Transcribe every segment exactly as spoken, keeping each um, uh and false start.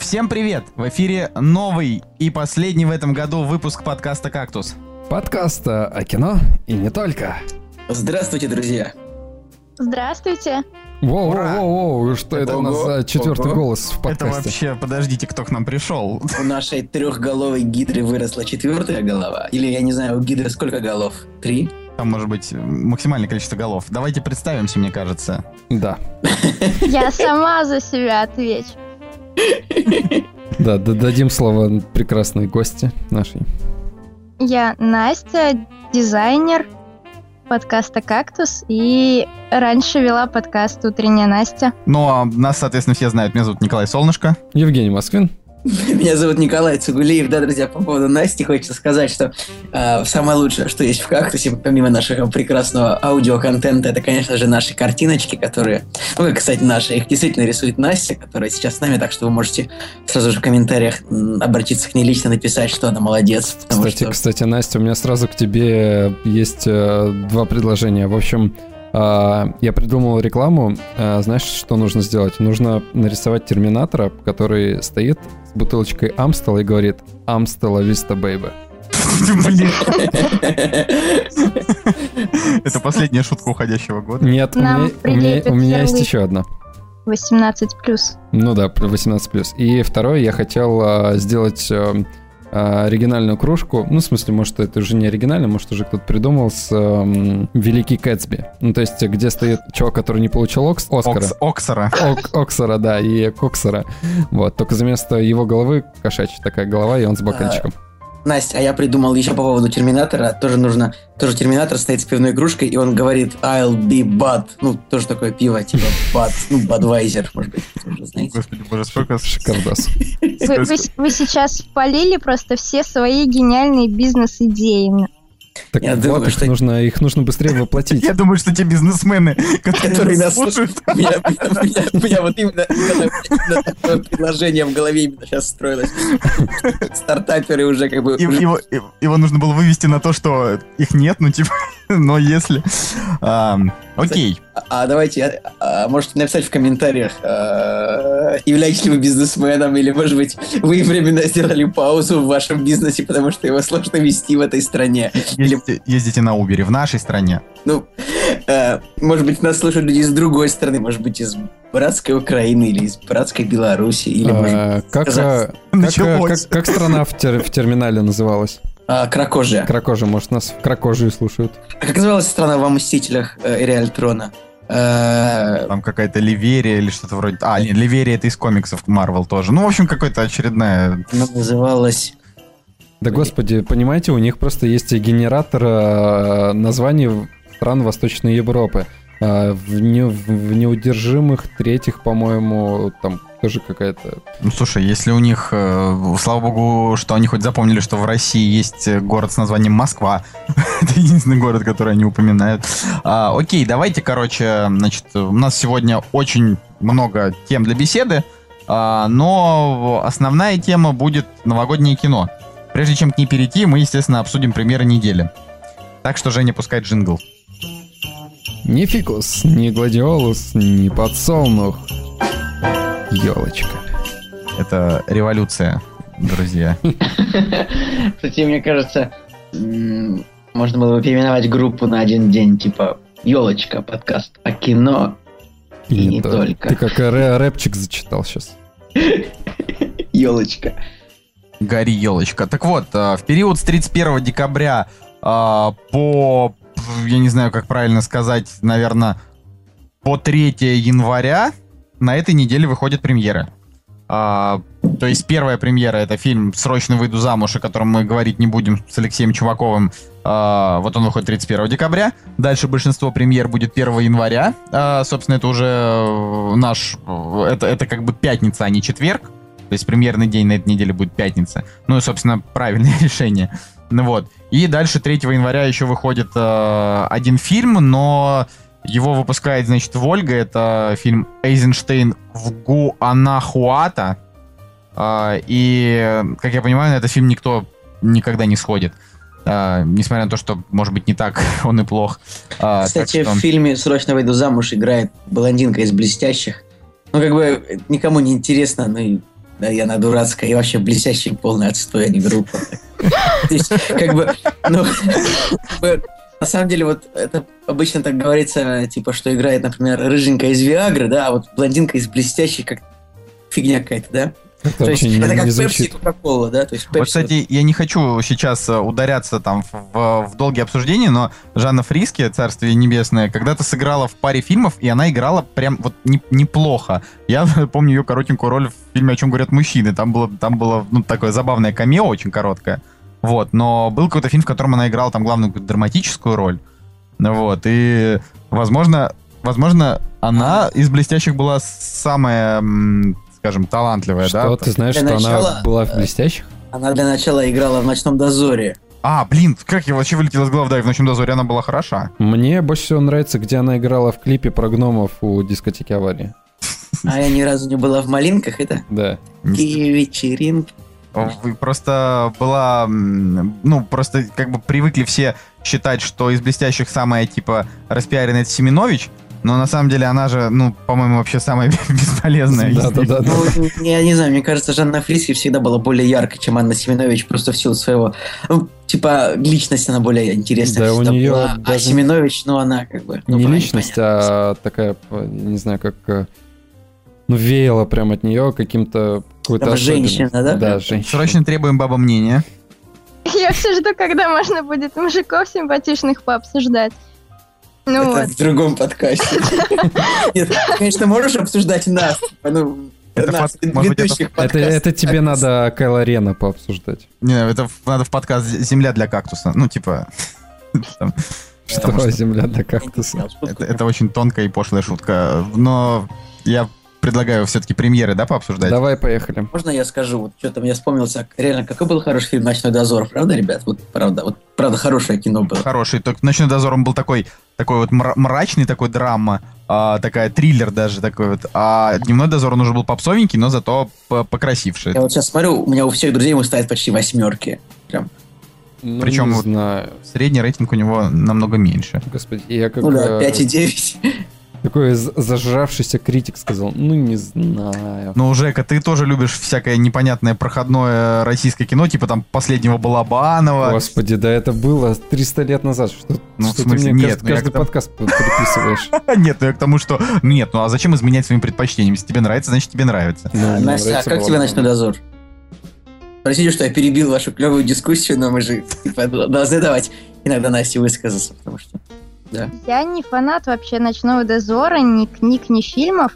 Всем привет! В эфире новый и последний в этом году выпуск подкаста «Кактус». Подкаста о кино и не только. Здравствуйте, друзья! Здравствуйте! Воу, воу, воу, воу, что это, это у нас за четвертый ого. голос в подкасте? Это вообще, подождите, кто к нам пришел? У нашей трехголовой гидры выросла четвертая голова. Или, я не знаю, у гидры сколько голов? Три? Там может быть максимальное количество голов. Давайте представимся, мне кажется. Да. Я сама за себя отвечу. Да, дадим слово прекрасной гости нашей. Я Настя, дизайнер подкаста «Кактус», и раньше вела подкаст «Утренняя Настя». Ну, а нас, соответственно, все знают. Меня зовут Николай Солнышко. Евгений Москвин. Меня зовут Николай Цугулиев. Да, друзья, по поводу Насти хочется сказать, что э, самое лучшее, что есть в «Кактусе», помимо нашего прекрасного аудиоконтента, это, конечно же, наши картиночки, которые... Ну, как, кстати, наши. Их действительно рисует Настя, которая сейчас с нами, так что вы можете сразу же в комментариях обратиться к ней лично, написать, что она молодец. Кстати, что... кстати, Настя, у меня сразу к тебе есть э, два предложения. В общем... Uh, я придумал рекламу. Uh, знаешь, что нужно сделать? Нужно нарисовать терминатора, который стоит с бутылочкой Амстела и говорит «Амстела Виста Бэйбэ». Блин. Это последняя шутка уходящего года. Нет, у меня, у меня, у меня есть еще одна. восемнадцать плюс. Ну да, восемнадцать плюс. И второе, я хотел uh, сделать... Uh, оригинальную кружку, ну, в смысле, может, это уже не оригинально, может, уже кто-то придумал с эм, «Великий Кэтсби». Ну, то есть, где стоит чувак, который не получил Окс- Оскара. Окс- Оксара. Ок- Оксара, да, и Коксара. Вот, только за место его головы кошачья такая голова, и он с бокальчиком. Настя, а я придумал еще по поводу Терминатора. Тоже нужно... Тоже Терминатор стоит с пивной кружкой, и он говорит «I'll be Bud». Ну, тоже такое пиво, типа Bud. Ну, Budweiser, может быть, тоже знаете. Господи, боже, сколько... Шикардас. Вы, вы, вы сейчас впалили просто все свои гениальные бизнес-идеи. Так я вот, думаю, их, что... нужно, их нужно быстрее воплотить. Я думаю, что те бизнесмены, которые нас слушают... У меня вот именно такое предложение в голове именно сейчас строилось. Стартаперы уже как бы... Его нужно было вывести на то, что их нет, ну типа, но если... Окей. А давайте, можете написать в комментариях, являетесь ли вы бизнесменом, или, может быть, вы временно сделали паузу в вашем бизнесе, потому что его сложно вести в этой стране. Ездите, ездите на Uber в нашей стране. Ну, э, может быть, нас слушают люди из другой страны, может быть, из братской Украины или из братской Беларуси. Или, может, а, как, а, как, как, как страна в, тер, в терминале называлась? А, Кракожия. Кракожия, может, нас в Кракожию слушают. Как называлась страна во «Мстителях» э, Эри Альтрона? Там какая-то Ливерия или что-то вроде... А, нет, Ливерия это из комиксов Марвел тоже. Ну, в общем, какая-то очередная... Она называлась... Да господи, понимаете, у них просто есть генератор э, названий стран Восточной Европы. Э, в, не, в неудержимых третьих, по-моему, там тоже какая-то... Ну, слушай, если у них, э, слава богу, что они хоть запомнили, что в России есть город с названием Москва. Это единственный город, который они упоминают. А, окей, давайте, короче, значит, у нас сегодня очень много тем для беседы, а, но основная тема будет новогоднее кино. Прежде чем к ней перейти, мы, естественно, обсудим премьеры недели. Так что, Женя, пускай джингл. Ни фикус, ни гладиолус, ни подсолнух. Ёлочка. Это революция, друзья. Кстати, мне кажется, можно было бы переименовать группу на один день, типа «Ёлочка», подкаст о кино и, и не то. Только. Ты как рэпчик зачитал сейчас. «Ёлочка». Гори, елочка. Так вот, в период с тридцать первого декабря по, я не знаю, как правильно сказать, наверное, по третьего января на этой неделе выходят премьеры. То есть первая премьера — это фильм «Срочно выйду замуж», о котором мы говорить не будем, с Алексеем Чуваковым. Вот он выходит тридцать первого декабря. Дальше большинство премьер будет первого января. Собственно, это уже наш... Это, это как бы пятница, а не четверг. То есть премьерный день на этой неделе будет пятница. Ну и, собственно, правильное решение. Ну вот. И дальше третьего января еще выходит э, один фильм, но его выпускает, значит, Вольга. Это фильм «Эйзенштейн в Гуанахуато». Э, и, как я понимаю, на этот фильм никто никогда не сходит. Э, несмотря на то, что, может быть, не так он и плох. Э, Кстати, что... в фильме «Срочно выйду замуж» играет блондинка из «Блестящих». Ну, как бы, никому не интересно, ну и Да, и она дурацкая, и вообще блестящая, полная отстой, а не группа. То есть, как бы, ну, на самом деле, вот это обычно так говорится, типа, что играет, например, рыженькая из Виагры, да, а вот блондинка из блестящей, как фигня какая-то, да? Это То есть, вообще не, это как не Пепси и звучит. Кока-Кола, да? То есть, Вот, Pepsi- кстати, я не хочу сейчас э, ударяться там в, в долгие обсуждения, но Жанна Фриске, царствие небесное, когда-то сыграла в паре фильмов, и она играла прям вот не- неплохо. Я помню ее коротенькую роль в фильме «О чем говорят мужчины». Там было, там было ну, такое забавное камео, очень короткое. Вот, но был какой-то фильм, в котором она играла там главную какую-то драматическую роль. Вот, и, возможно, возможно, она из блестящих была самая, м, скажем, талантливая, Что, да? ты знаешь, Для что начала, она была в блестящих? Она для начала играла в «Ночном дозоре». А, блин, как я вообще вылетел из головы, да, и в «Ночном дозоре» она была хороша. Мне больше всего нравится, где она играла в клипе про гномов у дискотеки «Аварии». А я ни разу не была в «Малинках», это? Да. И вечеринки. Вы просто была, м, ну, просто как бы привыкли все считать, что из блестящих самая, типа, распиаренная это Семенович, но на самом деле она же, ну, по-моему, вообще самая бесполезная. из них. Да-да-да. Ну, я не знаю, мне кажется, Жанна Фриске всегда была более яркой, чем Анна Семенович, просто в силу своего... Ну, типа, личность она более интересная. Да, у всегда неё была. А даже- Семенович, ну, она как бы... ну, Не понятно, личность, понятно. а такая, я не знаю, как... э, Ну, веяло прям от нее каким-то... Какой-то Прям особенностью. женщина, да? Да, женщина. Срочно требуем баба мнения. Я все жду, когда можно будет мужиков симпатичных пообсуждать. Ну Это вот. в другом подкасте. Нет, конечно, можешь обсуждать нас, типа, ну, Это нас, факт, может быть, ведущих Это, подкастов. это тебе надо Кайло Рена пообсуждать. Не, это в- надо в подкаст «Земля для кактуса». Ну, типа... там, Что потому что земля для кактуса? это, это очень тонкая и пошлая шутка. Но я предлагаю все-таки премьеры, да, пообсуждать? Давай, поехали. Можно я скажу, вот что-то мне вспомнился, реально, какой был хороший фильм «Ночной дозор», правда, ребят? Вот правда, вот правда хорошее кино было. Хороший. Только «Ночной дозор» он был такой, такой вот мра- мрачный, такой драма, а, такая триллер даже такой вот. А «Дневной дозор» он уже был попсовенький, но зато по- покрасивший. Я вот сейчас смотрю, у меня у всех друзей ему ставят почти восьмерки. Прям. Ну, Причем не вот- знаю. Средний рейтинг у него намного меньше. Господи, я как Ну да, э, пять и девять. такой з- зажравшийся критик сказал, ну не знаю. Ну, Жека, ты тоже любишь всякое непонятное проходное российское кино, типа там «Последнего Балабанова». Господи, да это было триста лет назад. Что, Ну, в что смысле, ты мне нет, кажд- ну, я каждый к тому- подкаст п- приписываешь. Нет, ну я к тому, что... ну, Нет, ну а зачем изменять своим предпочтениям? Если тебе нравится, значит тебе нравится. Ну, мне Настя, а нравится как тебе Балабанова. «Ночной дозор»? Простите, что я перебил вашу клевую дискуссию, но мы же типа, должны давать иногда Насте высказаться, потому что... Да. Я не фанат вообще «Ночного дозора», ни книг, ни фильмов.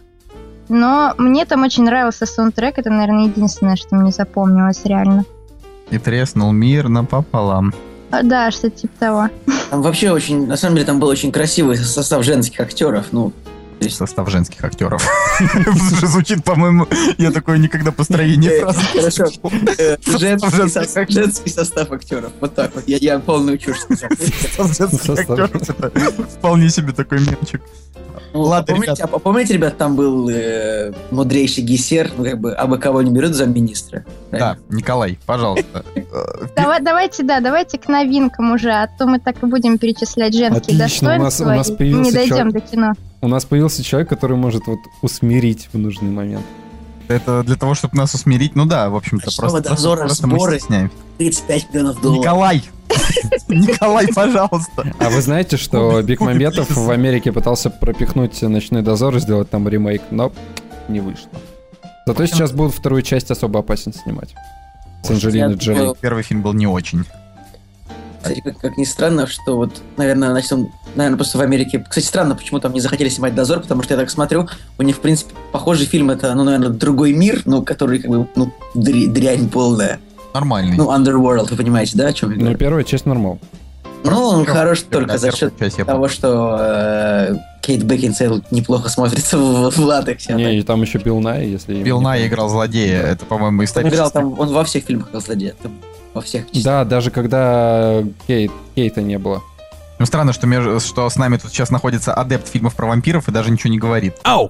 Но мне там очень нравился саундтрек. Это, наверное, единственное, что мне запомнилось реально. И треснул мир напополам. А, да, что-то типа того. Там вообще очень, на самом деле, там был очень красивый состав женских актеров, ну, то есть... Состав женских актеров. Слушай, звучит, по-моему, я такое никогда построение Э, фразы. Хорошо. Э, Женский женских состав- женский состав актеров. Вот так вот. Я- Я полную чушь сказал. Состав женских Состав актеров. Это вполне себе такой мемчик. Ну, Ладно, а помните, ребят. а помните, ребят, там был э, мудрейший Гессер, ну, как бы, абы кого не берут за министра. Да, Николай, пожалуйста. Э, Давай, давайте, да, давайте к новинкам уже, а то мы так и будем перечислять женские Отлично, у нас- достоинства у нас и появился не дойдем человек. до кино. У нас появился человек, который может вот усмирить в нужный момент. Это для того, чтобы нас усмирить. Ну да, в общем-то, Ночного просто, просто, дозора, просто мы сборы. стесняемся. тридцать пять миллионов долларов. Николай! Николай, пожалуйста. А вы знаете, что Кубик- Бекмамбетов кубик в Америке пытался пропихнуть «Ночной дозор» и сделать там ремейк, но не вышло. Зато сейчас будут вторую часть «Особо опасен» снимать. С Анджелиной Я Джоли. думаю, Первый фильм был не очень. Кстати, как, как ни странно, что вот, наверное, значит, он, наверное, просто в Америке... Кстати, странно, почему там не захотели снимать «Дозор», потому что я так смотрю, у них, в принципе, похожий фильм, это, ну, наверное, «Другой мир», ну, который, как бы, ну, дря- дрянь полная. Нормальный. Ну, Underworld, вы понимаете, да, о чем я Ну, говорю? первая часть нормал. Ну, он Первая- хорош да, только за первую счет часть я того, что э, Кейт Бекинсейл неплохо смотрится в, в латексе. Не, и там еще Билл Най, если... я Билл не Най помню. играл злодея. Это, по-моему, Он исторически. играл там, он во всех фильмах играл злодея, там, во всех. Да, даже когда Кейт, Кейта не было. Ну, странно, что, между- что с нами тут сейчас находится адепт фильмов про вампиров и даже ничего не говорит. Ау!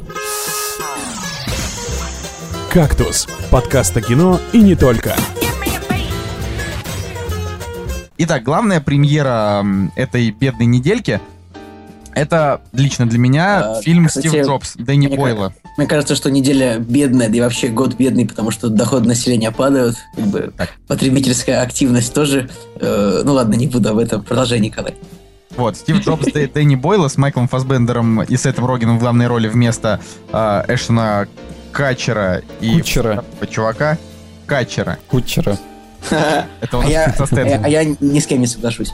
«Кактус» — подкаст о кино и не только. Итак, главная премьера м, этой бедной недельки Это лично для меня А, фильм кстати, Стив Джобс, Дэнни мне Бойла. Мне кажется, что неделя бедная, да и вообще год бедный, потому что доходы населения падают, как бы Так. потребительская активность тоже. Э, ну ладно, не буду об этом. Продолжай, Николай. Вот, Стив Джобс, Дэ- Дэнни Бойла с Майклом Фассбендером и Сетом Рогеном в главной роли вместо э, Эштона Катчера и Кутчера. чувака Катчера. Кутчера. Это у А нас я, со а Стэтхэм. я- а я ни с кем не соглашусь.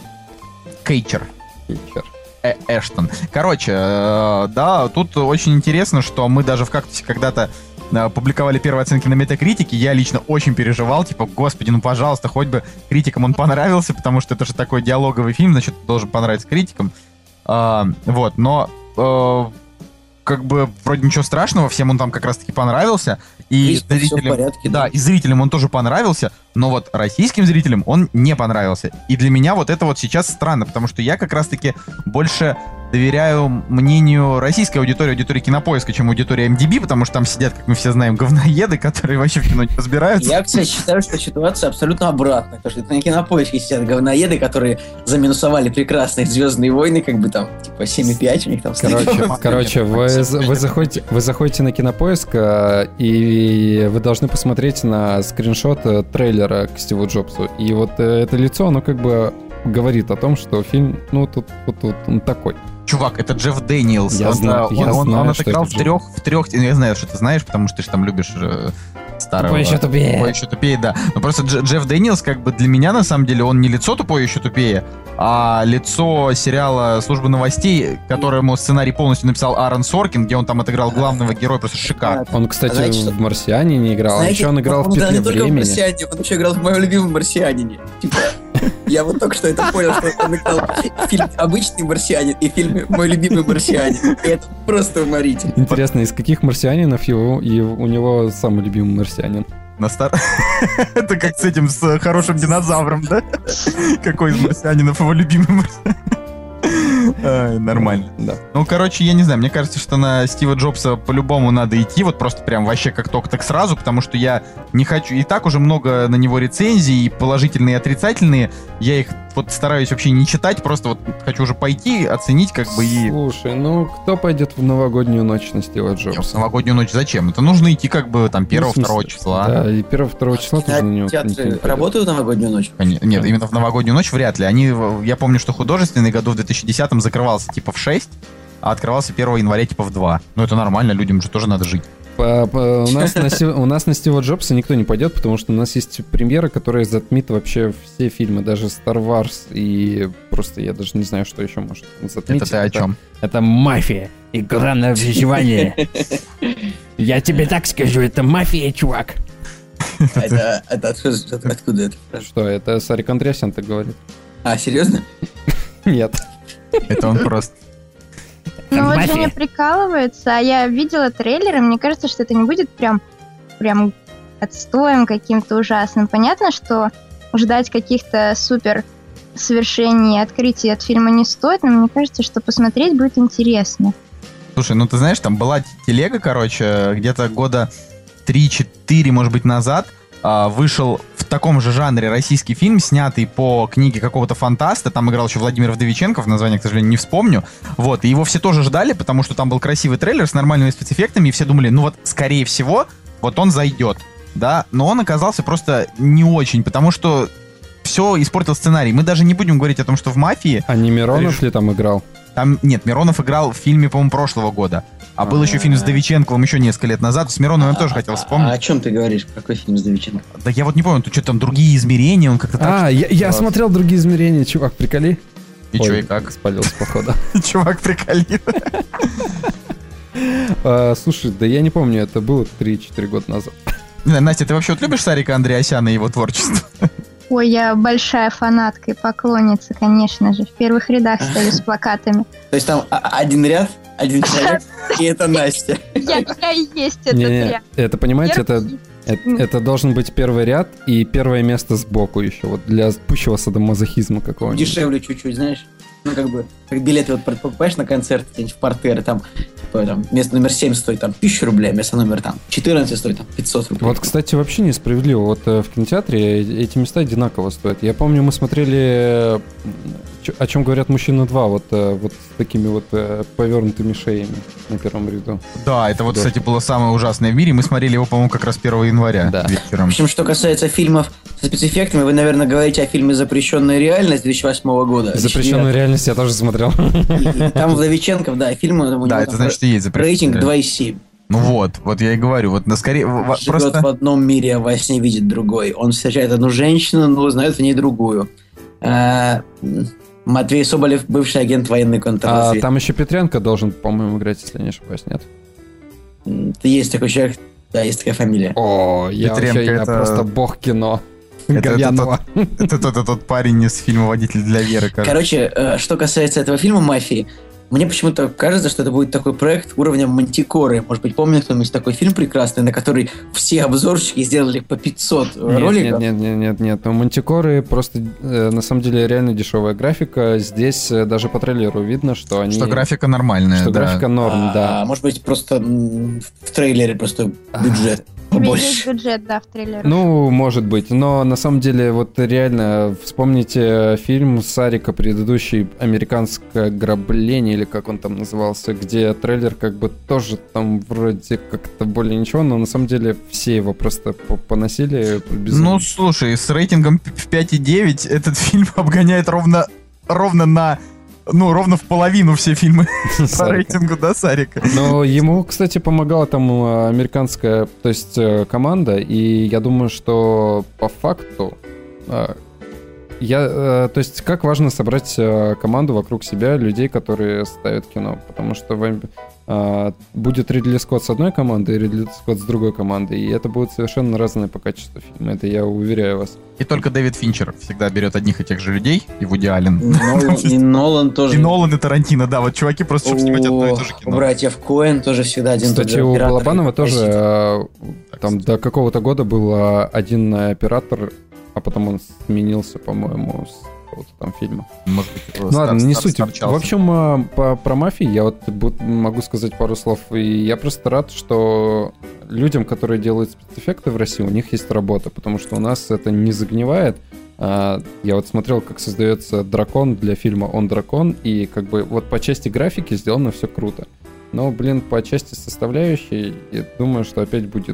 Кейчер. Кутчер. Э- Эштон. Короче, э, да, тут очень интересно, что мы даже в «Кактусе» когда-то э, публиковали первые оценки на Метакритике. Я лично очень переживал, типа, господи, ну пожалуйста, хоть бы критикам он понравился, потому что это же такой диалоговый фильм, значит, должен понравиться критикам. А, вот, но э, как бы вроде ничего страшного, всем он там как раз-таки понравился. И Критикам всё в зрителям, порядке, да, да. и зрителям он тоже понравился, но вот российским зрителям он не понравился. И для меня вот это вот сейчас странно, потому что я как раз-таки больше доверяю мнению российской аудитории, аудитории Кинопоиска, чем аудитории эм ди би, потому что там сидят, как мы все знаем, говноеды, которые вообще в кино не разбираются. Я, кстати, считаю, что ситуация абсолютно обратная. Потому что на Кинопоиске сидят говноеды, которые заминусовали прекрасные «Звездные войны», как бы там, типа, семь и пять у них там стоит. Короче, короче вы, з- вы, заходите, вы заходите на Кинопоиск, э, и вы должны посмотреть на скриншот э, трейлера к Стиву Джобсу. И вот э, это лицо, оно как бы говорит о том, что фильм, ну, тут, тут, тут он такой. Чувак, это Джефф Дэниелс. Я он, знаю- он, я он, знаю, он что отыграл это в трех, в трех... Я знаю, что ты знаешь, потому что ты же там любишь э, старого... Тупой еще тупее. Тупой еще тупее, да. Но просто Дж- Джефф Дэниелс, как бы для меня, на самом деле, он не лицо тупое еще тупее, а лицо сериала «Служба новостей», которому сценарий полностью написал Аарон Соркин, где он там отыграл главного героя, просто шикарно. Он, кстати, Знаете, что- в «Марсиане» не играл, а Знаете, еще он играл в по-моему, да, «Петле не только в времени». «Марсиане», он еще играл в моем любимом «Марсианине». Типа, я вот только что это понял, что он играл в фильме «Обычный марсианин» и в фильме «Мой любимый марсианин». И это просто уморительно. Интересно, из каких марсианинов его, и у него самый любимый марсианин? На стар... Это как с этим, с хорошим динозавром, да? Какой из марсианинов его любимый марсианин? Ай, Нормально. Да. Ну, короче, я не знаю, мне кажется, что на Стива Джобса по-любому надо идти, вот просто прям вообще как только так сразу, потому что я не хочу, и так уже много на него рецензий, и положительные, и отрицательные, я их вот стараюсь вообще не читать, просто вот хочу уже пойти, оценить как бы и... Слушай, ну кто пойдет в новогоднюю ночь на Стива Не, Джобса? в новогоднюю ночь зачем? Это нужно идти как бы там Ну, в первого-второго смысле, числа. Да, и первого-второго числа тоже на него никто не Театры пойдет. работают в новогоднюю ночь? Они- Нет, именно в новогоднюю ночь вряд ли. Они, в- я помню, что художественный году в две тысячи десятом закрывался типа в шесть, а открывался первого января типа в два. Ну это нормально, людям же тоже надо жить. По- по- у, нас на, Си- у нас на Стива Джобса никто не пойдет, потому что у нас есть премьера, которая затмит вообще все фильмы, даже Star Wars, и просто я даже не знаю, что еще может затмить. Это ты о чем? Это мафия. Игра на выживание. Я тебе так скажу, это мафия, чувак. Это, это откуда, это- откуда это? Что, это Сарик Андреасян так говорит? А, серьезно? Нет. Это он просто... Ну вот Мафия. Женя прикалывается, а я видела трейлер, и мне кажется, что это не будет прям, прям отстоем каким-то ужасным. Понятно, что ждать каких-то супер свершений и открытий от фильма не стоит, но мне кажется, что посмотреть будет интересно. Слушай, ну ты знаешь, там была телега, короче, где-то года три-четыре, может быть, назад а, вышел в таком же жанре российский фильм, снятый по книге какого-то фантаста. Там играл еще Владимир Вдовиченков, название, к сожалению, не вспомню. Вот, и его все тоже ждали, потому что там был красивый трейлер с нормальными спецэффектами, и все думали, ну вот, скорее всего, вот он зайдет, да, но он оказался просто не очень, потому что все испортил сценарий. Мы даже не будем говорить о том, что в «Мафии» А не Миронов ли там играл? там, нет, Миронов играл в фильме, по-моему, прошлого года. А был еще фильм с Вдовиченковым еще несколько лет назад. С Мироновым я тоже хотел А о вспомнить. чем ты говоришь? Какой фильм с Вдовиченко? Да я вот не помню, тут что-то там другие измерения, он как-то так... А, я, я Да. смотрел «Другие измерения», чувак, приколи. И Ой, что, и как? Спалился, походу. Чувак приколит. А, слушай, да я не помню, это было три-четыре года назад. Не знаю, Настя, ты вообще вот любишь Сарика Андреасяна и его творчество? Ой, я большая фанатка и поклонница, конечно же. В первых рядах стою с плакатами. То есть там а- один ряд, один человек, и это Настя. Я, я и есть этот Не-не, ряд. это, понимаете, это, Первый. это, это должен быть первый ряд и первое место сбоку еще, вот для пущего садомазохизма какого-нибудь. Дешевле чуть-чуть, знаешь? Ну, как бы, как билеты вот покупаешь на концерт где-нибудь в партере, там, типа, там, место номер семь стоит там тысячу рублей, а место номер там четырнадцать стоит там пятьсот рублей. Вот, кстати, вообще несправедливо. Вот э, в кинотеатре эти места одинаково стоят. Я помню, мы смотрели э, чё- «О чем говорят мужчины два», вот, э, вот с такими вот э, повернутыми шеями на первом ряду. Да, это вот, Да. кстати, было самое ужасное в мире. Мы смотрели его, по-моему, как раз первого января Да. В вечером. общем, что касается фильмов со спецэффектами, вы, наверное, говорите о фильме «Запрещенная реальность» две тысячи восьмого года. «Запрещенную реальность» я тоже смотрел. И- и Там Вдовиченков, да, фильм, у него Да, там это значит, и есть рейтинг запрещенная. два и семь. Ну вот, вот я и говорю, вот на скорее в- в- Живет просто в одном мире, а во сне видит другой. Он встречает одну женщину, но узнает в ней другую. А, м, Матвей Соболев, бывший агент военной А контрразведки. там еще Петренко должен, по-моему, играть, если я не ошибаюсь, нет? М, Есть такой человек, да, есть такая фамилия. О, я Петренко вообще, я это- просто бог кино. Это- это Говяного. это тот, это тот парень из фильма «Водитель для Веры», кажется. Короче, э, что касается этого фильма «Мафии», мне почему-то кажется, что это будет такой проект уровня «Мантикоры». Может быть, помнит кто-нибудь такой фильм прекрасный, на который все обзорщики сделали по пятьсот Нет, роликов? нет, нет, нет, нет, нет. У Мантикоры просто э, на самом деле реально дешевая графика. Здесь э, даже по трейлеру видно, что они... Что графика нормальная, что да. графика норм, А, да. Может быть, просто м, в трейлере просто бюджет У тебя есть побольше. бюджет, да, в трейлере. Ну, может быть, но на самом деле, вот реально, вспомните фильм Сарика, предыдущий «Американское ограбление», или как он там назывался, где трейлер как бы тоже там вроде как-то более ничего, но на самом деле все его просто по- поносили. безумно. Ну, слушай, с рейтингом п- в пять и девять этот фильм обгоняет ровно, ровно на... Ну, ровно в половину все фильмы по Сарика. рейтингу, да, Сарика? Но ему, кстати, помогала там э, американская, то есть э, команда, и я думаю, что по факту э, я, э, то есть как важно собрать э, команду вокруг себя людей, которые ставят кино, потому что вам, э, будет Ридли Скотт с одной командой и Ридли Скотт с другой командой, и это будут совершенно разные по качеству фильмы, это я уверяю вас. И только Дэвид Финчер всегда берет одних и тех же людей, и Вуди Аллен. Нолан- И Нолан тоже. И Нолан, и Тарантино, да, вот чуваки просто, чтобы снимать одно и то же У кино. братьев Коэн тоже всегда один и тот Кстати, же у оператор. Балабанова тоже э, Так, там кстати. до какого-то года был э, один оператор, а потом он сменился, по-моему, с какого-то там фильма. Может быть, его Ну стар- ладно, не стар- суть. старчался. В общем, э, по, про мафию я вот бу- могу сказать пару слов. И я просто рад, что людям, которые делают спецэффекты в России, у них есть работа, потому что у нас это не загнивает. А, я вот смотрел, как создается дракон для фильма «Он дракон», и как бы вот по части графики сделано все круто. Но, блин, по части составляющей, я думаю, что опять будет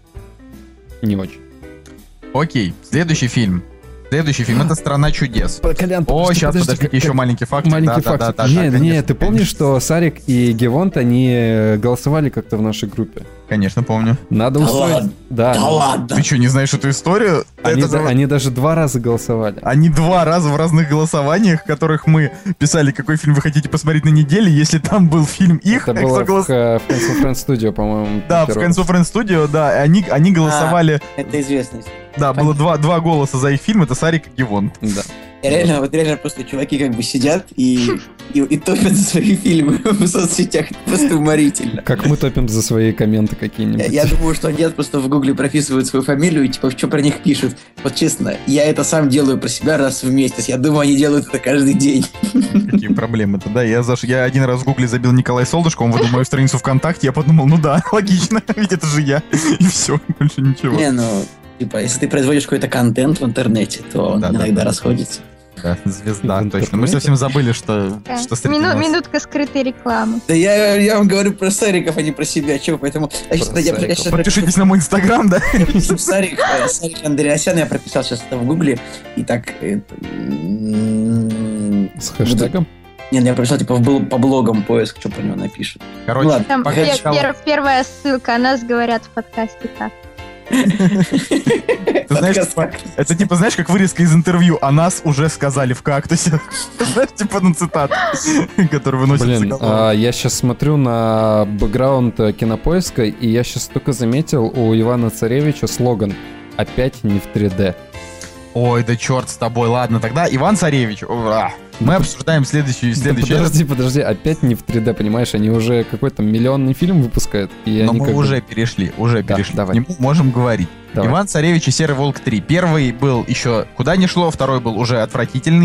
не очень. Окей, следующий фильм. Следующий фильм — это «Страна чудес». Колян, О, сейчас, подождите, еще маленький факт. Маленький Да, да, факт. да, да, не, да, не, конечно, ты помнишь, конечно. что Сарик и Гевонт, они э, голосовали как-то в нашей группе? Конечно, помню. Надо Да устроить... ладно? Да. Да ладно. Ты что, не знаешь эту историю? Они, Это да- же- они даже два раза голосовали. Они два раза в разных голосованиях, в которых мы писали, какой фильм вы хотите посмотреть на неделе, если там был фильм их, Это кто было в, голос- э, в Cancel Friends Studio, по-моему. Да, в первый Cancel раз. Friends Studio, да, они, они голосовали, Это известность. да, было два, два голоса за их фильм, это Сарик и Гевон. Да. И реально, вот реально просто чуваки как бы сидят и, и, и топят за свои фильмы в соцсетях. Это просто уморительно. Как мы топим за свои комменты какие-нибудь. Я, я думаю, что они просто в гугле прописывают свою фамилию и типа что про них пишут. Вот честно, я это сам делаю про себя раз в месяц. Я думаю, они делают это каждый день. Какие проблемы-то, да? Я, заш... я один раз в гугле забил Николай Солнышко, он выдал мою страницу ВКонтакте, я подумал, ну да, логично, ведь это же я. И все, больше ничего. Не, ну, типа, если ты производишь какой-то контент в интернете, то он Да, да, иногда да. расходится. Да, звезда, В точно. Мы интернете? совсем забыли, что, Да. что среди Мину- нас- Минутка скрытой рекламы. Да я, я вам говорю про Сариков, а не про себя. Чего? Поэтому я щас- Про я- я Сариков. щас Подпишитесь на мой инстаграм, да? пропишу Сарик, э, Сарик Андреасян, я прописал сейчас это в гугле, и так... э, м, С хэштегом. Не, я прописал типа в бл- по блогам поиск, что про него напишут. Короче, Ну ладно. Там пока пер- читал- пер- первая ссылка, о нас говорят в подкасте так. Ты знаешь, Подкаст типа, это типа, знаешь, как вырезка из интервью, о нас уже сказали в «Кактусе». Знаешь, типа, ну, цитат, который выносит Блин, заголовок. а, я сейчас смотрю на бэкграунд э, Кинопоиска, и я сейчас только заметил у Ивана Царевича слоган «Опять не в три дэ». Ой, да черт с тобой, ладно, тогда Иван Царевич. Ура. Мы обсуждаем следующий, следующий. Подожди, подожди, опять не в три дэ, понимаешь? Они уже какой-то миллионный фильм выпускают, и Но они мы как бы- уже перешли, уже Да, перешли. давай. К нему можем говорить. Давай. Иван Царевич и Серый Волк три. Первый был еще куда ни шло, второй был уже отвратительный.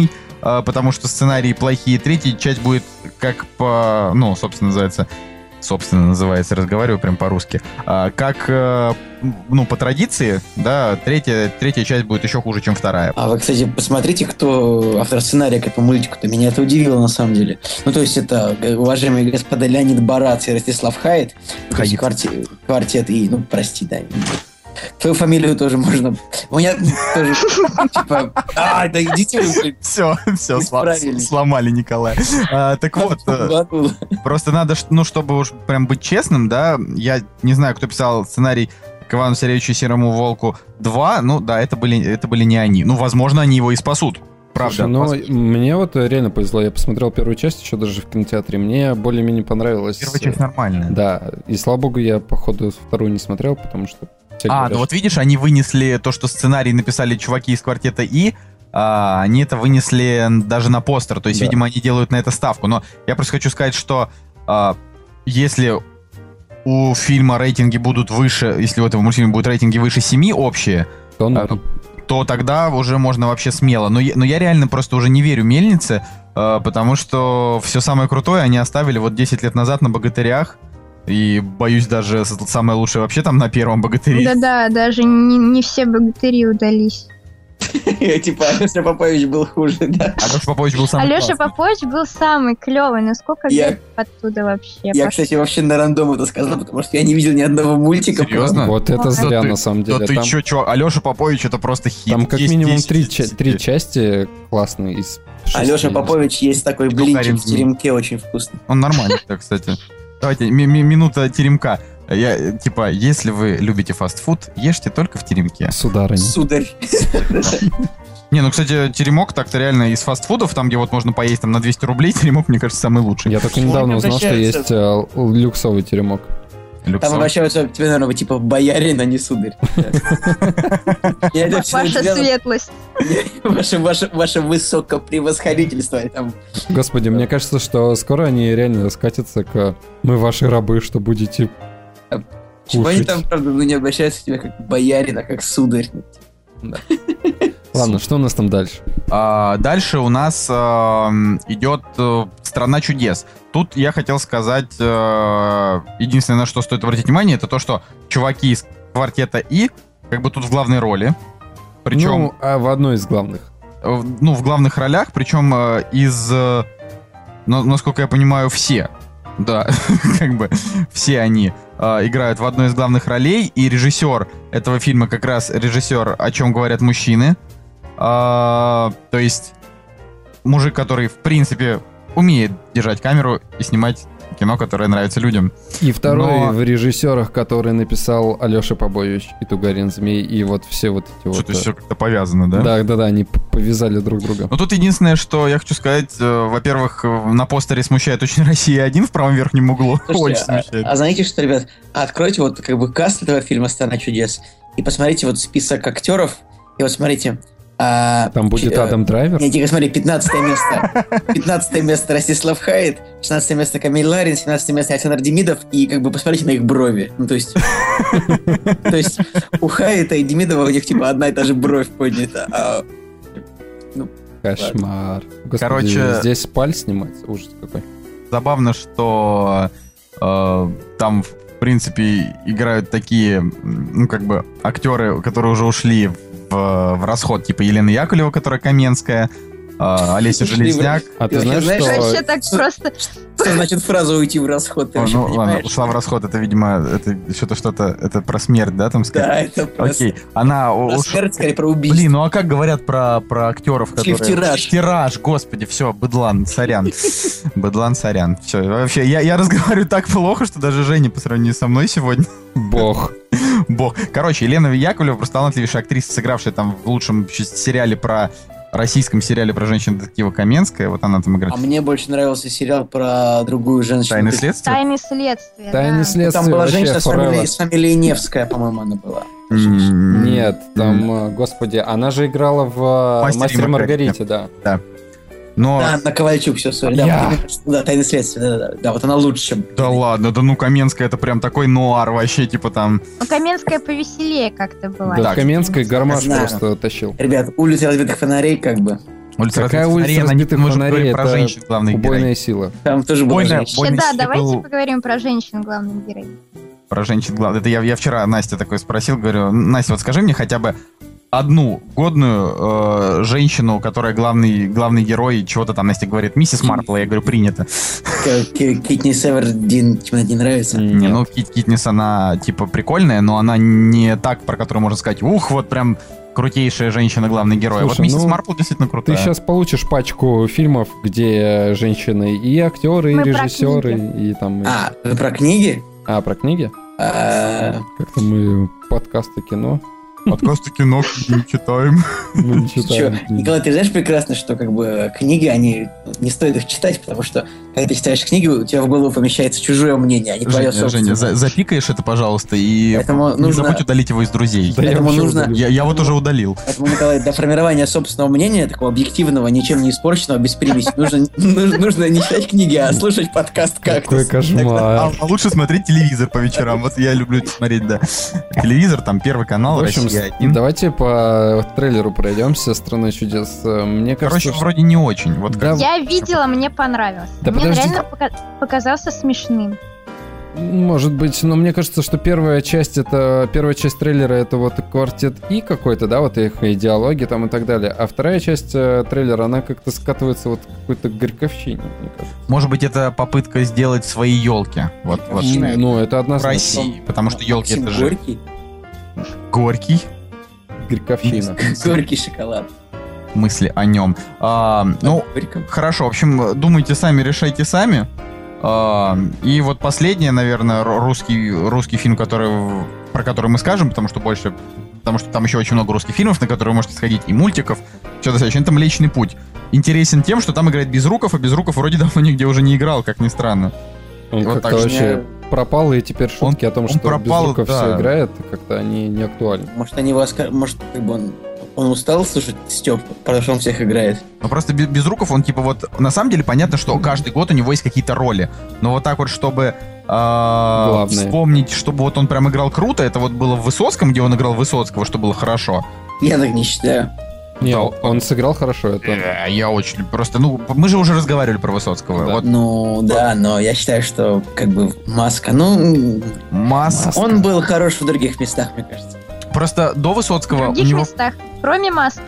э, потому что сценарии плохие. Третья часть будет как по... Ну, собственно, называется... Собственно, называется, разговариваю прям по-русски. А, как, э, ну, по традиции, да, третья, третья часть будет еще хуже, чем вторая. А вы, кстати, посмотрите, кто автор сценария к этому мультику-то. Меня это удивило, на самом деле. Ну, то есть, это, уважаемые господа, Леонид Барац и Ростислав Хайт. То есть, квартет, квартет и, ну, прости, да. Твою фамилию тоже можно... У меня тоже, типа... А, да идите вы, блин. Все, все, сломали Николая. А, так вот, просто надо, ну, чтобы уж прям быть честным, да, я не знаю, кто писал сценарий к Ивану Царевичу и Серому Волку два, ну, да, это были, это были не они. Ну, возможно, они его и спасут. Правда. Слушай, ну, мне вот реально повезло. Я посмотрел первую часть еще даже в кинотеатре. Мне более-менее понравилось. Первая часть нормальная. Да. И, слава богу, я, походу, вторую не смотрел, потому что... А, говорят, ну вот видишь, они вынесли то, что сценарий написали чуваки из квартета И, а, они это вынесли даже на постер. То есть, да. Видимо, они делают на это ставку. Но я просто хочу сказать, что а, если у фильма рейтинги будут выше, если у этого мультфильма будут рейтинги выше семи общие, то, а, то тогда уже можно вообще смело. Но я, но я реально просто уже не верю мельнице, а, потому что все самое крутое они оставили вот десять лет назад на «Богатырях». И, боюсь, даже самое лучшее вообще там на первом «Богатыре». Да-да, даже не, не все «Богатыри» удались. Типа Алеша Попович был хуже, да? Алеша Попович был самый Алеша Попович был самый клевый, но сколько лет оттуда вообще? Я, кстати, вообще на рандом это сказал, потому что я не видел ни одного мультика. Серьезно? Вот это зря, на самом деле. Да ты чё, чё, Алеша Попович это просто хит. Там как минимум три части классные из шести. Алеша Попович есть такой блинчик в теремке, очень вкусный. Он нормальный, кстати. Давайте, минута теремка. Я, типа, если вы любите фастфуд, ешьте только в теремке. Сударыня. Сударь. Не, ну, кстати, теремок так-то реально из фастфудов, там, где вот можно поесть там на двести рублей, теремок, мне кажется, самый лучший. Я только недавно узнал, что есть э, люксовый теремок. Люксовый. Там обращаются к тебе, наверное, типа боярин, а не сударь. Ваша светлость. Ваше высокопревосходительство. Господи, мне кажется, что скоро они реально скатятся к «мы ваши рабы, что будете кушать». Чего они там, правда, не обращаются к тебе как боярин, а как сударь. Ладно, что у нас там дальше? А, дальше у нас а, идет а, «Страна чудес». Тут я хотел сказать, а, единственное, на что стоит обратить внимание, это то, что чуваки из квартета И как бы тут в главной роли. Причем... Ну, а в одной из главных. В, ну, в главных ролях, причем а, из, а, ну, насколько я понимаю, все. Да, как бы все они а, играют в одной из главных ролей, и режиссер этого фильма как раз режиссер «О чем говорят мужчины». А, то есть мужик, который, в принципе, умеет держать камеру и снимать кино, которое нравится людям. И второй Но... в режиссерах, который написал Алеша Попович и Тугарин Змей, и вот все вот эти вот... Что-то все как-то повязано, да? Да-да-да, они повязали друг друга. Ну тут единственное, что я хочу сказать, э, во-первых, на постере смущает очень «Россия один» в правом верхнем углу. Слушайте, очень смущает. А, а знаете что, ребят, откройте вот как бы каст этого фильма «Страна чудес» и посмотрите вот список актеров, и вот смотрите... А, Там будет Адам Драйвер? Нет, тихо, смотри, пятнадцатое место. пятнадцатое место Ростислав Хайт, шестнадцатое место Камиль Ларин, семнадцатое место Александр Демидов, и как бы посмотрите на их брови. Ну, то есть... То есть у Хайта и Демидова у них типа одна и та же бровь поднята. Кошмар. Короче... Здесь паль снимается, ужас какой. Забавно, что там, в принципе, играют такие, ну, как бы, актеры, которые уже ушли в, в расход, типа Елена Яковлева, которая Каменская, э, Олеся Железняк. А ты знаешь, знаешь, что... Вообще так просто... Что значит фраза «уйти в расход»? Ты О, вообще ну понимаешь? ладно, ушла в расход, это, видимо, это что-то, что-то, это про смерть, да, там сказать? Да, это про Окей, она... Про уш... смерть, скорее, про убийство. Блин, ну а как говорят про, про актеров, Ушли которые... в тираж. В тираж, господи, все, быдлан, сорян. Быдлан, сорян. Все, вообще, я, я разговариваю так плохо, что даже Женя по сравнению со мной сегодня... Бог. Бог. Короче, Елена Яковлева, просто талантливейшая актриса, сыгравшая там в лучшем сериале про... российском сериале про женщину-детектива Каменская, вот она там играет. А мне больше нравился сериал про другую женщину. «Тайны следствия»? Тайны следствия, Тайны да. следствия. Там была вообще женщина с forever. фамилией, с фамилией Невская, по-моему, она была. М, Нет, там, э, господи, она же играла в э, «Мастере и «Мастере и Маргарите», Маргарите». да. Но... Да, на Ковальчук все, сори. Я. Да, вот, да, «Тайны следствия», да-да-да. Да, вот она лучше, чем... Да ладно, да ну Каменская это прям такой нуар вообще, типа там... Ну, Каменская повеселее как-то была. Да, Так. Каменской гармаш Знаю. просто тащил. Ребят, «Улица разбитых фонарей», как бы. Улица Какая разбитых улица фонарей, она не- разбитых мы же фонарей? говорим про Это женщин, главных убойная героев. сила. Там тоже было Бойная- женщина. бойная Да, сила давайте был- поговорим про женщин главных героев. Про женщин главных. Это я, я вчера Настя такой спросил, говорю, Настя, вот скажи мне хотя бы одну годную э, женщину, которая главный, главный герой чего-то там. Настя говорит, миссис Марпл. Я говорю, принято. К- К- Китнис Эвердин тебе не нравится? Не, ну, Кит Китнис, она, типа, прикольная, но она не так, про которую можно сказать, ух, вот прям крутейшая женщина, главный герой. Слушай, вот миссис ну, Марпл действительно крутая. Ты сейчас получишь пачку фильмов, где женщины и актеры, и Мы про режиссеры, и там... и- А, вы про книги? А, про книги? А, Как-то мы подкасты кино. Подкасты кино не читаем. Мы не Чё, читаем. книги. Николай, ты знаешь прекрасно, что как бы книги, они не стоит их читать, потому что когда ты читаешь книги, у тебя в голову помещается чужое мнение, а не твое Женя, собственное. Женя, за- запикаешь это, пожалуйста, и Поэтому не нужно- забудь удалить его из друзей. Да я Поэтому вообще нужно- удалю. Я, я вот уже удалил. Поэтому, Николай, для формирования собственного мнения, такого объективного, ничем не испорченного, без примеси, нужно, нужно, нужно не читать книги, а слушать подкаст Какой «Кактус». А, кошмар. а лучше смотреть телевизор по вечерам. Вот я люблю смотреть, да. Телевизор, там, Первый канал, В общем, Россия с- один. давайте по трейлеру пройдемся «Страной чудес». Э, Мне кажется, Короче, вроде не очень. Вот Да, как- Я видела, мне понравилось. Да мне подожди. реально пока- показался смешным. может быть, но мне кажется, что первая часть это первая часть трейлера это вот квартет И какой-то, да, вот их идеология там и так далее. А вторая часть э, трейлера, она как-то скатывается вот к какой-то горьковщине, мне кажется. Может быть, это попытка сделать свои елки. Вот, вот Почему? Ну, это в однозначно. России. Потому что елки Максим это же Горький. горький. Горьковщина. Горький шоколад. Мысли о нем. А, ну, Горько. хорошо. В общем, думайте сами, решайте сами. А, и вот последнее, наверное, ру- русский, русский фильм, который, в- про который мы скажем, потому что больше... Потому что там еще очень много русских фильмов, на которые вы можете сходить, и мультиков. Все достаточно. Это «Млечный путь». Интересен тем, что там играет Безруков, а Безруков вроде давно нигде уже не играл, как ни странно. Он Вот как-то так же. вообще пропал, и теперь шутки Он- о том, он что пропал, Безруков да. все играет, как-то они не актуальны. Может, они его оскар... Может, как бы он... Он устал слушать Степ, потому что он всех играет. Ну просто Бе- Безруков, он типа вот... На самом деле понятно, что каждый год у него есть какие-то роли. Но вот так вот, чтобы... а, Главные. вспомнить, чтобы вот он прям играл круто, это вот было в Высоцком, где он играл Высоцкого, что было хорошо. Я так не считаю. Не, Да. он сыграл хорошо, это... Э, Я очень... Просто, ну, мы же уже разговаривали про Высоцкого. Да. Вот Ну, да, но я считаю, что как бы Маска, ну... Маска. Он был хорош в других местах, мне кажется. Просто до В Высоцкого у других него... местах, кроме маски.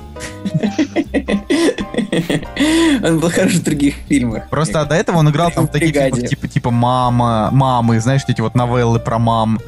Он был хорош в других фильмах. Просто до этого он играл там В такие «Бригаде». типа, типа, типа мама, мамы, знаешь, эти вот новеллы про мам.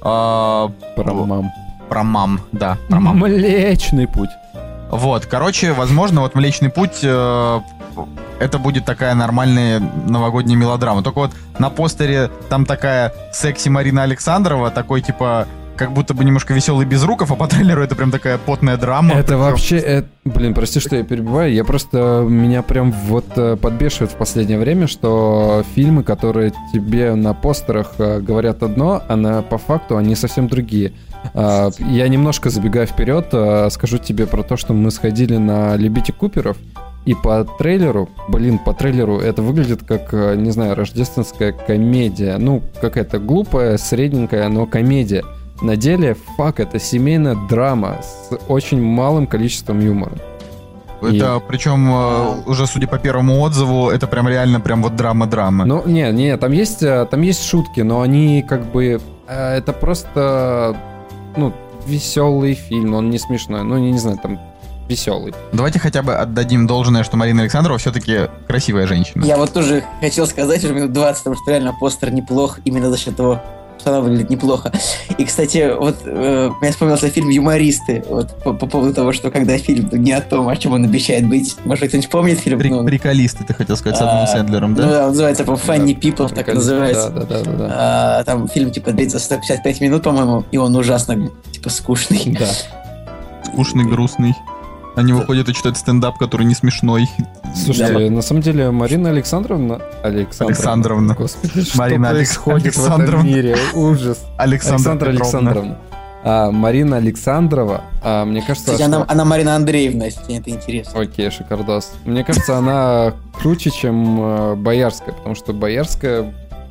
а, Про мам. про мам, да, про мам. Млечный путь. Вот, короче, возможно, вот «Млечный путь» э, это будет такая нормальная новогодняя мелодрама. Только вот на постере там такая секси Марина Александрова, такой типа, как будто бы немножко веселый Безруков, а по трейлеру это прям такая потная драма. Это вообще... э, блин, прости, что я перебиваю. Я просто... Меня прям вот э, подбешивает в последнее время, что фильмы, которые тебе на постерах э, говорят одно, а на, по факту они совсем другие. А, я немножко забегая вперед, э, скажу тебе про то, что мы сходили на «Любите Куперов», и по трейлеру, блин, по трейлеру это выглядит как, э, не знаю, рождественская комедия. Ну, какая-то глупая, средненькая, но комедия. На деле, фак, это семейная драма с очень малым количеством юмора. Это, причем, э, уже судя по первому отзыву, это прям реально прям вот драма-драма. Ну, не, не, там есть, э, там есть шутки, но они как бы... э, Это просто, ну, веселый фильм, он не смешной. Ну, не, не знаю, там веселый. Давайте хотя бы отдадим должное, что Марина Александрова все-таки красивая женщина. Я вот тоже хотел сказать уже минут двадцать, потому что реально постер неплох именно за счет того, что она выглядит неплохо. И, кстати, вот э, мне вспомнился фильм «Юмористы», вот по, по поводу того, что когда фильм не о том, о чем он обещает быть. Может, кто-нибудь помнит фильм? При- Ну, приколисты, ты хотел сказать, с Адамом а, Сэндлером, ну да? да, он называется по Funny People, так и Прикольно. называется. Да, да, да, да, да. А, там фильм типа длится сто пятьдесят пять минут, по-моему, и он ужасно типа скучный. Да. Скучный, грустный. Они выходят и читают стендап, который не смешной. Слушайте, на самом деле Марина Александровна... Александровна. Александровна. Господи, что Марина Алекс- происходит в этом Александровна. мире? Ужас. Александра Александра Петровна. Александровна. А, Марина Александрова, а, мне кажется... Кстати, что- она, она Марина Андреевна, если тебе это интересно. Окей, шикардос. Мне кажется, она круче, чем э, Боярская, потому что Боярская...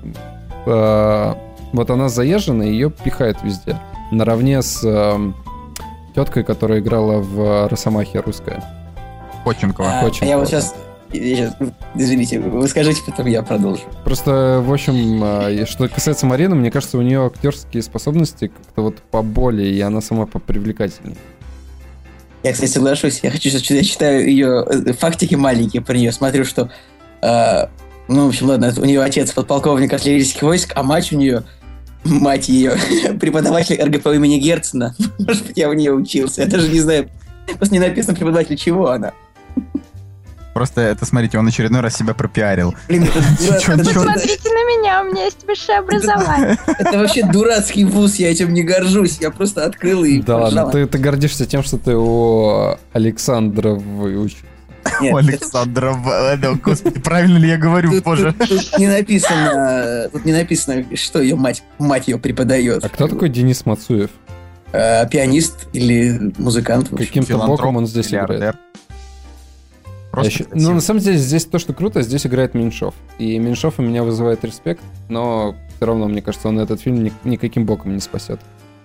э, вот она заезжена, и ее пихают везде. Наравне с э, теткой, которая играла в Росомахе русская. Ходченкова. А, Ходченкова. я вот сейчас... я щас- Извините, вы скажите, потом я продолжу. Просто, в общем, а, что касается Марины, мне кажется, у нее актерские способности как-то вот поболее, и она сама попривлекательнее. Я, кстати, соглашусь. Я хочу, что я читаю ее э, фактики маленькие про нее. Смотрю, что... э, ну, в общем, ладно, у нее отец подполковник артиллерийских войск, а мать у нее... Мать ее, преподаватель эр гэ пэ имени Герцена. Может быть, я в нее учился. Я даже не знаю. Просто не написано преподаватель, чего она. Просто это, смотрите, он очередной раз себя пропиарил. Блин, это, дура- Чё- это- чё- Смотрите на меня, у меня есть высшее образование. это вообще дурацкий вуз, я этим не горжусь. Я просто открыл и Да ладно, поржал. ты, ты гордишься тем, что ты у Александра выучил. Нет, У Александра, В- ну, господи, правильно ли я говорю, Тут, боже. тут- тут не написано, тут не написано, что ее мать, мать ее преподает. А кто такой Денис Мацуев? Э, пианист или музыкант? в общем. Каким-то Филантроп, боком он здесь миллиардер. играет. А Просто ещё- красиво. ну, на самом деле, здесь то, что круто, здесь играет Меньшов. И Меньшов у меня вызывает респект, но все равно, мне кажется, он этот фильм ни- никаким боком не спасет.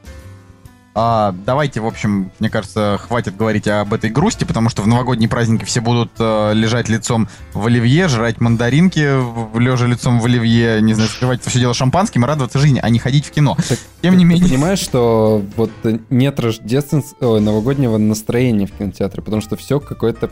А, давайте, в общем, мне кажется, хватит говорить об этой грусти, потому что в новогодние праздники все будут э, лежать лицом в оливье, жрать мандаринки, в- лежа лицом в оливье, не знаю, скрывать это все дело шампанским и радоваться жизни, а не ходить в кино. Так, Тем не Ты менее... понимаешь, что вот нет рождественского, ой, новогоднего настроения в кинотеатре, потому что все какое-то...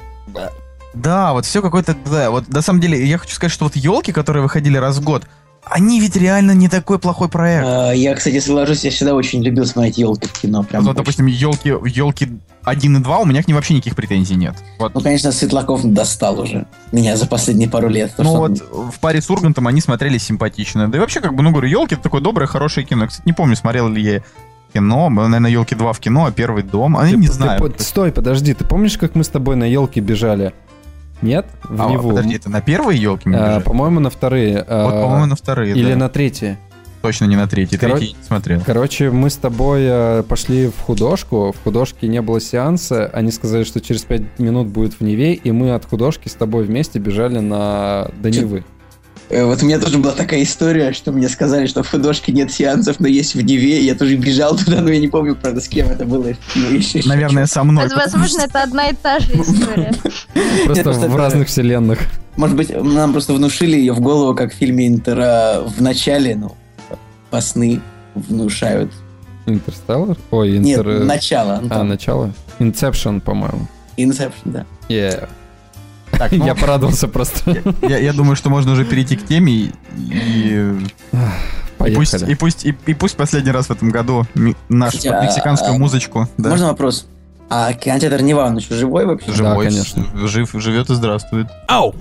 Да, вот все какое-то... Да, вот на самом деле я хочу сказать, что вот елки, которые выходили раз в год, они ведь реально не такой плохой проект. А, Я, кстати, соглашусь, я всегда очень любил смотреть елки в кино. Прям Вот, очень. допустим, елки, елки один и два, у меня к ним вообще никаких претензий нет. Вот. Ну, конечно, Светлаков достал уже меня за последние пару лет. то, Ну что вот в паре с Ургантом они смотрелись симпатично. Да и вообще, как бы, ну говорю, елки это такое доброе, хорошее кино. Я, кстати, не помню, смотрел ли я кино. Наверное, елки два в кино, а первый дом. А я Ты- не ты знаю. по- Стой, подожди, ты помнишь, как мы с тобой на елке бежали? Нет? В А, Неву. подожди, это на первые елки мы А, бежали? по-моему, на вторые. а, Вот, по-моему, на вторые, Или да. на третьи. Точно не на третий. Коро- Третий я не смотрел. Короче, мы с тобой э, пошли в художку. В художке не было сеанса. Они сказали, что через пять минут будет в Неве, и мы от художки с тобой вместе бежали на до Чё? Невы. Э, Вот у меня тоже была такая история, что мне сказали, что в художке нет сеансов, но есть в Неве. Я тоже бежал туда, но я не помню, правда, с кем это было. Ну, еще- Наверное, со мной. Возможно, это одна и та же история. Просто просто в это- разных вселенных. Может быть, нам просто внушили ее в голову, как в фильме Интера в начале, ну, по сны внушают. Интерстеллар? Ой, Нет, Интер... начало. ну, А, там, начало? Inception, по-моему. Inception, да. Yeah. Так, ну, Я порадовался просто. я, я думаю, что можно уже перейти к теме и, и, и пусть, Поехали. и, пусть, и, и пусть последний раз в этом году ми- нашу Кстати, а- мексиканскую а- музычку. Да. Можно вопрос? А кинотеатр Нева, он еще живой вообще? Живой, Да, конечно. жив, живет и здравствует. Ау!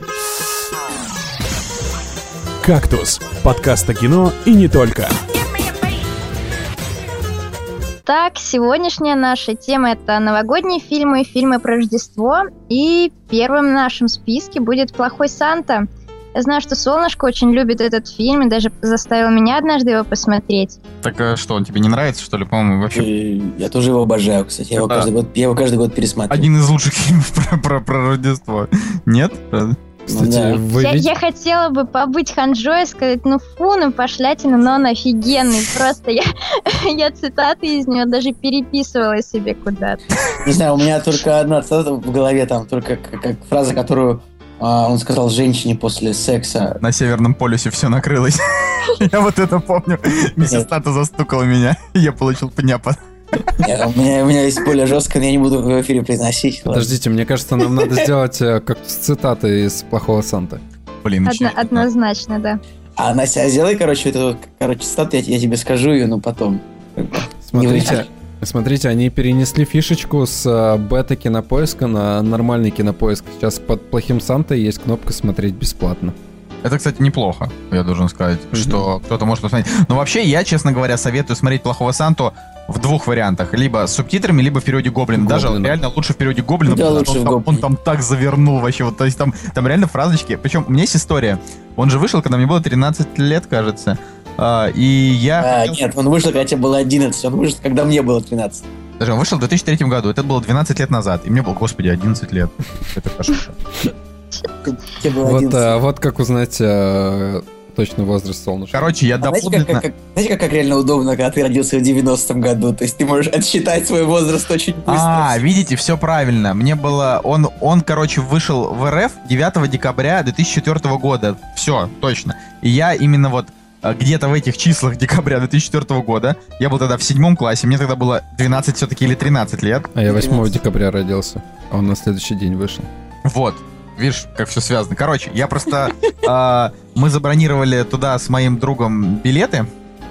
«Кактус» — подкаст о кино и не только. Так, сегодняшняя наша тема — это новогодние фильмы, фильмы про Рождество. И первым в нашем списке будет «Плохой Санта». Я знаю, что Солнышко очень любит этот фильм и даже заставил меня однажды его посмотреть. Так а что, он тебе не нравится, что ли? По-моему, вообще Э, Я тоже его обожаю, кстати. Я его Это- каждый год, я его каждый год пересматриваю. один из лучших фильмов про, про, про Рождество. Нет? Правда? Кстати, Да. вы Я, видите- я хотела бы побыть ханжой и сказать, ну фу, ну пошлятина, но он офигенный. Просто я, я цитаты из него даже переписывала себе куда-то. Не знаю, у меня только одна цитата в голове, там только как, как фраза, которую а, он сказал женщине после секса. На Северном полюсе все накрылось. Я вот это помню. Медсестра-то застукала меня, и я получил пняпа. Нет, у, меня, у меня есть более жесткая, но я не буду в эфире произносить. ладно. Подождите, мне кажется, нам надо сделать э, как цитаты из «Плохого Санта». Блин, Одно- очевидно. однозначно, да. А, Настя, а сделай, короче, вот эту вот, короче, цитату, я, я тебе скажу ее, но потом. Не Смотрите, вырежь. смотрите, они перенесли фишечку с э, бета-кинопоиска на нормальный кинопоиск. Сейчас под «Плохим Сантой» есть кнопка «Смотреть бесплатно». Это, кстати, неплохо, я должен сказать, что кто-то может посмотреть. Но вообще, я, честно говоря, советую смотреть «Плохого Санту» в двух вариантах. Либо с субтитрами, либо в периоде Гоблина. Даже Гоблина. реально лучше в периоде Гоблина, Да, потому что лучше он, в там, Гоблине. он там так завернул вообще. Вот, то есть там, там реально фразочки. Причем у меня есть история. Он же вышел, когда мне было тринадцать лет, кажется. А, и я... А, хотел- нет, он вышел, когда тебе было одиннадцать, он вышел, когда мне было тринадцать. Даже он вышел в две тысячи третьем году. Это было двенадцать лет назад. И мне было, господи, одиннадцать лет. Это кошмар. Тебе было Вот, одиннадцать. э, вот как узнать э, точно возраст солнышка. Короче, я А знаете, доподлинно... как, как, знаете, как, как реально удобно, когда ты родился в девяностом году? То есть ты можешь отсчитать свой возраст очень быстро. А, видите, все правильно. Мне было... Он, он, короче, вышел в РФ девятого декабря две тысячи четвёртого года. Все, точно. И я именно вот э, где-то в этих числах декабря две тысячи четвёртого года, я был тогда в седьмом классе, мне тогда было двенадцать все-таки или тринадцать лет. А я восьмого декабря родился, а он на следующий день вышел. Вот. Видишь, как все связано. Короче, я просто... э, мы забронировали туда с моим другом билеты.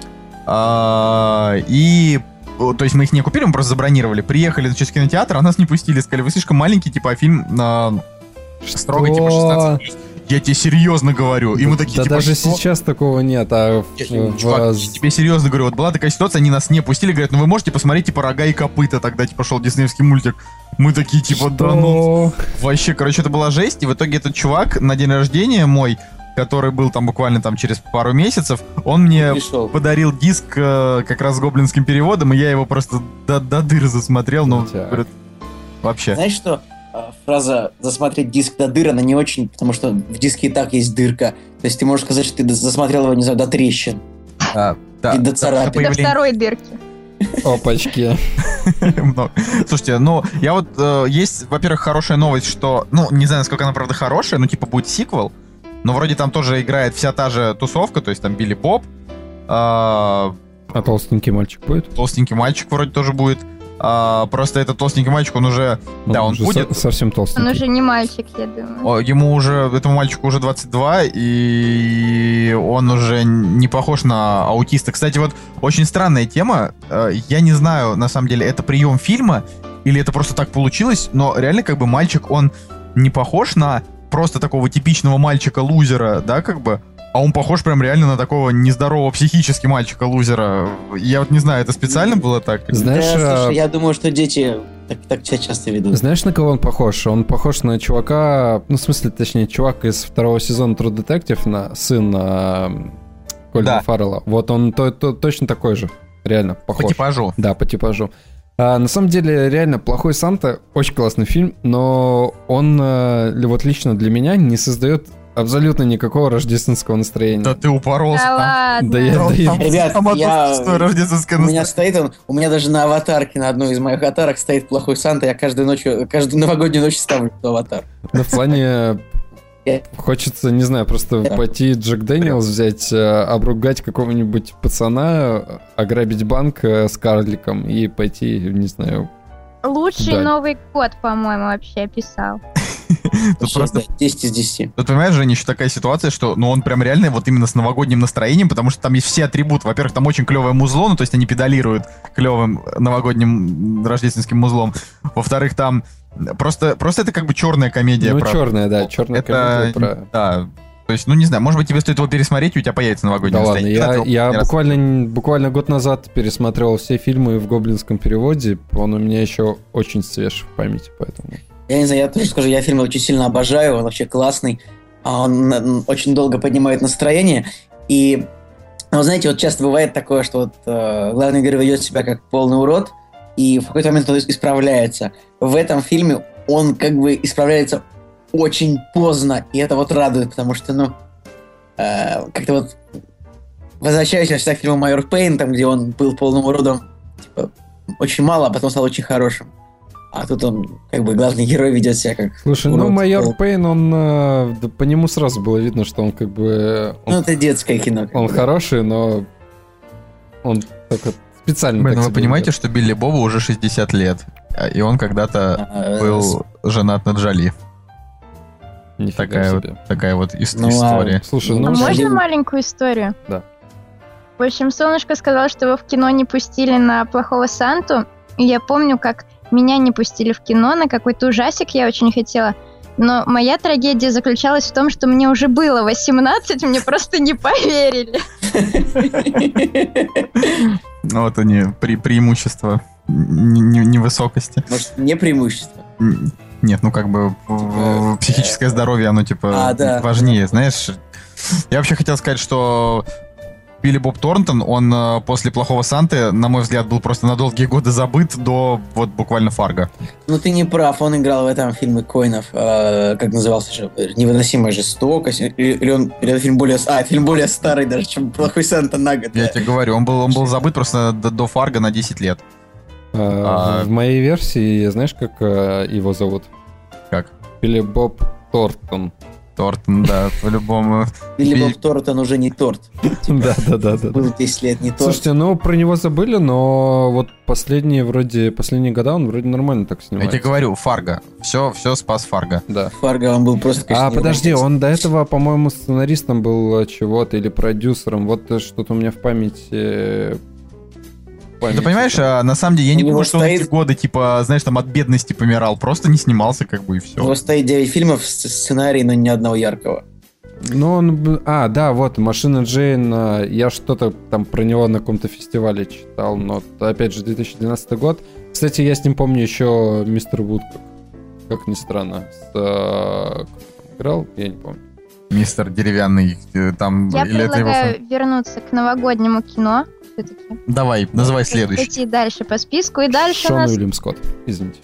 э, и... То есть мы их не купили, мы просто забронировали. Приехали, значит, в кинотеатр, а нас не пустили. Сказали, вы слишком маленький, типа, а фильм э, строго, типа, шестнадцать плюс. Я тебе серьезно говорю. И мы такие, Да типа, даже что? сейчас такого нет, а... в- Я, в- чувак, я тебе серьезно говорю, вот была такая ситуация, они нас не пустили, говорят, ну вы можете посмотреть, типа, «Рога и копыта», тогда, типа, шел диснеевский мультик. Мы такие, типа, да ну... Вообще, короче, это была жесть, и в итоге этот чувак на день рождения мой, который был там буквально там через пару месяцев, он мне Пришел. подарил диск э, как раз с гоблинским переводом, и я его просто до, до дыр засмотрел, ну, Крутяк. говорит, вообще. Знаешь что? А, Фраза «засмотреть диск до дыр», она не очень, потому что в диске и так есть дырка. То есть ты можешь сказать, что ты до- засмотрел его, не знаю, до трещин. А, да, И до да, царапин. до До появления- второй дырки. Опачки. Много. Слушайте, ну, я вот... э, есть, во-первых, хорошая новость, что... Ну, не знаю, насколько она, правда, хорошая, но, типа, будет сиквел. Но вроде там тоже играет вся та же тусовка, то есть там Билли Боб, э, А толстенький мальчик будет? толстенький мальчик вроде тоже будет. А, просто этот толстенький мальчик, он уже... да, он уже будет... со- совсем Он толстенький. уже не мальчик, я думаю. О, ему уже... Этому мальчику уже двадцать два, и он уже не похож на аутиста. Кстати, вот очень странная тема. Э, Я не знаю, на самом деле, это прием фильма или это просто так получилось, но реально как бы мальчик, он не похож на просто такого типичного мальчика-лузера, да, как бы, а он похож прям реально на такого нездорового психически мальчика-лузера. Я вот не знаю, это специально было так? Знаешь, Да, а, слушай, я думаю, что дети так, так себя часто ведут. знаешь, на кого он похож? Он похож на чувака, ну, в смысле, точнее, чувак из второго сезона True Detective, на сын а, Колина Да. Фаррелла. Вот он то- то- точно такой же. Реально, По похож. типажу. Да, по типажу. А, на самом деле, реально, «Плохой Санта» очень классный фильм, но он, э, ли- вот лично для меня, не создает абсолютно никакого рождественского настроения. Да ты упоролся. Да там. ладно. Да я- Там- да я- там- Ребят, там одно я- пустое рождественское У меня настроение. стоит он, у меня даже на аватарке, на одной из моих аватарок стоит «Плохой Санта», я каждую ночь, каждую новогоднюю ночь ставлю эту аватар. Но в плане... Я- Хочется, не знаю, просто Да. пойти Джек Дэниелс взять, э, обругать какого-нибудь пацана, ограбить банк э, с карликом и пойти, не знаю... Лучший Да. Новый год, по-моему, вообще описал. Тут Вообще, просто, да, десять из десяти. тут, понимаешь, Женя, еще такая ситуация, что, ну, он прям реально вот именно с новогодним настроением, потому что там есть все атрибуты. Во-первых, там очень клевое музло, ну, то есть они педалируют клевым новогодним рождественским музлом. Во-вторых, там просто, просто это как бы черная комедия. Ну, про- черная, да, черная это, комедия про... да, то есть, ну, не знаю, может быть, тебе стоит его пересмотреть, и у тебя появится новогоднее Да ладно, настроение. я, Кстати, я не раз- буквально, буквально год назад пересмотрел все фильмы в гоблинском переводе, он у меня еще очень свеж в памяти, поэтому... Я не знаю, я тоже скажу, я фильм очень сильно обожаю, он вообще классный, а он м, очень долго поднимает настроение, и, ну, знаете, вот часто бывает такое, что вот э, главный герой ведет себя как полный урод, и в какой-то момент он исправляется. В этом фильме он как бы исправляется очень поздно, и это вот радует, потому что, ну, э, как-то вот возвращаюсь я всегда к фильму «Майор Пейн», там, где он был полным уродом, типа, очень мало, а потом стал очень хорошим. А тут он, как бы, главный герой ведет себя как... Слушай, урод. ну майор Пейн, он... э, да по нему сразу было видно, что он как бы... Он, Ну, это детское кино. как он бы. хороший, но... Он так вот специально Блин, так ну вы себя понимаете, ведет. что Билли Бобу уже шестьдесят лет, а- и он когда-то А, был женат на Джоли. Нифига Такая вот, себе. такая вот ис- Ну, а- история. Слушай, Ну, ну... А может, можно один- маленькую историю? Да. В общем, Солнышко сказал, что его в кино не пустили на «Плохого Санту». И я помню, как меня не пустили в кино на какой-то ужасик, я очень хотела. Но моя трагедия заключалась в том, что мне уже было восемнадцать, мне просто не поверили. Ну, вот они, пре- преимущества н- н- невысокости. Может, не преимущество. Н- Нет, ну как бы в- в- психическое здоровье, оно типа А, да. важнее, знаешь. Я вообще хотел сказать, что Билли Боб Торнтон, он э, после «Плохого Санты», на мой взгляд, был просто на долгие годы забыт до вот буквально «Фарго». Ну ты не прав, он играл в этом фильме Коинов, э, как назывался же, «Невыносимая жестокость», или, или он, или это фильм более, а, фильм более старый даже, чем «Плохой Санта» на год. Я тебе говорю, он был, он был забыт просто до, до «Фарго» на десять лет. А, А- В моей версии, знаешь, как а, его зовут? Как? Билли Боб Тортон. Тортон, да, по-любому. Билли Би- Боб Торнтон уже не торт. Да, да, да, да. Был десять лет не торт. Слушайте, ну про него забыли, но вот последние вроде последние года он вроде нормально так Я снимается. тебе говорю, «Фарго». Все, все спас «Фарго». Да. Фарго, он был просто, конечно, А подожди, невыносим. он до этого, по-моему, сценаристом был чего-то или продюсером. Вот э, что-то у меня в памяти. в памяти Ты понимаешь, там. а, на самом деле, я У не него думаю, что он в стоит- эти годы, типа, знаешь, там от бедности помирал. Просто не снимался, как бы, и У него все. стоит девять фильмов, с- сценарий, но ни одного яркого. Ну, он... б- А, да, вот, «Машина Джейн», а, я что-то там про него на каком-то фестивале читал, но, опять же, две тысячи двенадцатый год. Кстати, я с ним помню еще «Мистер Вуд», как, как ни странно. С, а, кто там играл, я не помню. Мистер Деревянный, э, там... Я или это его предлагаю вернуться к новогоднему кино. Все-таки. фан- Давай, называй следующий. Идти дальше по списку. И дальше у Шон нас, Уильям Скотт, извините.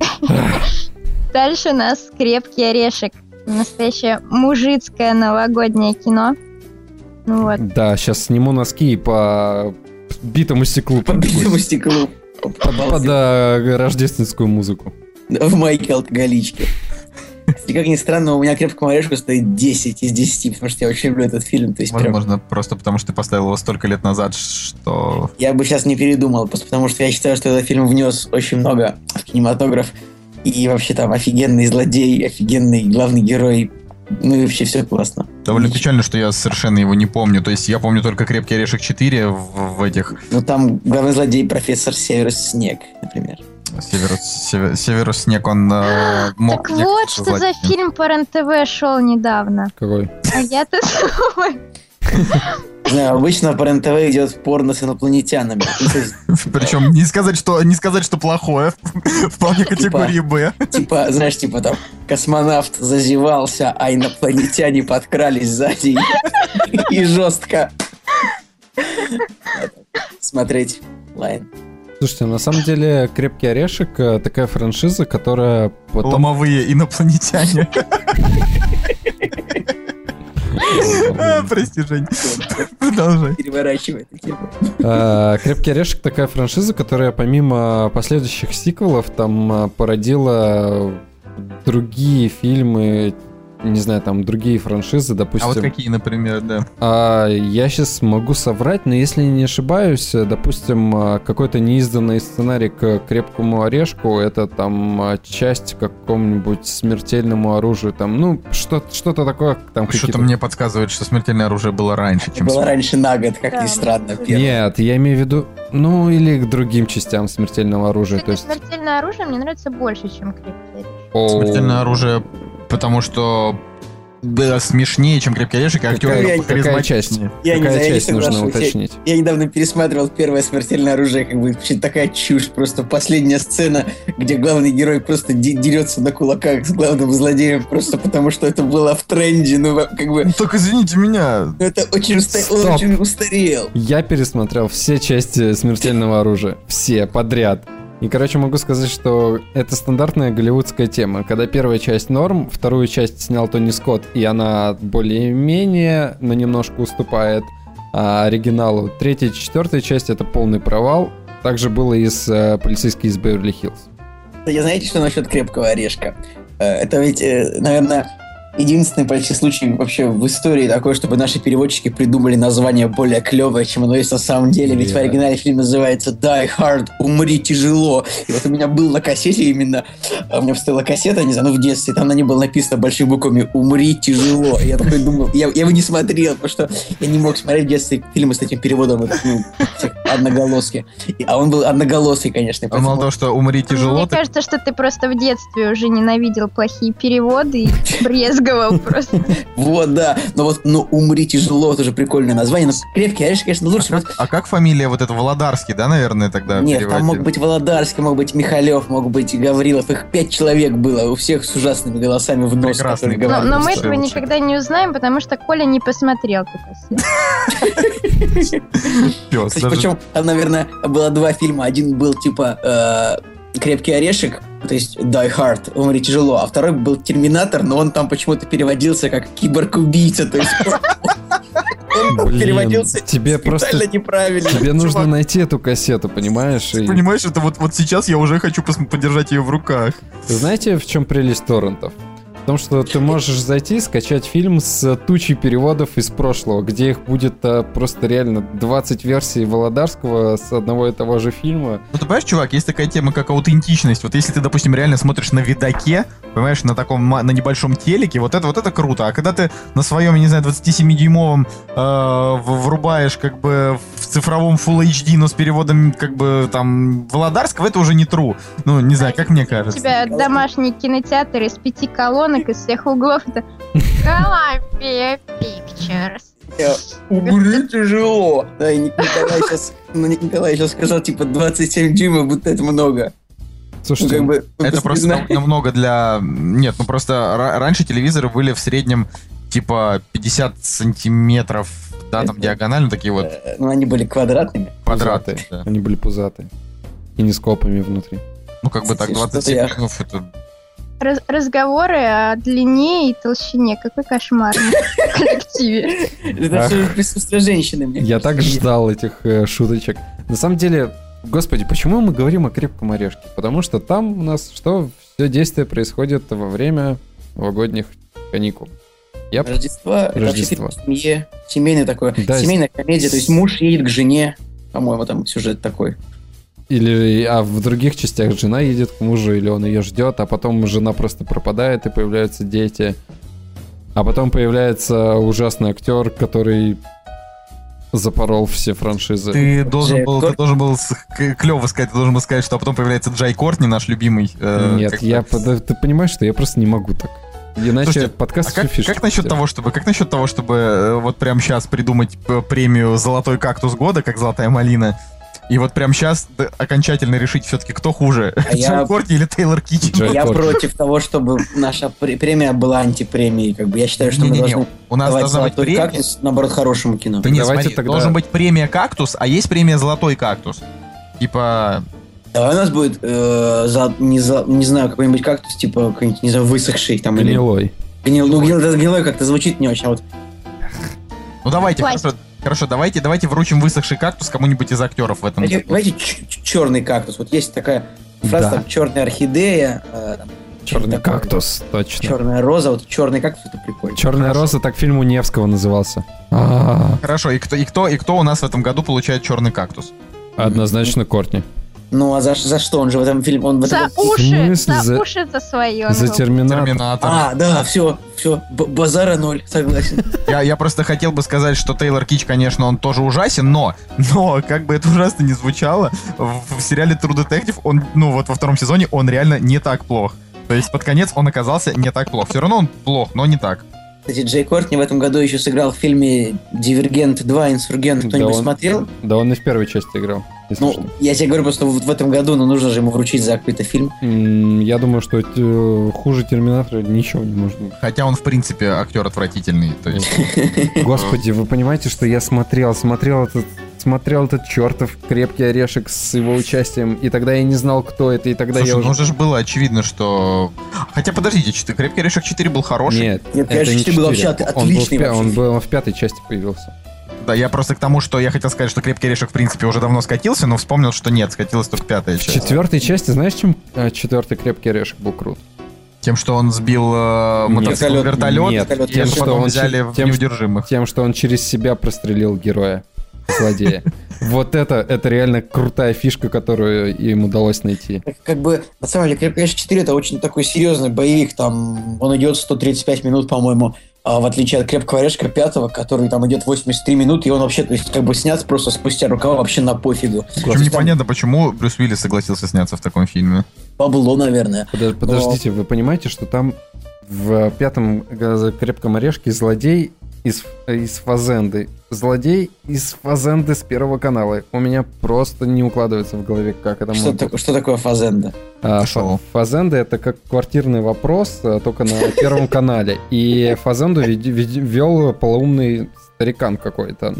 дальше у нас «Крепкий орешек». Настоящее мужицкое новогоднее кино. Ну вот. Да, сейчас сниму носки и по битому стеклу По битому стеклу. под, под, а, рождественскую музыку. В майке алкоголички. И как ни странно, у меня «Крепкому орешку» стоит десять из десяти, потому что я очень люблю этот фильм. То есть прям, Возможно, просто потому, что ты поставил его столько лет назад, что... я бы сейчас не передумал, просто потому что я считаю, что этот фильм внес очень много в кинематограф. И вообще там офигенный злодей, офигенный главный герой. Ну и вообще все классно. Довольно И- печально, что я совершенно его не помню. То есть я помню только «Крепкий орешек четыре» в, в этих... Ну там главный злодей профессор Северус Снег, например. Северус, Север- Северус Снег, он э, мог... Так некоторых вот, что за создать. фильм по РЕН-ТВ шел недавно. Какой? А я-то думаю, Не знаю, обычно по РЕН-ТВ идет порно с инопланетянами. Ну, то есть, Причем не сказать, что, не сказать, что плохое. Вполне категории «Б». типа, знаешь, типа там космонавт зазевался, а инопланетяне подкрались сзади и, и жестко смотреть лайн. Слушайте, на самом деле «Крепкий орешек» э, такая франшиза, которая потом... Ломовые инопланетяне. А, Прости, Жень. Продолжай. Переворачивай эту тему. Э, «Крепкий орешек» такая франшиза, которая помимо последующих сиквелов там э, породила другие фильмы, не знаю, там другие франшизы, А допустим. вот какие, например, да? А, я сейчас могу соврать, но если не ошибаюсь, допустим, а, какой-то неизданный сценарий к «Крепкому орешку», это там а, часть к какому-нибудь смертельному оружию, там, ну, что- что-то такое, там Что-то какие-то... мне подсказывает, что «Смертельное оружие» было раньше, чем... Было раньше на год, как Да. ни странно. первое. Нет, я имею в виду, ну, или к другим частям смертельного оружия, то кстати, есть... «Смертельное оружие» мне нравится больше, чем «Крепкий орешек». О, «Смертельное оружие», потому что было смешнее, чем «Крепкий орешек», и актеры Какая, Какая какая часть? харизматичнее. Я не какая знаю, я не часть нужно соглашусь. уточнить? Я недавно пересматривал первое «Смертельное оружие», как бы вообще такая чушь, просто последняя сцена, где главный герой просто де- дерется на кулаках с главным злодеем, просто потому что это было в тренде, ну во- как бы, Ну, так извините меня. ну, это очень, уста- он Стоп. очень устарел. Я пересмотрел все части «Смертельного оружия». Все, подряд. И, короче, могу сказать, что это стандартная голливудская тема. Когда первая часть норм, вторую часть снял Тони Скотт, и она более-менее, но немножко уступает а, оригиналу. Третья и четвертая часть — это полный провал. Также было и с э, «Полицейский из Беверли-Хиллз». Кстати, знаете, что насчет «Крепкого орешка»? Э, Это ведь, э, наверное, единственный почти случай вообще в истории такой, чтобы наши переводчики придумали название более клевое, чем оно есть на самом деле. Ведь в Yeah. оригинале фильм называется «Die Hard», «Умри тяжело». И вот у меня был на кассете именно, а у меня стояла кассета, не знаю, ну в детстве, там на ней было написано большими буквами «Умри тяжело». И я такой думал, я, я его не смотрел, потому что я не мог смотреть в детстве фильмы с этим переводом, вот, ну, всех одноголоски. И- А он был одноголосый, конечно. и А мало поэтому- того, что «Умри тяжело», Мне так кажется, что ты просто в детстве уже ненавидел плохие переводы и брезговал брезговал просто. Вот, да. Но вот, ну, «Умри тяжело» тоже прикольное название. Но «Крепкий орешек», конечно, лучше. А как, а как фамилия вот этого Володарский, да, наверное, тогда Нет, переводили? там мог быть Володарский, мог быть Михалев, мог быть Гаврилов. Их пять человек было, у всех с ужасными голосами в нос. Прекрасный которые Но, говорили. но мы что этого лучше. никогда не узнаем, потому что Коля не посмотрел ту кассету. Пёс, Кстати, даже- причем там, наверное, было два фильма. Один был типа э, «Крепкий орешек», то есть «Die Hard», «Умри тяжело», а второй был «Терминатор», но он там почему-то переводился как «Киборг-убийца», то есть он там Блин, переводился тебе просто- специально неправильно. Тебе нужно Чувак. найти эту кассету, понимаешь? И- Понимаешь, это вот, вот сейчас я уже хочу пос- подержать ее в руках. Знаете, в чем прелесть торрентов? В том, что ты можешь зайти, скачать фильм с тучей переводов из прошлого, где их будет а, просто реально двадцать версий Володарского с одного и того же фильма. Ну, ты понимаешь, чувак, есть такая тема, как аутентичность. Вот если ты, допустим, реально смотришь на видаке, понимаешь, на таком, ма- на небольшом телеке, вот это, вот это круто. А когда ты на своем, я не знаю, двадцатисемидюймовом э, в- врубаешь как бы в цифровом Full эйч ди, но с переводом как бы там Володарского, это уже не true. Ну, не знаю, как мне У кажется. тебя домашний кинотеатр из пяти колонок из всех углов. Это Columbia Pictures. «Умри тяжело». Да, и Ник- Николай сейчас, ну, Ник- Николай сейчас сказал, типа, двадцать семь дюймов, будто это много. Ну, Слушайте, как бы, ну, Это не просто знаю. намного для... Нет, ну просто ра- раньше телевизоры были в среднем типа пятьдесят сантиметров, да, там диагонально такие вот Э, Ну, они были квадратными. квадраты. пузатые. Да. Они были пузатые. И не с копами внутри. Ну как бы так, Кстати, двадцать что-то я- семь дюймов это... Раз- разговоры о длине и толщине. Какой кошмар в коллективе. Это Ах. все присутствие женщины, мне Я кажется. так ждал этих э, шуточек. На самом деле, господи, почему мы говорим о «Крепком орешке»? Потому что там у нас что? Все действие происходит во время новогодних каникул. Я... Рождество. Это вообще Рождество. фильм о семье. Семейный такой. Да, Семейная комедия. То есть муж едет к жене. По-моему, там сюжет такой. Или, а в других частях жена едет к мужу, или он ее ждет, а потом жена просто пропадает, и появляются дети. А потом появляется ужасный актер, который запорол все франшизы. Ты должен Джей был, ты Кортни. должен был клево сказать, ты должен был сказать, что а потом появляется Джай Кортни, наш любимый. э, Нет, как я, бы. под- ты понимаешь, что я просто не могу так. Иначе Слушайте, подкаст А как, всю фишку как насчет потеряет. того, чтобы, как насчет того, чтобы э, вот прямо сейчас придумать п- премию «Золотой кактус года», как «Золотая малина», и вот прямо сейчас д- окончательно решить все-таки, кто хуже, А я- Джай Кортни или Тейлор Китчен? Джай Я Кортни. против того, чтобы наша пр- премия была антипремией. Как бы я считаю, что мы Не-не-не, должны у нас давать должна быть «Золотой премия. кактус», наоборот, хорошему кино. Да нет, Давайте смотри, тогда- должен быть премия «Кактус», а есть премия «Золотой кактус». Типа, Давай у нас будет, э, за, не, за, не знаю, какой-нибудь кактус, типа, какой-нибудь, не знаю, высохший там. или- Гнилой. Гнил, ну, гнил, да, гнилой как-то звучит не очень, а вот ну давайте, Пластик. хорошо, хорошо, давайте, давайте вручим высохший кактус кому-нибудь из актеров в этом. Давайте, году. давайте черный кактус. Вот есть такая фраза, Да. там, черная орхидея, э, там, Черный что-то такое. кактус, точно. Черная роза, вот черный кактус, это прикольно. Черная Хорошо. роза, так фильм у Невского назывался. А, Хорошо, и кто, и, кто, и кто у нас в этом году получает черный кактус? Однозначно Кортни. Ну, а за, за что? Он же в этом фильме... Он в За этом... уши, смысле за за- уши за свое. ну, За Терминатор. Терминатор. А, да, все, все, базара ноль, согласен. Я, я просто хотел бы сказать, что Тейлор Кич, конечно, он тоже ужасен, но, но, как бы это ужасно не звучало, в, в сериале True Detective, он, ну вот во втором сезоне, он реально не так плох. То есть под конец он оказался не так плох. Все равно он плох, но не так. Кстати, Джей Кортни в этом году еще сыграл в фильме «Дивергент два. Инсургент». Кто-нибудь Да он- смотрел? Да он и в первой части играл, если Ну, что. я тебе говорю, просто вот в этом году, но нужно же ему вручить за какой-то фильм. М, Я думаю, что э, хуже Терминатора ничего не может быть. Хотя он, в принципе, актер отвратительный. То есть, Господи, вы понимаете, что я смотрел, смотрел этот, смотрел этот чертов «Крепкий орешек» с его участием, и тогда я не знал, кто это, и тогда слушай, я ну уже... уже ж было очевидно, что... Хотя, подождите, четыре- «Крепкий орешек четыре» был хороший. Нет, Нет, это конечно, не четыре был вообще четыре. от- Он был в отличный пя- вообще Он фильм. был в пятой части появился. Да, я просто к тому, что я хотел сказать, что «Крепкий орешек», в принципе, уже давно скатился, но вспомнил, что нет, скатилась только пятая В часть. четвертой части, знаешь, чем э, четвертый «Крепкий орешек» был крут? Тем, что он сбил э, Нет. мотоцикл в вертолет, Нет, и тем, это что потом он взяли чи- в тем, неудержимых. Тем, что он через себя прострелил героя, злодея. Вот это, это реально крутая фишка, которую им удалось найти. Как, как бы, на самом деле, «Крепкий орешек четыре» это очень такой серьезный боевик, там, он идет сто тридцать пять минут, по-моему, а в отличие от «Крепкого орешка» пятого, который там идет восемьдесят три минуты, и он вообще, то есть, как бы снят просто спустя рукава вообще на пофигу. Причем непонятно, почему Брюс Уиллис согласился сняться в таком фильме. Бабло, наверное. Подо- Подождите, вы понимаете, что там в пятом э, «Крепком орешке» злодей из, из Фазенды. Злодей из Фазенды с Первого канала. У меня просто не укладывается в голове, как это Что, может так, что такое Фазенда? А, Шоу. Фазенда — это как квартирный вопрос, а, только на Первом канале. И Фазенду вед- вед- вел полоумный старикан какой-то.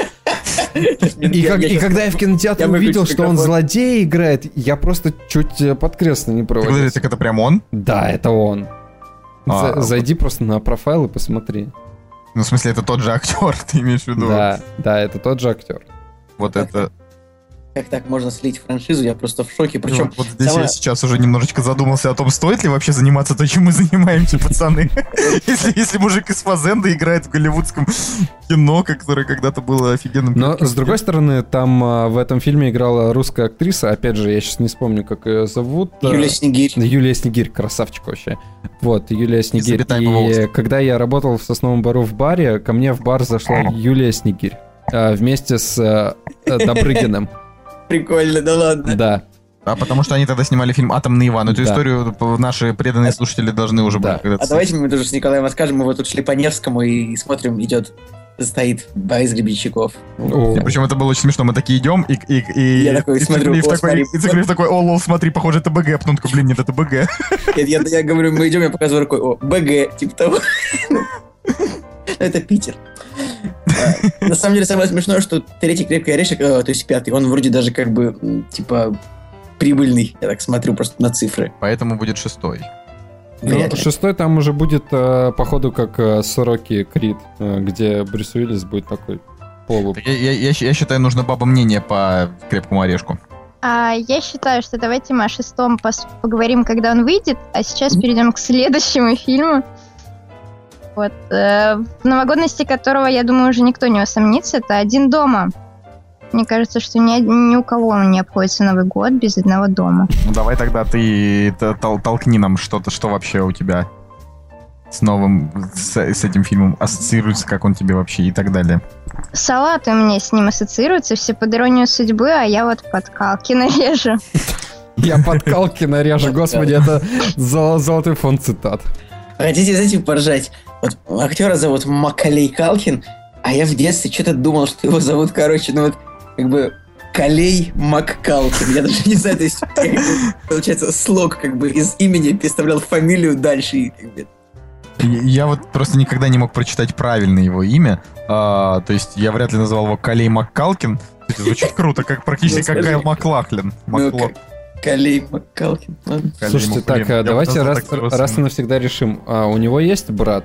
И, как- и когда я в кинотеатре я увидел, выключу что он микрофон. злодей играет, я просто чуть э, под кресло не Ты говоришь, провалился. так это прям он? Да, это он. А, За- Зайди просто на профайл и посмотри. Ну, в смысле, это тот же актер, ты имеешь в виду? Да, да, это тот же актер. Вот Как это... Как так можно слить франшизу? Я просто в шоке. Причем вот, вот здесь самое- я сейчас уже немножечко задумался о том, стоит ли вообще заниматься то, чем мы занимаемся, пацаны. Если, если мужик из Фазенды играет в голливудском кино, которое когда-то было офигенным. Но, с другой стороны, там а, в этом фильме играла русская актриса. Опять же, я сейчас не вспомню, как ее зовут. Юлия Снегирь. Юлия Снегирь, красавчик вообще. Вот, Юлия Снегирь. обитаемого И острова. когда я работал в Сосновом Бору в баре, ко мне в бар зашла Юлия Снегирь. а, Вместе с а, э, Добрыгиным. Прикольно, да ладно. Да, А потому что они тогда снимали фильм «Атомный Иван». Эту Да. историю наши преданные слушатели должны уже Да. были когда-то А давайте мы тоже с Николаем расскажем. Мы вот тут шли по Невскому и смотрим, идет, стоит боец гребенщиков. О, И причем это было очень смешно. Мы такие идем, и, и, и, Я такой и смотрю, Циклиев о, такой, смотри. и Циклиев такой, о, лол, смотри, похоже, это БГ. Потом такой, блин, нет, это БГ. Я, я- я говорю, мы идем, я показываю рукой, о, БГ, типа того. Это Питер. А, На самом деле, самое смешное, что третий крепкий орешек, э, то есть пятый, он вроде даже как бы, м, типа, прибыльный. Я так смотрю просто на цифры. Поэтому будет шестой. ну, Вряд ли. шестой там уже будет, э, походу, как э, Сороки Крид, э, где Брюс Уиллис будет такой полу. Я, я- я щ- я считаю, нужно баба мнение по крепкому орешку. А я считаю, что давайте мы о шестом пос- поговорим, когда он выйдет, а сейчас перейдем к следующему фильму. Вот, э, в новогодности которого, я думаю, уже никто не усомнится, это «Один дома». Мне кажется, что ни, ни у кого не обходится Новый год без одного дома. Ну давай тогда ты т- тол- толкни нам что-то, что вообще у тебя с новым, с, с этим фильмом ассоциируется, как он тебе вообще и так далее. Салаты у меня с ним ассоциируются, все под иронию судьбы, а я вот подкалки нарежу. Я подкалки нарежу, господи, это зол- золотой фонд цитат. Хотите, знаете, поржать? Вот актера зовут Макалей Калкин, а я в детстве что-то думал, что его зовут, короче, ну вот, как бы, Калей Маккалкин. Я даже не знаю, то есть, как бы, получается, слог, как бы, из имени представлял фамилию дальше, и, как бы, Я я вот просто никогда не мог прочитать правильно его имя. А, то есть я вряд ли назвал его Калей Маккалкин. Кстати, звучит круто, как практически Ну, как скажи. Кайл Маклахлин. ну, Макло- как Калей Маккалкин. Ладно. Калей Слушайте, Маклахлин. так, а Я давайте вот раз, так его раз и сын. навсегда решим. А, у него есть брат?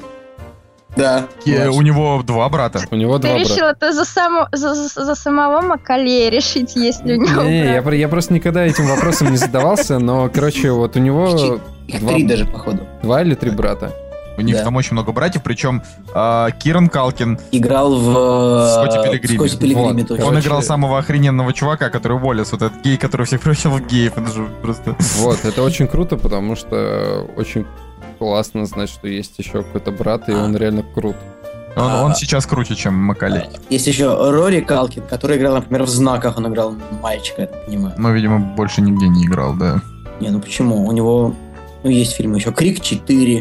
Да. Э, У него два брата. У него Ты два брата. решил это за, само, за, за- за самого Макалея решить, есть ли у него Не, я, брат? про- я просто никогда этим вопросом не задавался, но, короче, вот у него Их два, три даже, походу. два или три брата. У них Да. там очень много братьев, причем а, Киран Калкин, Играл в... Скотти э, Пилигриме. Скотти Пилигриме, Вот. точно. он Короче- играл самого охрененного чувака, который Уоллес, вот этот гей, который всех превращал в геев. Это же просто... Вот, это очень круто, потому что очень классно знать, что есть еще какой-то брат, и он реально крут. Он, он сейчас круче, чем Макалей. Есть еще Рори Калкин, который играл, например, в «Знаках». Он играл мальчика, я так понимаю. Но, видимо, больше нигде не играл, да. Не, ну почему? У него... Ну, есть фильмы еще. «Крик четыре».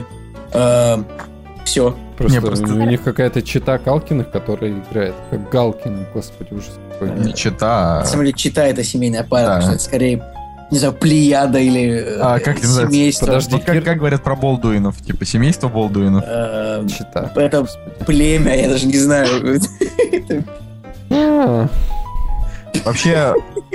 Все. Просто, Не, просто- у них какая-то чита Калкиных, которая играет. Как Галкин, господи, ужас какой. Не чита. На самом деле, чита — это семейная пара, Да. потому что это скорее, не знаю, плеяда или э, А, как это называется? семейство. Подожди. Вот как, как говорят про Болдуинов, типа семейство Болдуинов. Э, Чита. Это племя, я даже не знаю. Это- А, Вообще,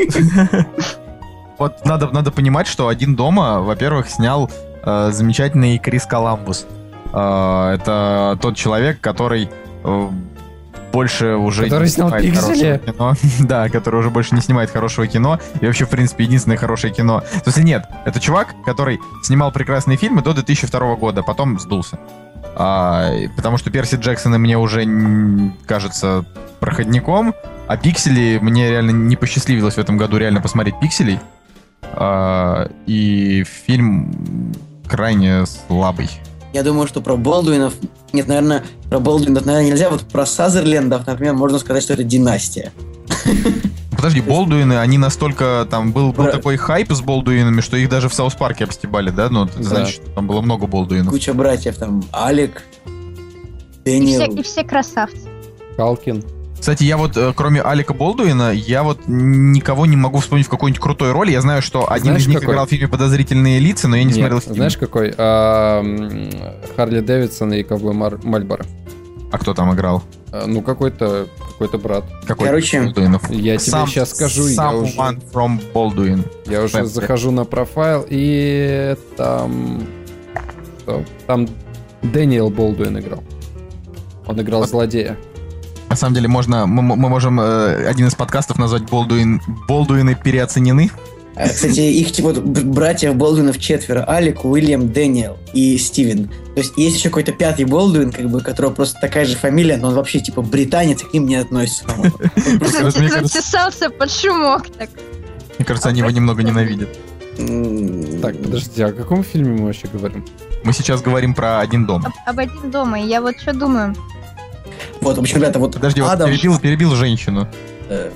вот надо, надо понимать, что «Один дома», во-первых, снял э, замечательный Крис Коламбус. Э, это тот человек, который э, больше уже Который не снял снимает «Пиксели». хорошего кино. Да, который уже больше не снимает хорошего кино. И вообще, в принципе, единственное хорошее кино. В смысле, нет, это чувак, который снимал прекрасные фильмы до две тысячи второго года, потом сдулся. А, и потому что Перси Джексон мне уже м, кажется проходником, а «Пиксели» мне реально не посчастливилось в этом году реально посмотреть «Пикселей». А, и фильм крайне слабый. Я думаю, что про Болдуинов... Нет, наверное, про Болдуинов, наверное, нельзя. Вот про Сазерлендов, например, можно сказать, что это династия. подожди, Болдуины, они настолько, там был, был Бра- такой хайп с Болдуинами, что их даже в Саус Парке обстебали, да? Ну, это Да. значит, что там было много Болдуинов. Куча братьев, там, Алек, И все, Дэниел. и все красавцы. Калкин. Кстати, я вот, э, кроме Алика Болдуина, я вот никого не могу вспомнить в какой-нибудь крутой роли. Я знаю, что один Знаешь, из них какой? играл в фильме «Подозрительные лица», но я не Нет, смотрел фильм. знаешь какой? А, м, Харли Дэвидсон и Ковбой Мар- Мальборо. А кто там играл? А, Ну, какой-то какой-то брат. Какой Короче, Болдуинов? Я тебе Сам- сейчас скажу, я уже, Someone from Baldwin. я уже Фэм. захожу на профайл, и там... что? Там Дэниел Болдуин играл. Он играл Вот. злодея. На самом деле, можно, мы, мы можем э, один из подкастов назвать Болдуин, Болдуины переоценены. А, Кстати, их типа вот, б- братьев Болдуинов четверо. Алек, Уильям, Дэниел и Стивен. То есть есть еще какой-то пятый Болдуин, как бы, у которого просто такая же фамилия, но он вообще типа британец, и к ним не относится. по-моему. кажется, мне кажется- Затесался под шумок так. Мне кажется, они его немного ненавидят. М, Так, подожди, о каком фильме мы вообще говорим? Мы сейчас говорим про «Один дом». Об, об один дома. И я вот что думаю. Вот, в общем, ребята, вот Подожди, вот Адам... перебил, перебил женщину. э,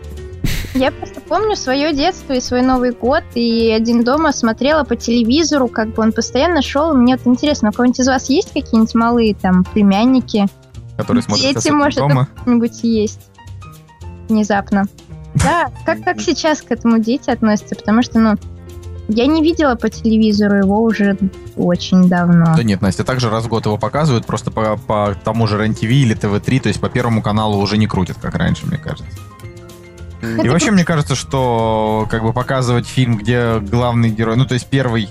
Я просто помню свое детство и свой Новый год, и «Один дома» смотрела по телевизору, как бы он постоянно шел. Мне вот интересно, у кого-нибудь из вас есть какие-нибудь малые там племянники? Который смотрит Дети, «Соседи может, дома». Кто-нибудь есть внезапно. Да, как, как сейчас к этому дети относятся? Потому что, ну, я не видела по телевизору его уже очень давно. Да нет, Настя, также раз в год его показывают, просто по, по тому же РЕН-ТВ или ТВ три, то есть по Первому каналу уже не крутят, как раньше, мне кажется. И Это вообще, мне кажется, что как бы показывать фильм, где главный герой, ну, то есть первый,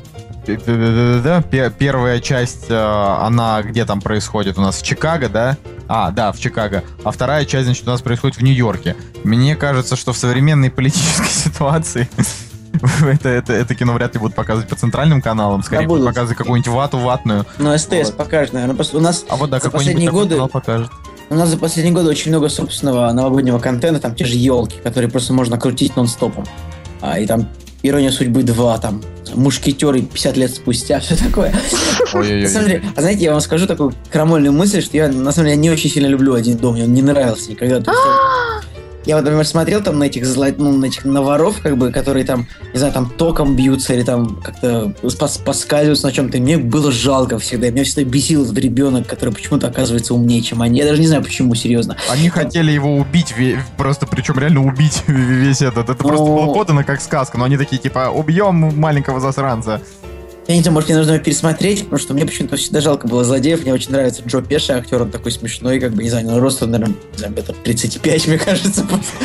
да, пе- первая часть, э, она где там происходит у нас? В Чикаго, да? А, да, в Чикаго. А вторая часть, значит, у нас происходит в Нью-Йорке. Мне кажется, что в современной политической ситуации это, это, это кино вряд ли будут показывать по центральным каналам, скорее А будут будут. показывать какую-нибудь вату ватную. Ну, СТС Вот. покажет, наверное. Просто у нас А вот да, За какой-нибудь последние такой годы- канал покажет. У нас за последние годы очень много собственного новогоднего контента, там те же елки, которые просто можно крутить нон-стопом. А, и там «Ирония судьбы два», там «Мушкетеры» пятьдесят лет спустя, все такое. Ой-ой-ой. На самом деле, а знаете, я вам скажу такую крамольную мысль, что я, на самом деле, не очень сильно люблю «Один дом», мне он не нравился никогда. То есть я- Я вот, например, смотрел там на этих, зло- ну, на этих новоров, как бы, которые там, не знаю, там током бьются или там как-то пос- поскальзываются на чем-то. И мне было жалко всегда. И меня всегда бесил этот ребенок, который почему-то оказывается умнее, чем они. Я даже не знаю, почему, серьезно. Они хотели его убить, ве- просто причем реально убить весь этот. Это просто Ну. было подано как сказка, но они такие типа убьем маленького засранца. Я не знаю, может, мне нужно его пересмотреть, потому что мне почему-то всегда жалко было злодеев. Мне очень нравится Джо Пеши, актер, он такой смешной, как бы, не знаю, ну, рост, он, наверное, не знаю, метр тридцать пять, мне кажется.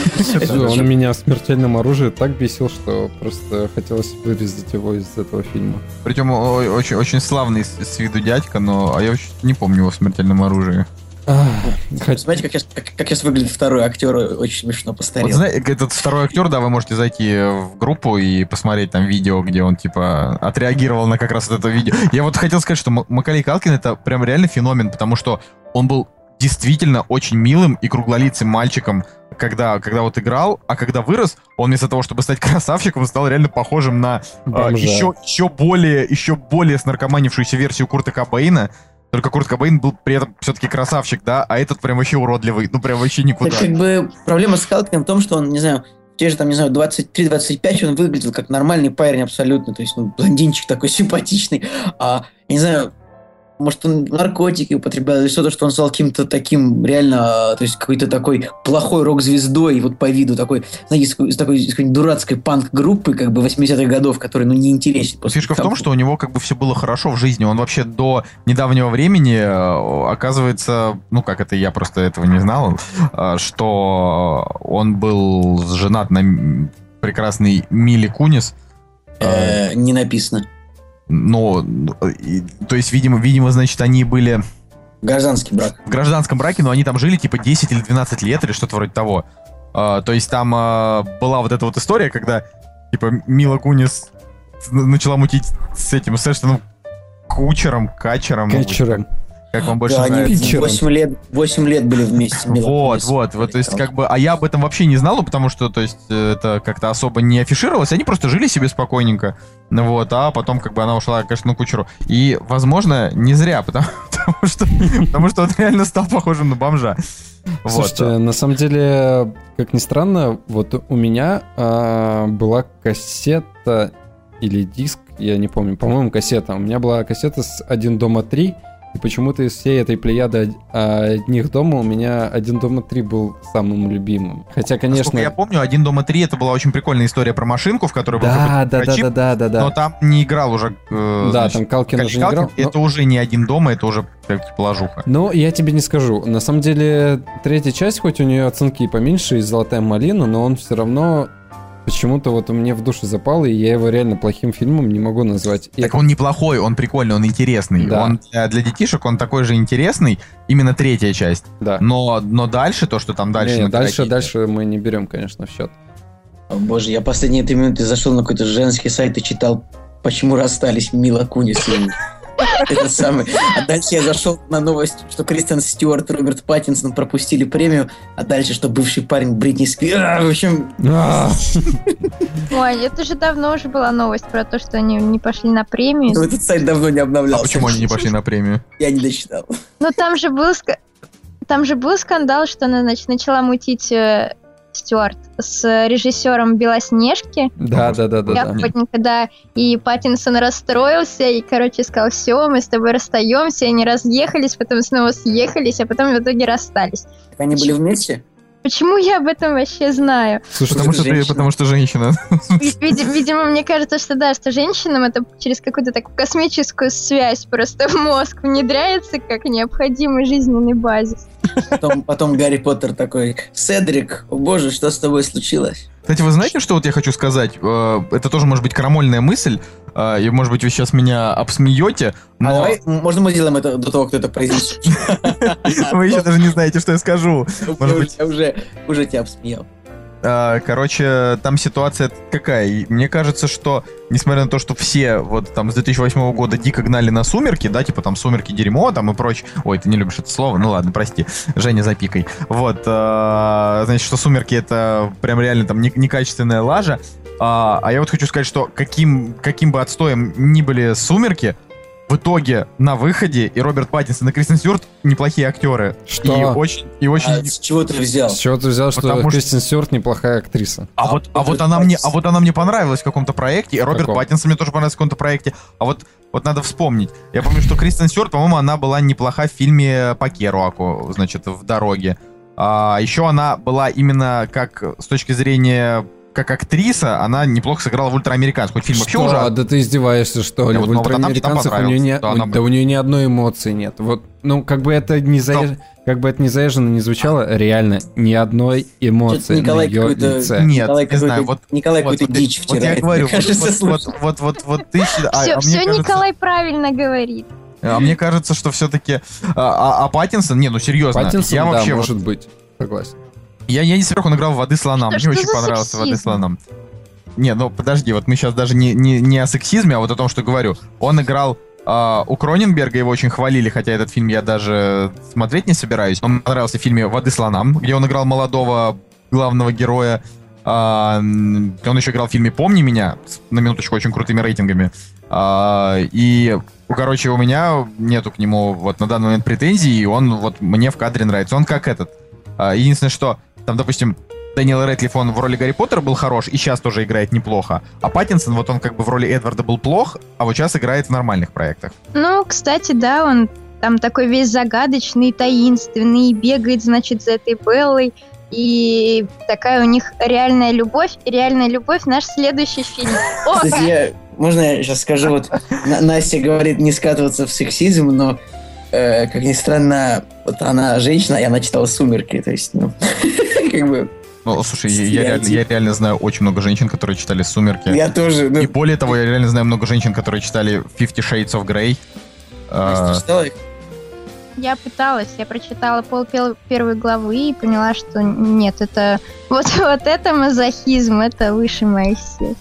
Он меня в «Смертельном оружии» так бесил, что просто хотелось вырезать его из этого фильма. Причем о- очень, очень славный с, с виду дядька, но а я вообще не помню его в «Смертельном оружии». Хоть- Знаете, как, я- как, как сейчас выглядит второй актер, очень смешно постарел. Вот знаете, этот второй актер, да, вы можете зайти в группу и посмотреть там видео, где он типа отреагировал на как раз вот это видео. Я вот хотел сказать, что М- Маколей Калкин это прям реально феномен, потому что он был действительно очень милым и круглолицым мальчиком, когда, когда вот играл, а когда вырос, он вместо того, чтобы стать красавчиком, стал реально похожим на а, Бомжа. еще, еще более, еще более снаркоманившуюся версию Курта Кобейна. Только Курт Кобейн был при этом все-таки красавчик, да, а этот прям вообще уродливый, ну прям вообще никуда. Так как бы проблема с Калкиным в том, что он, не знаю, в те же там, не знаю, двадцать три двадцать пять он выглядел как нормальный парень абсолютно, то есть, ну, блондинчик такой симпатичный, а, я не знаю, может, он наркотики употреблял или что-то, что он стал каким-то таким реально, то есть какой-то такой плохой рок-звездой, вот по виду такой, знаете, из такой, из такой, из какой-нибудь дурацкой панк-группы, как бы восьмидесятых годов, который, ну, не интересен. Фишка в том, что у него как бы все было хорошо в жизни. Он вообще до недавнего времени, э, оказывается, ну как это, я просто этого не знал, э, что он был женат на м- прекрасной Миле Кунис. Э, не написано. Но, и- то есть, видимо, видимо, значит, они были Гражданский брак. в гражданском браке, но они там жили типа десять или двенадцать лет или что-то вроде того. А, то есть там а, была вот эта вот история, когда типа Мила Кунис н- начала мутить с этим, с Эштоном Кучером, Качером. Кетчером. Как вам больше Да, они нравится? восемь лет, восемь лет были вместе. Мила Вот, Кунис. вот, вот, то есть, как бы, а я об этом вообще не знал, потому что, то есть, э, это как-то особо не афишировалось, они просто жили себе спокойненько, ну вот, а потом, как бы, она ушла, конечно, на кучеру, и, возможно, не зря, потому, потому что, потому что он реально стал похожим на бомжа. Слушайте, Вот. на самом деле, как ни странно, вот у меня а, была кассета или диск, я не помню, по-моему, кассета. У меня была кассета с «Один дома три», и почему-то из всей этой плеяды одних дома у меня «Один дома три» был самым любимым. Хотя, конечно... Насколько я помню, «Один дома три» это была очень прикольная история про машинку, в которой был Да, какой-то да, да, чип, да, да, да, да. но там не играл уже... э, Да, значит, там Калкин Калькин, уже не играл. но- это уже не «Один дома», это уже как положуха. Ну, я тебе не скажу. На самом деле, третья часть, хоть у нее оценки и поменьше, и «Золотая малина», но он все равно почему-то вот мне в душу запал, и я его реально плохим фильмом не могу назвать. И Так он неплохой, он прикольный, он интересный. Да. Он для, для детишек он такой же интересный, именно третья часть. Да. Но, но дальше, то, что там дальше... Не, на дальше, караоке- дальше мы не берем, конечно, в счет. О, боже, я последние три минуты зашел на какой-то женский сайт и читал, почему расстались Мила Кунис и этот самый. А дальше я зашел на новость, что Кристен Стюарт и Роберт Паттинсон пропустили премию, а дальше, что бывший парень Бритни Спирс. А, в общем, А, Ой, это же давно уже была новость про то, что они не пошли на премию. ну, этот сайт давно не А обновлялся. почему они не пошли на премию? Я не дочитал. Ну там же был ска- там же был скандал, что она, значит, начала мутить э, Стюарт с режиссером Белоснежки. Да, да, да, да, Я да. охотненько, да. И Паттинсон расстроился, и, короче, сказал, все, мы с тобой расстаемся, и они разъехались, потом снова съехались, а потом в итоге расстались. Так они были вместе? Почему я об этом вообще знаю? Слушай, Потому это что, ты, женщина. потому что женщина. Ви- види- Видимо, мне кажется, что да, что женщинам это через какую-то такую космическую связь просто в мозг внедряется как необходимый жизненный базис. Потом, потом Гарри Поттер такой: Седрик, о боже, что с тобой случилось? Кстати, вы знаете, что вот я хочу сказать? Э, Это тоже может быть крамольная мысль, э, и, может быть, вы сейчас меня обсмеете, А но давай, можно мы сделаем это до того, кто это произнесет? вы еще даже не знаете, что я скажу. Может быть, Я уже, уже тебя обсмеял. А, короче, там ситуация какая? И мне кажется, что, несмотря на то, что все вот там с две тысячи восьмого года дико гнали на «Сумерки», да, типа там «Сумерки» дерьмо там и прочее. Ой, ты не любишь это слово? Ну ладно, прости. Женя, запикай. Вот, а, значит, что «Сумерки» — это прям реально там не- некачественная лажа. А, а я вот хочу сказать, что каким, каким бы отстоем ни были «Сумерки», в итоге на выходе и Роберт Паттинсон, и Кристен Стюарт неплохие актеры. Что? И очень, и очень А с чего ты взял? С чего ты взял, что Потому что- Кристен Стюарт неплохая актриса? А, А вот, а Роберт вот она мне, а Паттинсон? вот она мне понравилась в каком-то проекте, и Роберт Каком? Паттинсон мне тоже понравился в каком-то проекте. А вот, вот надо вспомнить. Я помню, что Кристен Стюарт, по-моему, она была неплоха в фильме по Керуаку, значит, в «Дороге». А еще она была именно как с точки зрения как актриса, она неплохо сыграла в «Ультраамериканцах». Хоть фильм вообще Что? уже... Да ты издеваешься, что ли? Да В вот, ну, вот она мне там «Ультраамериканцах» у нее не, понравилась. Да, она да у нее ни одной эмоции нет. Вот, ну, как бы это не заезж... как бы это не заезженно не звучало, реально ни одной эмоции Что-то на Николай ее какой-то- лице. Нет, Николай не знаю, какой-то- вот... Николай Вот, какой-то вот, дичь вот я втирает. говорю, Мне кажется, вот, вот, слушай. вот, вот, вот ты... счит- а- Все, а мне все кажется- Николай правильно говорит. А мне кажется, что все-таки... А, а- а Паттинсон... Не, ну серьезно. Паттинсон, я да, вообще... может быть. Согласен. Я, я не сверху, он играл в «Воды слонам». Что- Мне что очень за понравился «Воды сексизм? слонам». Не, ну подожди, вот мы сейчас даже не, не, не о сексизме, а вот о том, что говорю. Он играл а, у Кроненберга, его очень хвалили, хотя этот фильм я даже смотреть не собираюсь. Он мне понравился в фильме «Воды слонам», где он играл молодого главного героя. А, м, он еще играл в фильме «Помни меня», с, на минуточку, очень крутыми рейтингами. А, и, ну, короче, у меня нету к нему вот на данный момент претензий, и он вот мне в кадре нравится. Он как этот. А, единственное, что там, допустим, Дэниел Рэдклифф, он в роли Гарри Поттера был хорош, и сейчас тоже играет неплохо. А Паттинсон, вот он как бы в роли Эдварда был плох, а вот сейчас играет в нормальных проектах. Ну, кстати, да, он там такой весь загадочный, таинственный, бегает, значит, за этой Беллой. И такая у них реальная любовь. И реальная любовь — наш следующий фильм. О, Кстати, я, можно я сейчас скажу, вот На- Настя говорит не скатываться в сексизм, но, э, как ни странно, вот она женщина, и она читала «Сумерки», то есть, ну, как бы, Ну, слушай, я, я реально, я реально знаю очень много женщин, которые читали «Сумерки». я тоже, ну, И более того, я реально знаю много женщин, которые читали Fifty Shades of Grey. А, Настя читала их? я пыталась, я прочитала пол пел- первой главы и поняла, что нет, это вот, вот это мазохизм, это выше моих сил.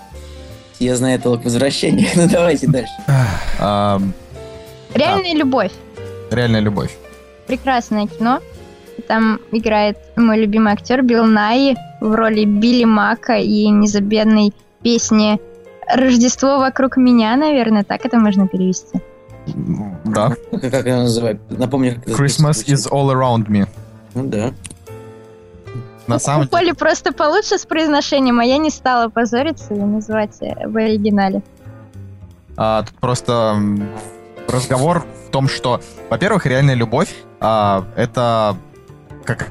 Я знаю толк в возвращениях, ну давайте дальше. а, Реальная любовь. «Реальная любовь». Прекрасное кино. Там играет мой любимый актер Билл Найи в роли Билли Мака и незабвенной песни «Рождество вокруг меня», наверное, так это можно перевести. Да. Как, как она называется? Напомню, как это Christmas is all around me. Ну да. На самом У Поли просто получше с произношением, а я не стала позориться и называть в оригинале. А, тут просто м, разговор в том, что, во-первых, «Реальная любовь» а, это как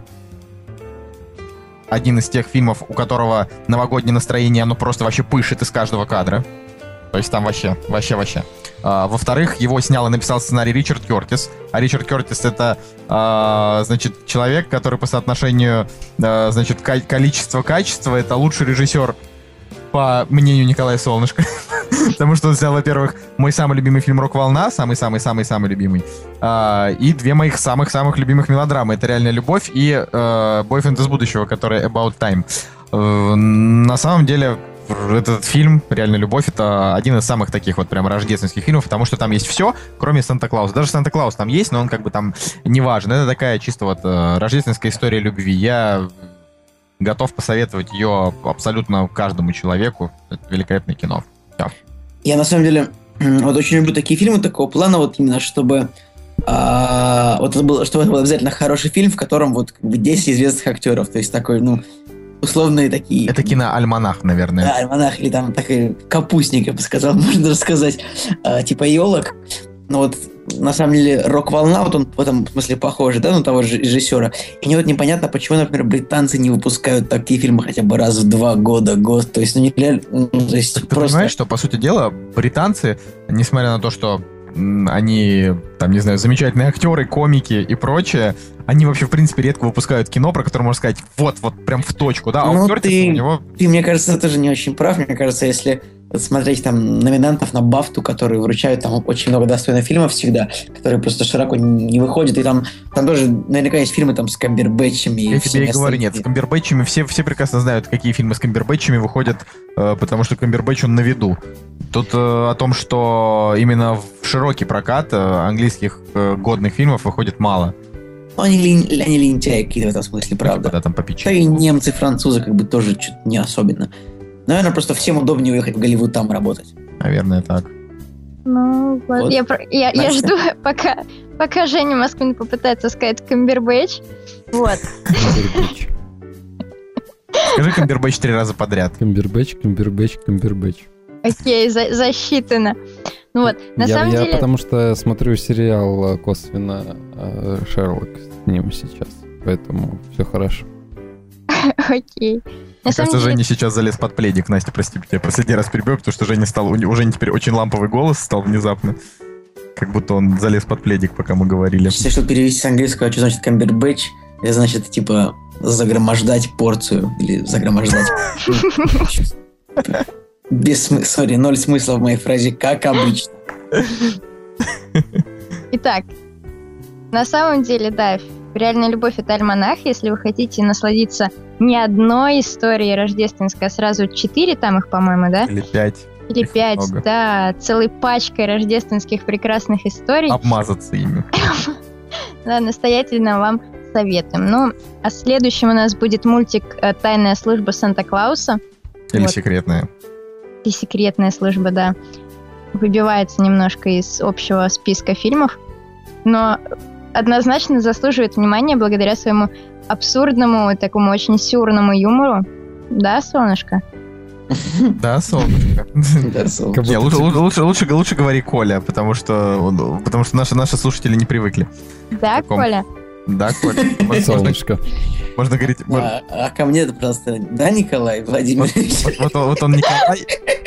один из тех фильмов, у которого новогоднее настроение, оно просто вообще пышет из каждого кадра. То есть там вообще, вообще, вообще. А, во-вторых, его снял и написал сценарий Ричард Кертис. А Ричард Кертис — это, а, значит, человек, который по соотношению, а, значит, ка- количество-качество — это лучший режиссер, по мнению Николая Солнышко. Потому что он снял, во-первых, мой самый любимый фильм «Рок-волна», самый-самый-самый-самый любимый, а, и две моих самых-самых любимых мелодрамы. Это «Реальная любовь» и э, «Бойфренд из будущего», который «About Time». Э, на самом деле, этот фильм «Реальная любовь» — это один из самых таких вот прям рождественских фильмов, потому что там есть все, кроме Санта-Клауса. Даже Санта-Клаус там есть, но он как бы там не важен. Это такая чисто вот э, рождественская история любви. Я готов посоветовать ее абсолютно каждому человеку. Это великолепное кино. Все. Я на самом деле вот очень люблю такие фильмы такого плана, вот именно чтобы а, вот это был, чтобы это был обязательно хороший фильм, в котором вот как бы десять известных актеров, то есть такой, ну, условные такие. Это киноальманах, наверное. Да, альманах, или там такой капустник, я бы сказал, можно даже сказать, а, типа елок. Но вот на самом деле «Рок-волна», вот он в этом смысле похож, да, на того же режиссера. И мне вот непонятно, почему, например, британцы не выпускают такие фильмы хотя бы раз в два года, год. То есть, ну, не ну, то есть Ты просто... понимаешь, что, по сути дела, британцы, несмотря на то, что м, они, там, не знаю, замечательные актеры, комики и прочее, они вообще, в принципе, редко выпускают кино, про которое можно сказать, вот, вот, прям в точку, да, а Ну, у Кёртиса ты- у него... Ты, мне кажется, тоже не очень прав. Мне кажется, если смотреть там номинантов на Бафту, которые вручают там очень много достойных фильмов всегда, которые просто широко не выходят, и там, там тоже наверняка есть фильмы там с Камбербэтчами. Я тебе и всеми говорю, нет, с остальными. Камбербэтчами все, все прекрасно знают, какие фильмы с Камбербэтчами выходят, э, потому что Камбербэтч, он на виду. Тут э, о том, что именно в широкий прокат э, английских э, годных фильмов выходит мало. Ну, они, лин- они лентяи какие-то в этом смысле, правда. Когда там по Да печи. и немцы, французы как бы тоже что-то не особенно. Наверное, просто всем удобнее уехать в Голливуд там работать. Наверное, так. Ну, вот. Вот. Я, про- я, я Настя. жду, пока, пока Женя Москвин попытается сказать Камбербэтч. Вот. Камбербэтч. Скажи Камбербэтч три раза подряд. Камбербэтч, Камбербэтч, Камбербэтч. Окей, за- засчитано. Ну вот, на я, самом я деле... потому что смотрю сериал э, косвенно э, Шерлок с ним сейчас, поэтому все хорошо. Окей. На Мне самом кажется, деле, Женя сейчас залез под пледик. Настя, прости, я последний раз перебил, потому что Женя стал... У него- у Жени теперь очень ламповый голос стал внезапно. Как будто он залез под пледик, пока мы говорили. Если что перевести с английского, что значит Камбербэтч, это значит, типа, загромождать порцию. Или загромождать. Без смысла, сори, ноль смысла в моей фразе, как обычно. Итак, на самом деле, да, «Реальная любовь» — это альманах. Если вы хотите насладиться не одной историей рождественской, а сразу четыре, там их, по-моему, да? Или пять. Или их пять, много. да, целой пачкой рождественских прекрасных историй. Обмазаться ими. Да, настоятельно вам советуем. Ну, а следующим у нас будет мультик э, «Тайная служба Санта-Клауса». Или Вот. секретная. И «Секретная служба», да. Выбивается немножко из общего списка фильмов, но однозначно заслуживает внимания благодаря своему абсурдному, такому очень сюрному юмору. Да, солнышко? Да, солнышко. Да, сол. Как Не, будто лучше, тебе- лучше, лучше, лучше говори Коля, потому что, он- потому что наши, наши слушатели не привыкли. Да, Каком? Коля? Да, Коля? Можно, Солнышко. можно говорить... можно- А, а ко мне это просто, да, Николай Владимирович? Вот, вот он- вот он Николай.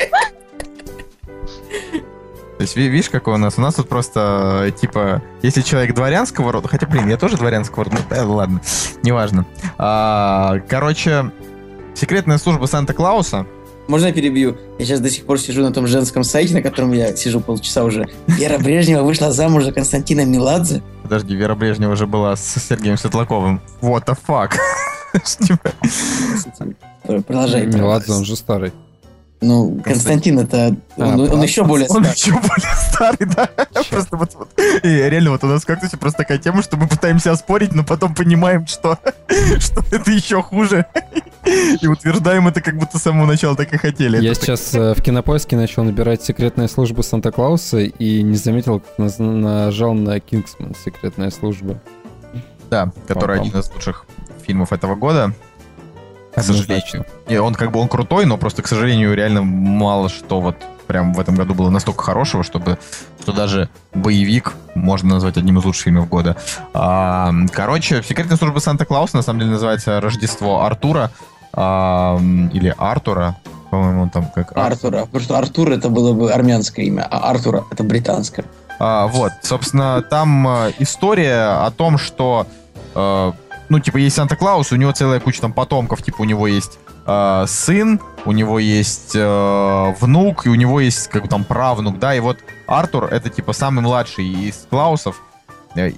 То есть, ви- видишь, какой у нас? У нас тут просто, э, типа, если человек дворянского рода, хотя, блин, я тоже дворянского рода, ну, да, ладно, неважно. А, короче, секретная служба Санта-Клауса. Можно я перебью? Я сейчас до сих пор сижу на том женском сайте, на котором я сижу полчаса уже. Вера Брежнева вышла замуж за Константина Меладзе. Подожди, Вера Брежнева же была с Сергеем Светлаковым. What the fuck? Типа, Продолжай. Меладзе, он же старый. Ну, Константин это... А, Он, он правда. еще более Он старый. еще более старый, да. Просто вот, вот. И реально, вот у нас в «Кактусе» просто такая тема, что мы пытаемся оспорить, но потом понимаем, что, что это еще хуже. И утверждаем это, как будто с самого начала так и хотели. Я Это сейчас э, в Кинопоиске начал набирать «Секретная служба Санта-Клауса» и не заметил, как наз- нажал на «Кингсман. Секретная служба». так, да, который Пам-пам. один из лучших фильмов этого года. К сожалению. Однозначно. И он как бы он крутой, но просто, к сожалению, реально мало что вот прям в этом году было настолько хорошего, чтобы что даже боевик можно назвать одним из лучших фильмов года. А, короче, «Секретная служба Санта-Клауса» на самом деле называется «Рождество Артура». А, или Артура. По-моему, он там как... Ар- Артура. Потому что Артур это было бы армянское имя, а Артура это британское. А, вот, собственно, там э, история о том, что, э, ну, типа, есть Санта-Клаус, у него целая куча там потомков, типа, у него есть э, сын, у него есть э, внук, и у него есть, как бы, там, правнук, да, и вот Артур — это, типа, самый младший из Клаусов, э,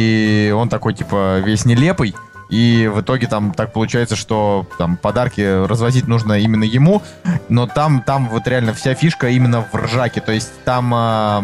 и он такой, типа, весь нелепый, и в итоге там так получается, что там подарки развозить нужно именно ему, но там, там вот реально вся фишка именно в ржаке, то есть там э,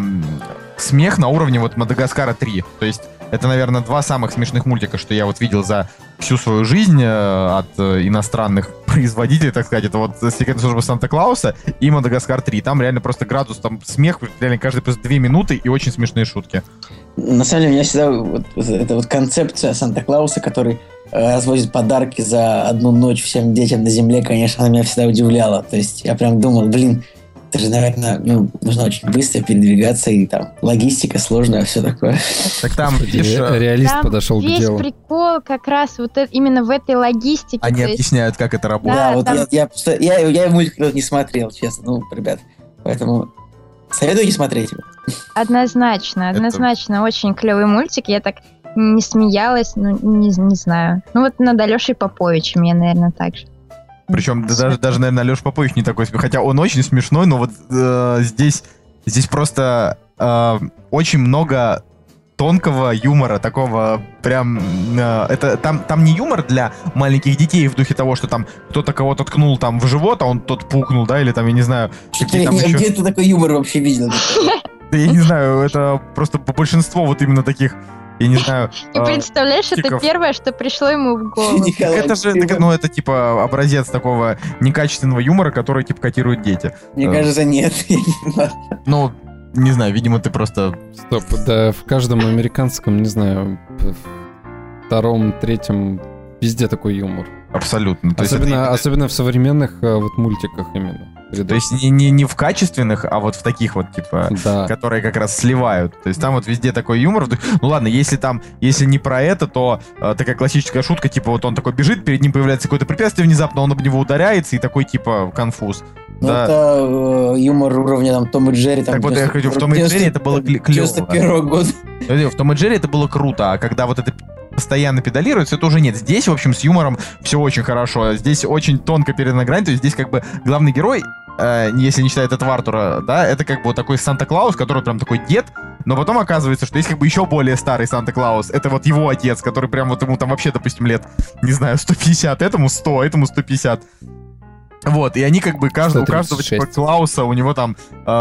смех на уровне вот «Мадагаскара три», то есть это, наверное, два самых смешных мультика, что я вот видел за всю свою жизнь э, от э, иностранных производителей, так сказать. Это вот «Секретная служба Санта-Клауса» и «Мадагаскар три». Там реально просто градус, там смех, реально каждые просто две минуты и очень смешные шутки. На самом деле, меня всегда вот, вот эта вот концепция Санта-Клауса, который э, развозит подарки за одну ночь всем детям на земле, конечно, она меня всегда удивляла. То есть я прям думал, блин, это же, наверное, ну, нужно очень быстро передвигаться, и там логистика сложная, все такое. Так там, Кстати, видишь, ре- э, реалист Там подошел к весь делу. прикол как раз вот это- именно в этой логистике. они то есть- объясняют, как это работает. Да, Да, вот там- я, я, просто- я, я мультик этот не смотрел, честно, ну, ребят. Поэтому советую не смотреть его. Однозначно, Это- однозначно, очень клевый мультик. Я так не смеялась, ну, не, не знаю. Ну, вот над Алешей Поповичем я, наверное, так же. Причем да- даже, даже, наверное, Алеша Попович не такой смешной. Хотя он очень смешной, но вот э, здесь, здесь просто э, очень много тонкого юмора, такого прям... э, это там, там не юмор для маленьких детей в духе того, что там кто-то кого-то ткнул там в живот, а он тот пукнул, да, или там, я не знаю... какие Ты, там еще- где ты такой юмор вообще видел? Да я не знаю, это просто большинство вот именно таких, я не знаю... И э, представляешь, это тиков. первое, что пришло ему в голову. Николай, Это же, ты- так, ну, это типа образец такого некачественного юмора, который типа котируют дети. Мне э. кажется, нет. Я не знаю. Ну, не знаю, видимо, ты просто... Стоп, да в каждом американском, не знаю, в втором, третьем, везде такой юмор. Абсолютно. То есть Особенно, это- особенно в современных э, вот мультиках именно. То есть не, не, не в качественных, а вот в таких вот, типа, Да. которые как раз сливают. То есть там вот везде такой юмор. Ну ладно, если там, если не про это, то э, такая классическая шутка, типа вот он такой бежит, перед ним появляется какое-то препятствие внезапно, он об него ударяется и такой, типа, конфуз. Ну, Да. это э, юмор уровня там Том и Джерри. Там, Так вот, я хочу, в «Том и девяносто- Джерри» это было кле- клево. девяносто первого года. В «Том и Джерри» это было круто, а когда вот это постоянно педалируется, это уже нет. Здесь, в общем, с юмором все очень хорошо. Здесь очень тонко передана грань, то есть здесь как бы главный герой, э, если не считать этого Артура, да, это как бы вот такой Санта-Клаус, который прям такой дед, но потом оказывается, что есть как бы еще более старый Санта-Клаус. Это вот его отец, который прям вот ему там вообще, допустим, лет, не знаю, сто пятьдесят, этому сто, этому сто пятьдесят. Вот, и они как бы, каждый, у каждого сто тридцать типа шесть. Клауса, у него там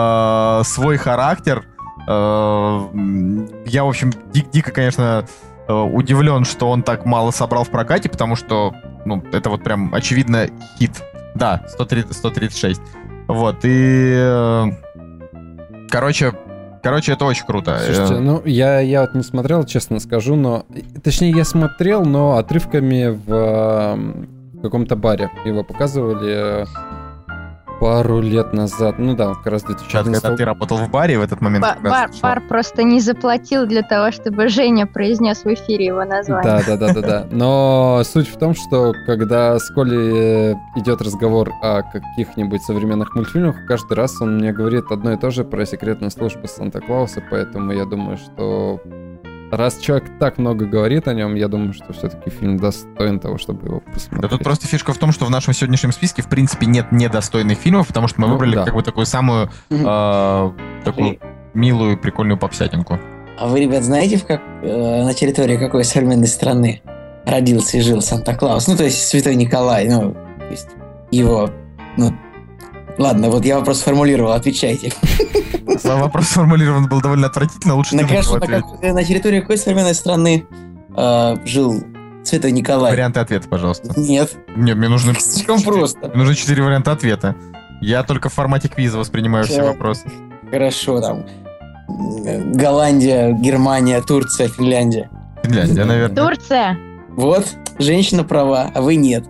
э, свой характер. Э, м, я, в общем, ди- дико, конечно, э, удивлен, что он так мало собрал в прокате, потому что, ну, это вот прям очевидно хит. Да, сто тридцать, сто тридцать шесть. Вот, и... э, короче, короче, это очень круто. Слушайте, Э, ну, я, я вот не смотрел, честно скажу, но... Точнее, я смотрел, но отрывками в э, каком-то баре. Его показывали э, пару лет назад. Ну да, как раз в две тысячи Сейчас, когда одиннадцатом. ты работал в баре в этот момент... Ба- как раз бар, шло. бар просто не заплатил для того, чтобы Женя произнес в эфире его название. Да, да, да, да, да. Но суть в том, что когда с Колей идет разговор о каких-нибудь современных мультфильмах, каждый раз он мне говорит одно и то же про секретную службу Санта-Клауса, поэтому я думаю, что раз человек так много говорит о нем, я думаю, что все-таки фильм достоин того, чтобы его посмотреть. Да тут просто фишка в том, что в нашем сегодняшнем списке, в принципе, нет недостойных фильмов, потому что мы Ну, выбрали да. как бы такую самую э, такую милую, прикольную попсятинку. А вы, ребят, знаете, в как, э, на территории какой современной страны родился и жил Санта-Клаус? Ну, то есть Святой Николай, ну, то есть его, ну, Ладно, вот я вопрос сформулировал, отвечайте. Вопрос сформулирован был довольно отвратительно, лучше На, ты какой- его на, ответь. как- на территории какой современной страны э, жил Святой Николай? Варианты ответа, пожалуйста. Нет, Мне, мне нужны слишком четыре- просто. Мне нужны четыре варианта ответа. Я только в формате квиза воспринимаю все Чё? вопросы. Хорошо, там э, Голландия, Германия, Турция, Финляндия. Финляндия, наверное. Турция. Вот, женщина права, а вы нет.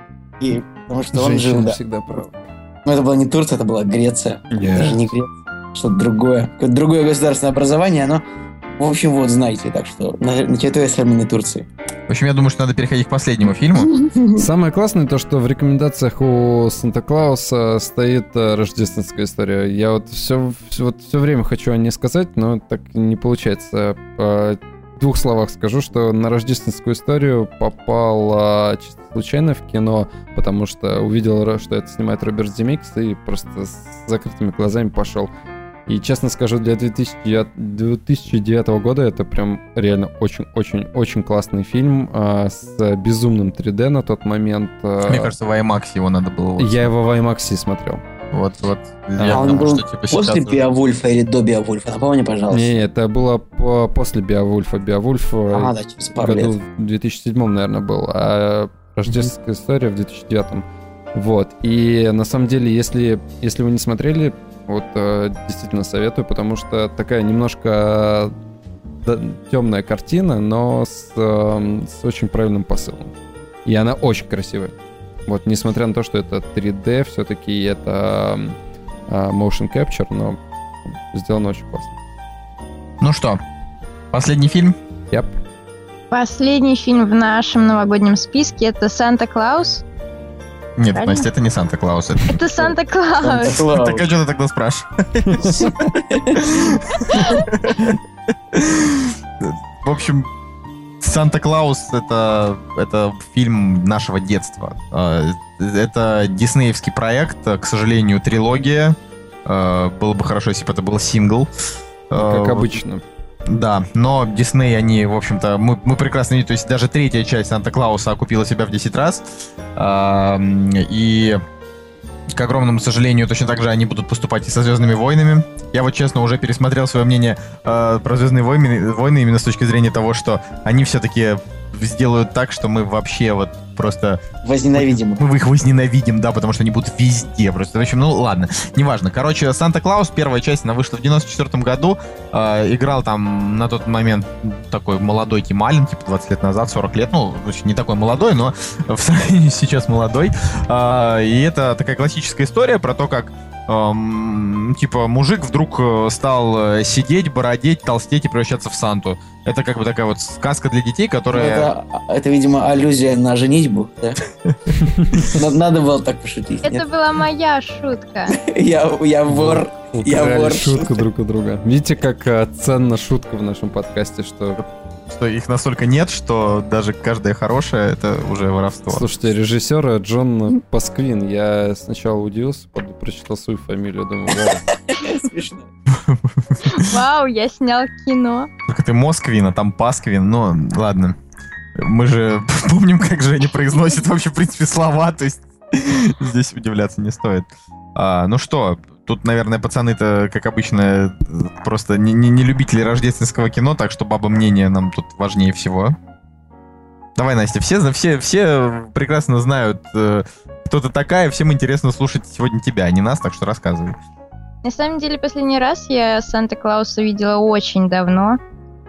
И потому что он Женщина жил, да. всегда права. Но это была не Турция, это была Греция. Нет. Даже не Греция, что-то другое. Какое-то другое государственное образование, оно... В общем, вот, знаете, так что на, на территории современной Турции. В общем, я думаю, что надо переходить к последнему фильму. Самое классное то, что в рекомендациях у Санта-Клауса стоит э, рождественская история. Я вот все, вот все время хочу о ней сказать, но так не получается. Э, В двух словах скажу, что на рождественскую историю попал э, чисто случайно в кино, потому что увидел, что это снимает Роберт Земекис, и просто с закрытыми глазами пошел. И честно скажу, для две тысячи девятого года это прям реально очень-очень-очень классный фильм э, с безумным три дэ на тот момент. Э, Мне кажется, в IMAX его надо было... вот- я его в IMAX смотрел. Вот, вот. А Я он думаю, был что, типа, после сейчас- Беовульфа или до Беовульфа? Напомни, пожалуйста. Не, это было по- после Беовульфа. Беовульф э, Ага, да, через пару году лет. в две тысячи седьмом, наверное, был, а рождественская история в две тысячи девятом. Вот. И на самом деле, если, если вы не смотрели, вот э, действительно советую, потому что такая немножко да, темная картина, но с, э, с очень правильным посылом. И она очень красивая. Вот, несмотря на то, что это три дэ, все-таки это э, motion capture, но сделано очень классно. Ну что, последний фильм? Yep. Последний фильм в нашем новогоднем списке — это «Санта-Клаус». Нет, Правильно? Настя, это не Санта-Клаус. это- Это «Санта-Клаус». Санта-Клаус. Так а что ты тогда спрашиваешь? В общем, Санта-Клаус это, это фильм нашего детства. Э, Это диснеевский проект, к сожалению, трилогия. Э, Было бы хорошо, если бы это был сингл. Как Э, обычно. Да, но Дисней, они, в общем-то, мы, мы прекрасно видим, то есть даже третья часть Санта-Клауса окупила себя в десять раз. А, и, к огромному сожалению, точно так же они будут поступать и со «Звездными войнами». Я вот, честно, уже пересмотрел свое мнение э, про «Звездные войны», войны именно с точки зрения того, что они все-таки сделают так, что мы вообще вот просто... Возненавидимо. Мы их возненавидим, да, потому что они будут везде просто. В общем, ну ладно, неважно. Короче, «Санта-Клаус», первая часть, она вышла в девяносто четвёртом году. Э, играл там на тот момент такой молодой Тим Аллен, типа двадцать лет назад, сорок лет. Ну, значит, не такой молодой, но в сравнении с сейчас молодой. Э, и это такая классическая история про то, как эм, типа мужик вдруг э, стал э, сидеть, бородеть, толстеть и превращаться в Санту. Это как бы такая вот сказка для детей, которая... Это, это, видимо, аллюзия на женитьбу, да? Надо- Надо было так пошутить. Это нет? была моя шутка. Я, я вор. Я Украли вор. шутку друг у друга. Видите, как э, ценна шутка в нашем подкасте, что... Что их настолько нет, что даже каждая хорошая — это уже воровство. Слушайте, режиссер Джон Пасквин, я сначала удивился, потом прочитал свою фамилию, думаю, вау. Смешно. Вау, я снял кино. Только ты Москвин, а там Пасквин, ну ладно. Мы же помним, как Женя произносит вообще, в принципе, слова, то есть здесь удивляться не стоит. А, ну что, тут, наверное, пацаны-то, как обычно, просто не, не, не любители рождественского кино, так что баба мнение нам тут важнее всего. Давай, Настя, все, все, все прекрасно знают, э, кто ты такая, всем интересно слушать сегодня тебя, а не нас, так что рассказывай. На самом деле, последний раз я Санта-Клауса видела очень давно.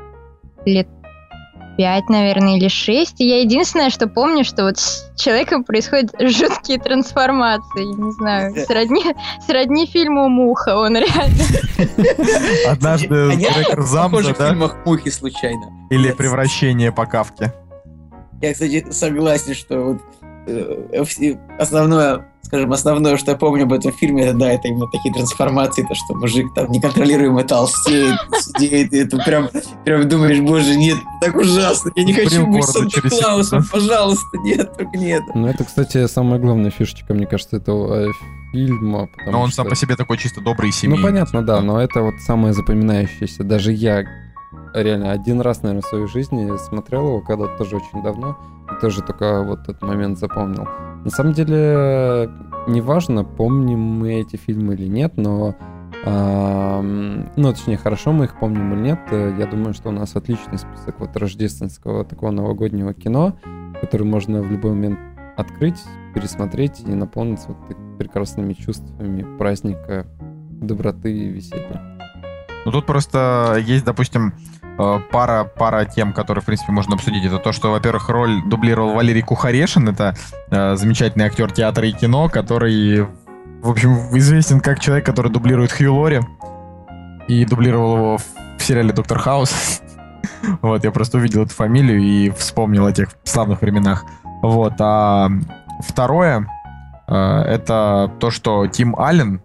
Лет пять, наверное, или шесть. И я единственное, что помню, что вот с человеком происходят жуткие трансформации. Не знаю, сродни, сродни фильму «Муха». Он реально... Однажды Они директор Замза, похожи в да? фильмах «Мухи» случайно. Или Нет. «Превращение» по Кавке. Я, кстати, согласен, что вот, э, все- основное, скажем, основное, что я помню об этом фильме, это, да, это именно такие трансформации, то, что мужик там неконтролируемо толстеет, сидеет, и это прям, прям думаешь, боже, нет, так ужасно, я не хочу Прям быть бороду через Санта-Клаусом, секунду. пожалуйста, нет, только не это. Ну, это, кстати, самая главная фишечка, мне кажется, этого э, фильма. потому Но он что- сам по себе такой чисто добрый и семейный. Ну, понятно, да, но это вот самое запоминающееся. Даже я реально один раз, наверное, в своей жизни смотрел его когда-то тоже очень давно, и тоже только вот этот момент запомнил. На самом деле, неважно, помним мы эти фильмы или нет, но, а, ну, точнее, хорошо мы их помним или нет, я думаю, что у нас отличный список вот рождественского такого новогоднего кино, который можно в любой момент открыть, пересмотреть и наполниться вот прекрасными чувствами праздника, доброты и веселья. Ну, тут просто есть, допустим, пара, пара тем, которые, в принципе, можно обсудить. Это то, что, во-первых, роль дублировал Валерий Кухарешин. Это э, замечательный актер театра и кино, который, в общем, известен как человек, который дублирует Хью Лори. И дублировал его в, в сериале «Доктор Хаус». Вот, я просто увидел эту фамилию и вспомнил о тех славных временах. Вот, а второе, э, это то, что Тим Аллен,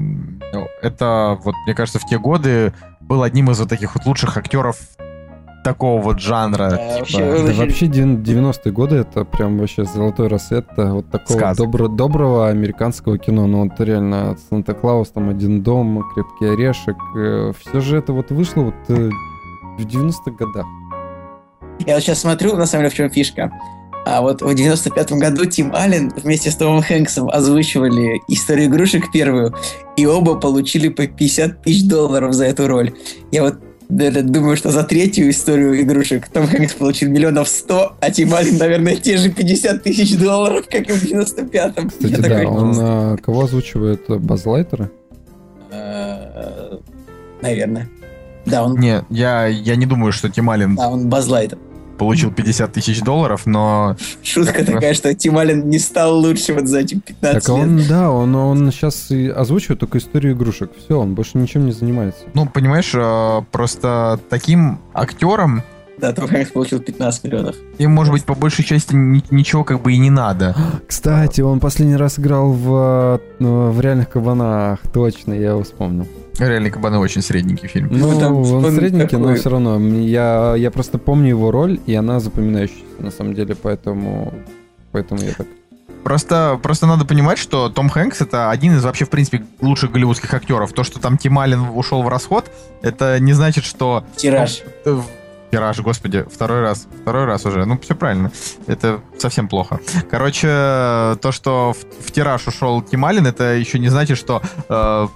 это, вот, мне кажется, в те годы был одним из вот таких вот лучших актеров такого вот жанра. Да, типа... вообще, Да, вообще девяностые годы это прям вообще золотой рассвет вот такого добро, доброго американского кино. Ну вот реально Санта-Клаус, там «Один дом», «Крепкий орешек». Все же это вот вышло вот в девяностых годах. Я вот сейчас смотрю, на самом деле, в чем фишка. А вот в девяносто пятом году Тим Аллен вместе с Томом Хэнксом озвучивали «Историю игрушек» первую, и оба получили по пятьдесят тысяч долларов за эту роль. Я вот думаю, что за третью «Историю игрушек» Том Хэнкс получил миллионов сто, а Тим Аллен, наверное, те же пятьдесят тысяч долларов, как и в девяносто пятом. Кстати, Я да, такой, он а, кого озвучивает? Базз Лайтера? э, Наверное. Да, он, Не, я, я не думаю, что Тим Аллен да, он Базз Лайтер. получил пятьдесят тысяч долларов, но... Шутка такая, что Тим Аллен не стал лучше вот за эти пятнадцать Так лет. он, да, он, он сейчас и озвучивает только «Историю игрушек». Все, он больше ничем не занимается. Ну, понимаешь, э, просто таким актером Да, Том Хэнкс получил пятнадцать миллионов. им, может быть, по большей части ни- ничего как бы и не надо. Кстати, он последний раз играл в, в «Реальных кабанах». Точно, я его вспомнил. Реальные кабаны очень средненький фильм. Ну, Ну, там он он средненький, но такой- все равно. Я, я просто помню его роль, и она запоминающаяся, на самом деле, поэтому, поэтому я так... Просто, просто надо понимать, что Том Хэнкс — это один из вообще, в принципе, лучших голливудских актеров. То, что там Тим Аллен ушел в расход, это не значит, что... Тираж. Э, Тираж, господи, второй раз, второй раз уже. Ну, все правильно. Это совсем плохо. Короче, то, что в, в тираж ушел Тим Аллен, это еще не значит, что... э,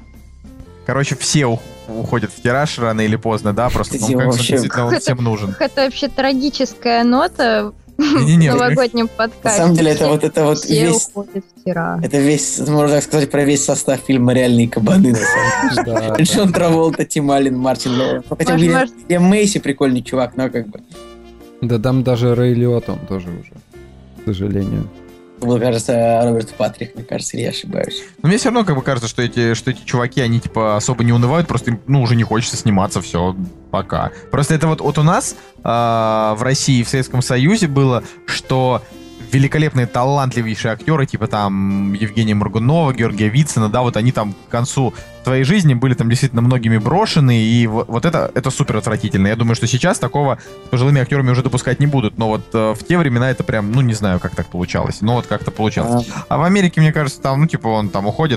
короче, все у- уходят в тираж рано или поздно, да? Просто Том Кстати, Хэнкс вообще- действительно он всем нужен. Это вообще трагическая нота в Не-не-не, новогоднем подкасте. На самом деле, это Все- вот это вот все весь... уходят в тираж. Это весь, можно так сказать, про весь состав фильма «Реальные кабаны», на самом деле. Да, Джон Траволта, Тим Аллен, Мартин Лоуренс. Ну, хотя Может, Уильям может- Уильям Мейси прикольный чувак, но как бы... да, там даже Рэй Лиотта, он тоже уже, к сожалению. Мне кажется, Роберт Патрик, мне кажется, или я ошибаюсь. Но мне все равно как бы кажется, что эти, что эти чуваки, они типа особо не унывают, просто им, ну, уже не хочется сниматься, все, пока. Просто это вот, вот у нас а, в России, в Советском Союзе было, что великолепные, талантливейшие актеры, типа там Евгения Моргунова, Георгия Вицина, да, вот они там к концу своей жизни были там действительно многими брошены, и вот, вот это, это супер отвратительно. Я думаю, что сейчас такого с пожилыми актерами уже допускать не будут, но вот э, в те времена это прям, ну, не знаю, как так получалось, но вот как-то получалось. А в Америке, мне кажется, там, ну, типа, он там уходит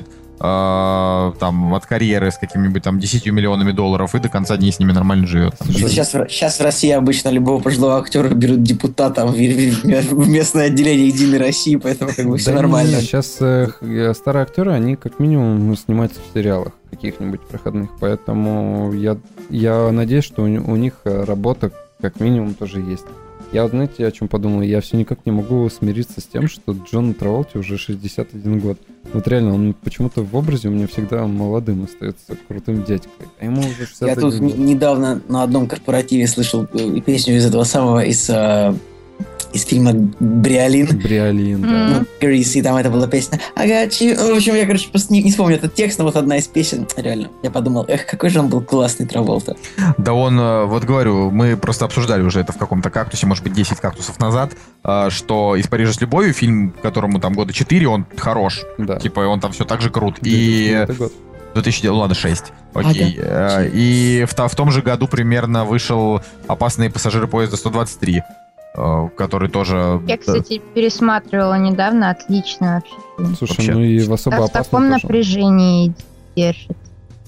э, там от карьеры с какими-нибудь там десятью миллионами долларов и до конца дней с ними нормально живет. Там. Просто сейчас, в- сейчас в России обычно любого пожилого актера берут депутатом в, в- в местное отделение «Единой России», поэтому как бы все Да нормально. не, сейчас э, х- э, старые актеры, они как минимум снимаются в сериалах каких-нибудь проходных, поэтому я, я надеюсь, что у, у них э, работа как минимум тоже есть. Я вот, знаете, о чем подумал? Я все никак не могу смириться с тем, что Джон Траволте уже шестьдесят один год. Вот реально, он почему-то в образе у меня всегда молодым остается, крутым дядькой. А ему уже шестьдесят Я один тут год. н- недавно на одном корпоративе слышал э, песню из этого самого, из, э, из фильма «Бриолин». Бриолин, да. М. Ну, Грис, и там это была песня I got you. Ну, в общем, я, короче, просто не, не вспомню этот текст, но вот одна из песен, реально. Я подумал, эх, какой же он был классный, Траволта. Да он, э, вот говорю, мы просто обсуждали уже это в каком-то кактусе, может быть, десять кактусов назад, э, что «Из Парижа с любовью», фильм, которому там года четыре, он хорош. Да. Типа, он там все так же крут. две тысячи И девятый год. две тысячи, ладно, шесть. Окей. Э, И в, та- в том же году примерно вышел «Опасные пассажиры поезда сто двадцать три», э, который тоже... Я, кстати, пересматривала недавно, отлично вообще. фильм. Слушай, Вообще. ну и в особо Так, в опасном таком тоже. напряжении держит.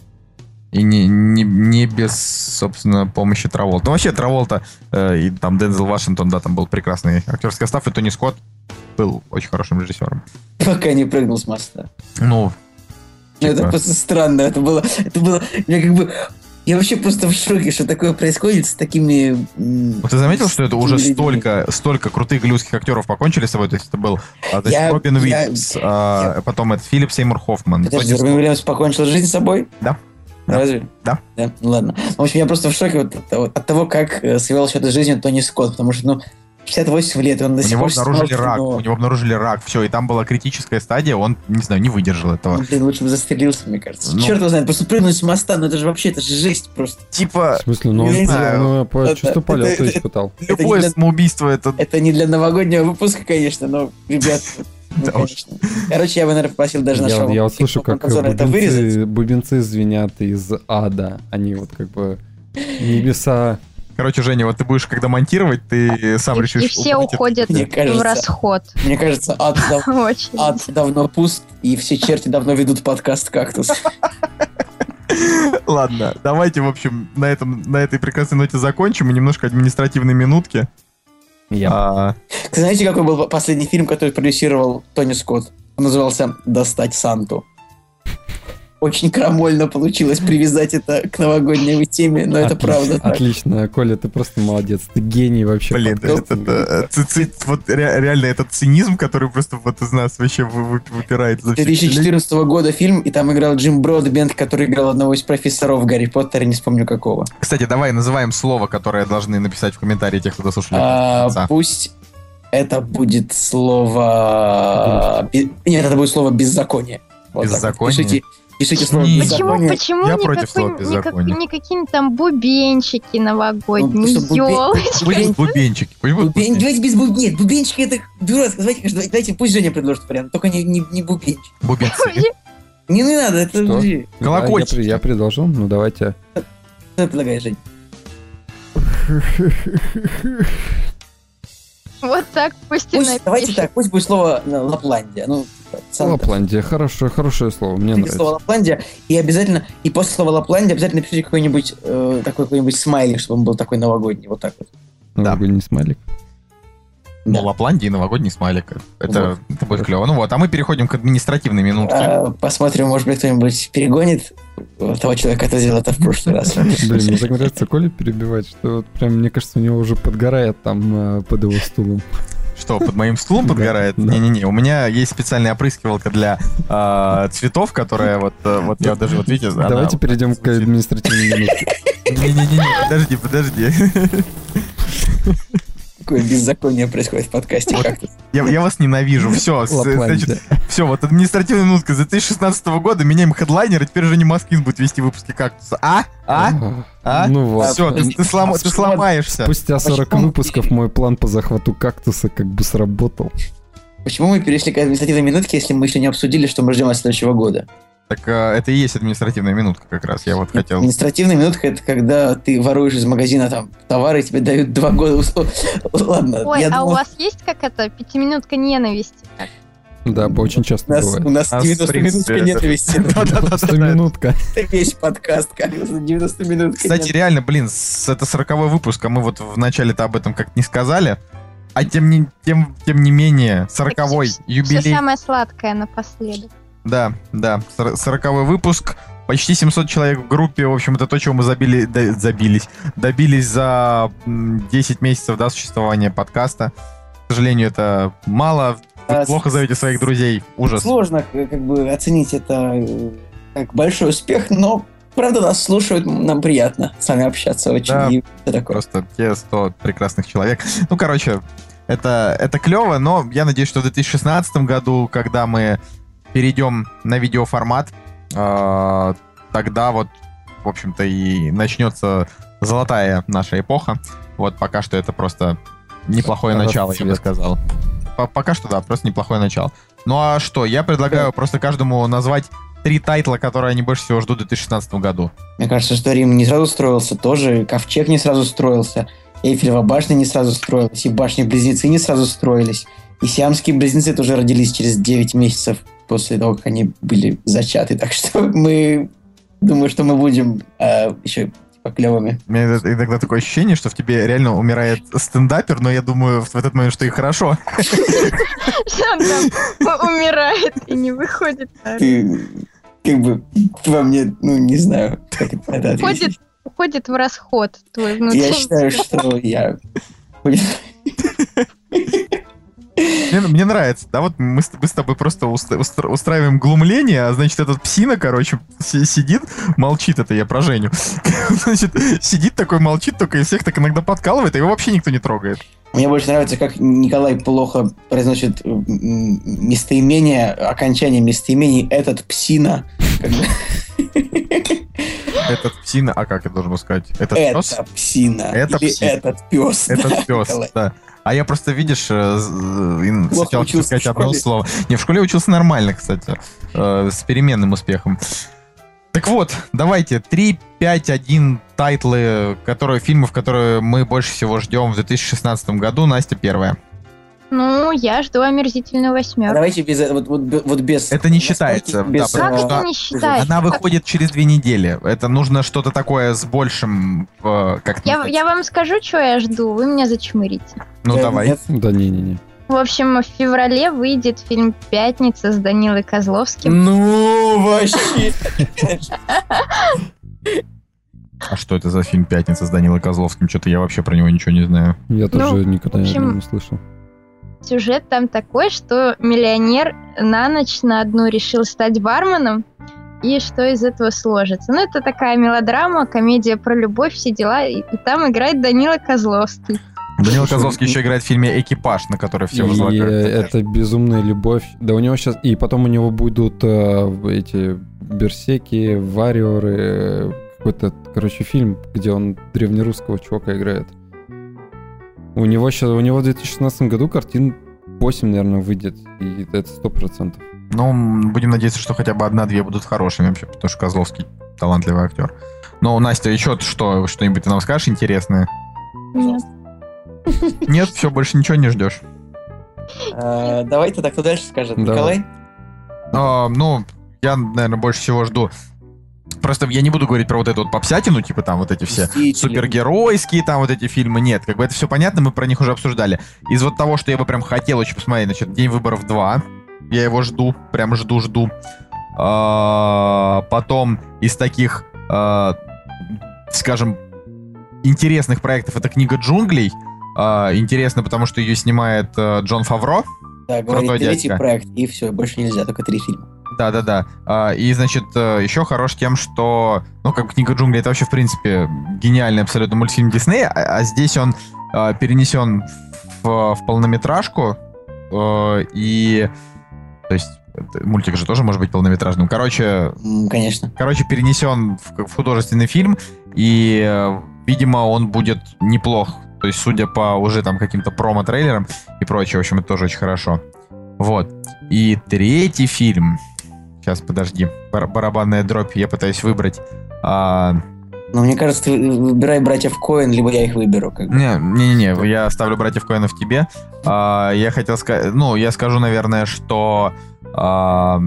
И не, не, не без, собственно, помощи Траволта. Ну, вообще, Траволта э, и там Дензел Вашингтон, да, там был прекрасный актерский состав, и Тони Скотт. был очень хорошим режиссером. Пока не прыгнул с моста. Ну, Ну, это типа, просто странно. Это было... Это было... Я как бы... Я вообще просто в шоке, что такое происходит с такими... м, вот ты заметил, с что это такими уже людьми? столько, столько крутых голливудских актеров покончили с собой? То есть это был а, то есть Я- Робин я- Уильямс, а, потом это Филипп Сеймур Хоффман. Подожди, Тони Робин Уильямс покончил жизнь с собой? Да. Да. Разве? Да. Да, ну ладно. В общем, я просто в шоке вот от, того- от того, как э, свел счеты с жизнью Тони Скотт, потому что, ну, шестьдесят восемь лет, он до У сих него пор обнаружили снимал рак, кино. у него обнаружили рак, все, и там была критическая стадия, он, не знаю, не выдержал этого. Ну, блин, лучше бы застрелился, мне кажется. Ну. Черт его знает, просто прыгнуть с моста, ну это же вообще, это же жесть просто. Типа, В смысле, ну, Я он, не знаю. ну, по Это- чувству это- полета это- испытал. это любое не для- самоубийство, это... Это не для новогоднего выпуска, конечно, но, ребят, ну, Да уж. конечно. Короче, я бы, наверное, попросил даже Я, нашего я вот слышу, как монтажера это вырезать. бубенцы, бубенцы звенят из ада. Они вот как бы небеса. Короче, Женя, вот ты будешь, когда монтировать, ты сам И, решишь... и все убрать это. уходят Мне в кажется. расход. Мне кажется, ад, дав- Очень. ад давно пуст, и все черти давно ведут подкаст «Кактус». Ладно, давайте, в общем, на, этом, на этой прекрасной ноте закончим и немножко административной минутки. Я. А, Кстати, знаете, какой был последний фильм, который продюсировал Тони Скотт? Он назывался «Достать Санту». Очень крамольно получилось привязать это к новогодней теме, но это Отлично, правда так. Отлично, Коля, ты просто молодец. Ты гений вообще. блин, подкастинга. это, это, ци- ци- вот ре- реально этот цинизм, который просто вот из нас вообще вы- вы- выпирает. за две все тысячи лет. четырнадцатого года фильм, и там играл Джим Бродбент, который играл одного из профессоров Гарри Поттера, не вспомню какого. Кстати, давай называем слово, которое должны написать в комментарии те, кто дослушали. до А, конца. пусть это будет слово... бе- Нет, это будет слово «беззаконие». Вот так вот. Беззаконие? Пишите, пишите слово Не. Почему, «беззаконие». почему Я никакой- против слова никак- беззакония. не какие-нибудь там бубенчики Ну, новогодние, что, бубен- елочки? Пусть будут бубенчики. Пусть будут Бубен- бубенчики. Давайте без буб... Нет, бубенчики это дурацко. Давайте, давайте, давайте, пусть Женя предложит вариант, только не, не, не бубенчик. Бубенцы. Не, не надо, это... Что? подожди. Колокольчики. Я, при- я предложил, ну давайте. Что ты предлагаешь, Жень? Вот так пусть и Пусть, давайте напишет. так, пусть будет слово э, Лапландия. Ну, типа, Санта. Лапландия, хорошее, хорошее слово, мне Пишите слово нравится. Лапландия, и обязательно, и после слова Лапландия обязательно пишите какой-нибудь э, такой какой-нибудь смайлик, чтобы он был такой новогодний, вот так вот. Да. Новогодний смайлик. Ну, Да. Лапландия и новогодний смайлик. Это, Вот. это будет клево. Ну вот, а мы переходим к административной минутке. А, посмотрим, может быть, кто-нибудь перегонит того человека, который сделал это в прошлый раз. Блин, мне так нравится Коля перебивать, что вот прям, мне кажется, у него уже подгорает там э, под его стулом. Что, под моим стулом Да, подгорает? да. Не-не-не, у меня есть специальная опрыскивалка для а, цветов, которая вот, э, вот я даже, вот видите, она Давайте вот перейдем к звучит. административной минутке. Не-не-не, подожди, подожди. Какое беззаконие происходит в подкасте «Кактус». Я, я вас ненавижу. Все, Лапландия. значит, все, вот административная минутка с две тысячи шестнадцатого года, меняем хедлайнер, и теперь уже не Москвин будет вести выпуски «Кактуса». А? А? А? Ну вот. Все, ты, ты слома- ты сломаешься. Спустя сорок Почему? выпусков мой план по захвату кактуса как бы сработал. Почему мы перешли к административной минутке, если мы еще не обсудили, что мы ждем от следующего года? Так э, это и есть административная минутка как раз. Я вот хотел... Административная минутка — это когда ты воруешь из магазина там товары, и тебе дают два года условия. Ладно, Ой, я а думал, у вас есть как это, пятиминутка ненависти? Да, очень у часто нас, бывает. у нас У нас, в девяносто принципе, минутка это- ненависти. Просто минутка. Это весь подкаст, как девяносто минут. Кстати, реально, блин, с- это сороковой выпуск, а мы вот в начале-то об этом как-то не сказали. А тем не, тем, тем не менее, сороковой Все юбилей. самое сладкое напоследок. Да, да, сор- сороковой выпуск. Почти семьсот человек в группе. В общем, это то, чего мы забили, да, забились. Добились за м, десять месяцев, да, существования подкаста. К сожалению, это мало. Вы А, плохо с- зовете своих друзей. Ужас. Сложно э, как бы оценить это э, как большой успех, но правда нас слушают, нам приятно с вами общаться очень. Да. И всё такое. Просто те сто прекрасных человек. Ну, короче, это, это клево, но я надеюсь, что в две тысячи шестнадцатом году, когда мы перейдем на видеоформат, э, тогда вот, в общем-то, и начнется золотая наша эпоха. Вот пока что это просто неплохое начало, я бы Расцвет. сказал. По- Пока что, да, просто неплохое начало. Ну а что, я предлагаю просто каждому назвать три тайтла, которые они больше всего ждут в две тысячи шестнадцатом году. Мне кажется, что Рим не сразу строился тоже, Ковчег не сразу строился, Эйфелева башня не сразу строилась, и башни-близнецы не сразу строились, и сиамские близнецы тоже родились через девять месяцев после того, как они были зачаты. Так что мы... Думаю, что мы будем э, еще типа, клевыми. У меня иногда такое ощущение, что в тебе реально умирает стендапер, но я думаю в этот момент, что и хорошо. Что он там умирает и не выходит. Ты, как бы, во мне, ну, не знаю, как это ответить. Уходит в расход твой внутренний. Я считаю, что я... Мне, мне нравится, да, вот мы с, мы с тобой просто уста, устра, устраиваем глумление, а значит этот псина, короче, си, сидит, молчит, это я про Женю, значит, сидит такой, молчит, только и всех так иногда подкалывает, а его вообще никто не трогает. Мне больше нравится, как Николай плохо произносит местоимение, окончание местоимений «этот псина». Этот псина, а как я должен сказать? Этот пес? Это псина. Это или псина. этот пес. Этот пес, да. А я просто, видишь, сначала хотел сказать одно слово. Не, в школе учился нормально, кстати, с переменным успехом. Так вот, давайте, три, пять, один тайтлы, которые, фильмов, которые мы больше всего ждем в две тысячи шестнадцатом году. Настя первая. Ну, я жду «Омерзительную восьмерку». Давайте без, вот, вот, вот без... Это не считается. Без, да, как что это не считается? Она выходит через две недели. Это нужно что-то такое с большим... Как я, я вам скажу, что я жду. Вы меня зачмырите. Ну, я, давай. Нет. Да не-не-не. В общем, в феврале выйдет фильм «Пятница» с Данилой Козловским. Ну, вообще. А что это за фильм «Пятница» с Данилой Козловским? Что-то я вообще про него ничего не знаю. Я Ну, тоже никогда в общем, не слышал. Сюжет там такой, что миллионер на ночь на одну решил стать барменом, и что из этого сложится. Ну, это такая мелодрама, комедия про любовь, все дела, и, и там играет Данила Козловский. Данила Козловский еще играет в фильме «Экипаж», на который все И возлагают. это безумная любовь. Да у него сейчас... И потом у него будут э, эти берсеки, варьеры, э, какой-то, короче, фильм, где он древнерусского чувака играет. У него сейчас, у него в две тысячи шестнадцатом году картин восемь, наверное, выйдет. И это сто процентов. Ну, будем надеяться, что хотя бы одна-две будут хорошими вообще, потому что Козловский талантливый актер. Но, Настя, еще что, что-нибудь ты нам скажешь интересное? Нет. Нет, все, больше ничего не ждешь. А, давайте так, кто дальше скажет? Да. Николай? А, ну, я, наверное, больше всего жду. Просто я не буду говорить про вот эту вот попсятину, типа там вот эти все Мстители. супергеройские там вот эти фильмы. Нет, как бы это все понятно, мы про них уже обсуждали. Из вот того, что я бы прям хотел очень посмотреть, значит, «День выборов два». Я его жду, прям жду-жду. А, потом из таких, а, скажем, интересных проектов это «Книга джунглей». А, интересно, потому что ее снимает а, Джон Фавро. Да, говорит, Крутой третий дядька. проект, и все, больше нельзя, только три фильма. Да-да-да. А, и, значит, э, еще хорош тем, что, ну, как «Книга джунглей» — это вообще, в принципе, гениальный абсолютно мультфильм Диснея, а, а здесь он э, перенесен в, в полнометражку, э, и, то есть, это, мультик же тоже может быть полнометражным. Короче, М, Конечно. короче, перенесен в, в художественный фильм, и, э, видимо, он будет неплох. То есть, судя по уже там каким-то промо-трейлерам и прочее, в общем, это тоже очень хорошо. Вот. И третий фильм... Сейчас, подожди. Бар- барабанная дробь. Я пытаюсь выбрать. А... Но мне кажется, ты выбирай братьев Коэн, либо я их выберу. Как бы. Не, не, не, я оставлю братьев Коэнов тебе. А, я хотел сказать, ну, я скажу, наверное, что а,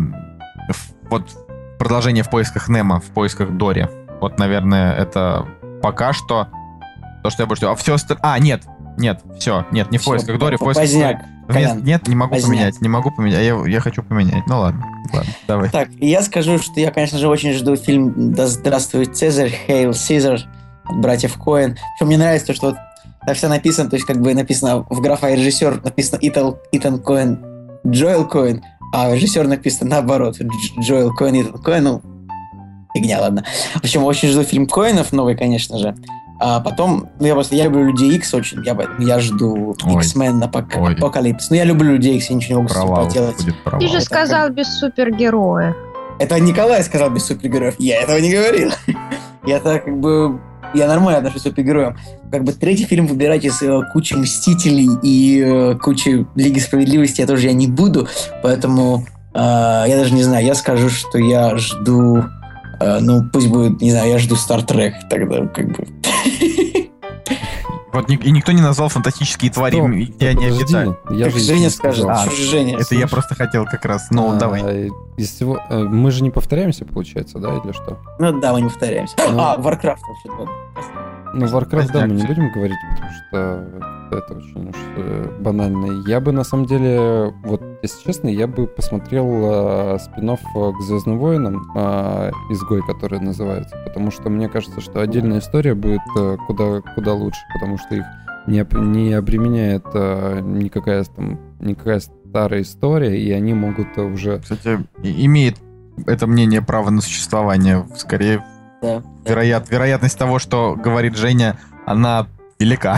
в- вот продолжение «В поисках Немо», «В поисках Дори». Вот, наверное, это пока что то, что я больше... А все остальное... А, нет, нет, все, нет, не «В Всё, поисках Дори», «В поисках поздняк. Дори». Вместо- Колян, Нет, не могу поздняк. поменять, не могу поменять. Я, я хочу поменять. Ну ладно, ладно, давай. Так, и я скажу, что я, конечно же, очень жду фильм «Да здравствует Цезарь», «Hail Caesar» от братьев Коэн. Причем мне нравится то, что вот так все написано, то есть как бы написано в графа режиссер, написано Итан, Итан Коэн, Джоэл Коэн, а режиссер написано наоборот, Дж- Джоэл Коэн, Итан Коэн, ну, фигня, ладно. В общем, очень жду фильм Коэнов новый, конечно же. А потом, ну я просто, я люблю Людей Икс очень, я, поэтому я жду Ой. X-Men Апок- Ой. Апокалипс. Ну я люблю Людей Икс, я ничего не могу с этим Провал поделать. будет провал. Ты же это сказал без супергероев. Это Николай сказал без супергероев, я этого не говорил. Я-то как бы... Я нормально отношусь к супергероям. Как бы третий фильм выбирать из э, кучи Мстителей и э, кучи Лиги Справедливости я тоже я не буду, поэтому э, я даже не знаю, я скажу, что я жду... э, ну, пусть будет, не знаю, я жду Star Trek тогда, как бы... Вот ни- и никто не назвал фантастические твари, Стоп, где они подожди, обитают. я Как же Женя не скажет. сказал. А, Что же Женя? Это я просто хотел как раз, ну, А, давай. из всего... э, Мы же не повторяемся, получается, да, или что? Ну да, мы не повторяемся. Ну. А, Warcraft вообще-то. Ну, Warcraft, да, мы не Поздняк. будем говорить, потому что это очень уж э, банально. Я бы, на самом деле, вот, если честно, я бы посмотрел э, спин-офф к «Звездным войнам», э, «Изгой», который называется, потому что мне кажется, что отдельная история будет э, куда, куда лучше, потому что их не, об- не обременяет э, никакая, там, никакая старая история, и они могут э, уже... Кстати, и- имеет это мнение право на существование. Скорее, Да. вероят, вероятность того, что говорит Женя, она велика.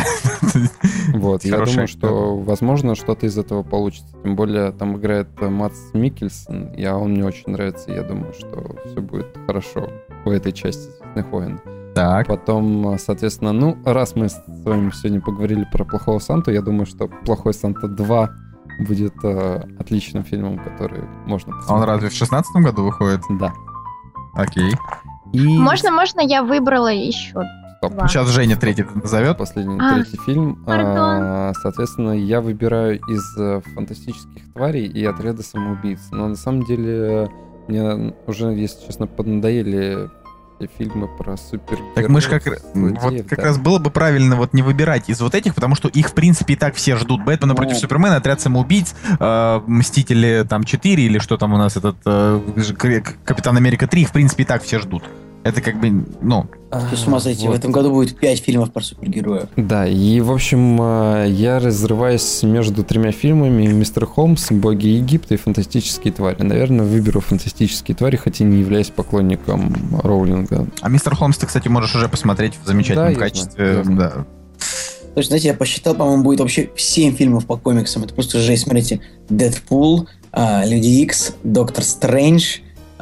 Вот, я Хороший думаю, актер. что, возможно, что-то из этого получится. Тем более, там играет э, Мадс Миккельсон, и а он мне очень нравится. и Я думаю, что все будет хорошо в этой части «Звездных войн». Так. Потом, э, соответственно, ну, раз мы с вами сегодня поговорили про «Плохого Санту», я думаю, что «Плохой Санта два» будет э, отличным фильмом, который можно А он посмотреть. разве в шестнадцатом году выходит? Да. Окей. И... Можно, можно, я выбрала еще Стоп. два. Сейчас Женя третий назовет. Последний, А, третий фильм. пардон. А, соответственно, я выбираю из э, фантастических тварей и отряда самоубийц. Но на самом деле мне уже, если честно, поднадоели все фильмы про супергероев. Так мы же как, злодеев, вот как да. раз было бы правильно вот не выбирать из вот этих, потому что их, в принципе, и так все ждут. Бэтмена Ну. против Супермена, Отряд самоубийц, э, Мстители там четыре или что там у нас этот э, К- Капитан Америка три, их, в принципе, и так все ждут. Это как бы, ну, Ты с ума сойти, в Вот. этом году будет пять фильмов про супергероев. Да, и, в общем, э, я разрываюсь между тремя фильмами: «Мистер Холмс», «Боги Египта» и «Фантастические твари». Наверное, выберу «Фантастические твари», хотя не являюсь поклонником Роулинга. а Мистер Холмс ты, кстати, можешь уже посмотреть в замечательном Да, я качестве. знаю, я знаю. Да. Слушай, знаете, я посчитал, по-моему, будет вообще семь фильмов по комиксам. Это просто жесть. Смотрите, Дэдпул, а, Люди Икс, Доктор Стрэндж,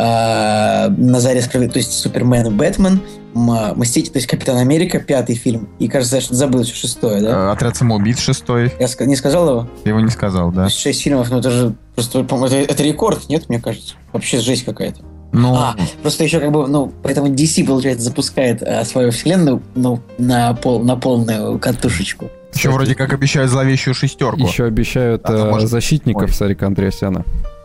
а, на заре справедливости, то есть Супермен и Бэтмен, М- Мститель, то есть Капитан Америка, пятый фильм. И, кажется, я что-то забыл еще шестое, да? Э, Отряд самоубийц шестой. Я ска- не сказал его? Ты его не сказал, То да? есть шесть фильмов, ну это же просто, по-моему, это, это рекорд, нет, мне кажется? Вообще жесть какая-то. Ну, А, просто еще как бы, ну, поэтому ди си, получается, запускает а, свою вселенную, ну, на, пол, на полную катушечку. еще вроде как обещают зловещую шестерку. Еще обещают А то, э, может, защитников ой. Сарика Андреасяна.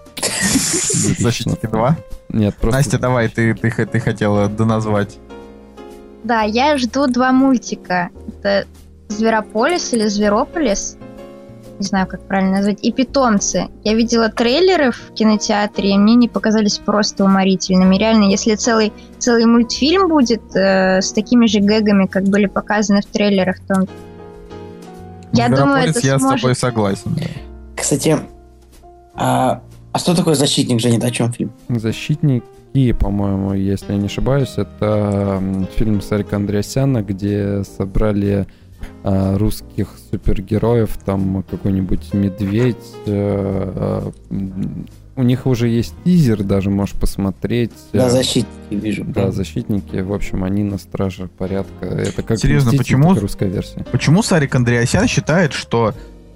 Защитники два. Нет, просто... Настя, давай, ты, ты, х- ты хотела доназвать. Да, я жду два мультика. Это «Зверополис» или «Зверополис». Не знаю, как правильно назвать. И «Питомцы». Я видела трейлеры в кинотеатре, и мне не показались просто уморительными. Реально, если целый, целый мультфильм будет э, с такими же гэгами, как были показаны в трейлерах, то я думаю, Зверополис, это я с сможет... тобой согласен. да. Кстати, а, а что такое «Защитник», Женя? Это о чем фильм? «Защитники», по-моему, если я не ошибаюсь, это м, фильм Сарика Андреасяна, где собрали а, русских супергероев, там какой-нибудь медведь. э, э, м, у них уже есть тизер, даже можешь посмотреть. Да, Э, «Защитники» вижу. Да, защитники, в общем, они на страже порядка. Это как Серьезно, «Мстители», почему? только русская версия. Почему Сарик Андреасян считает, что...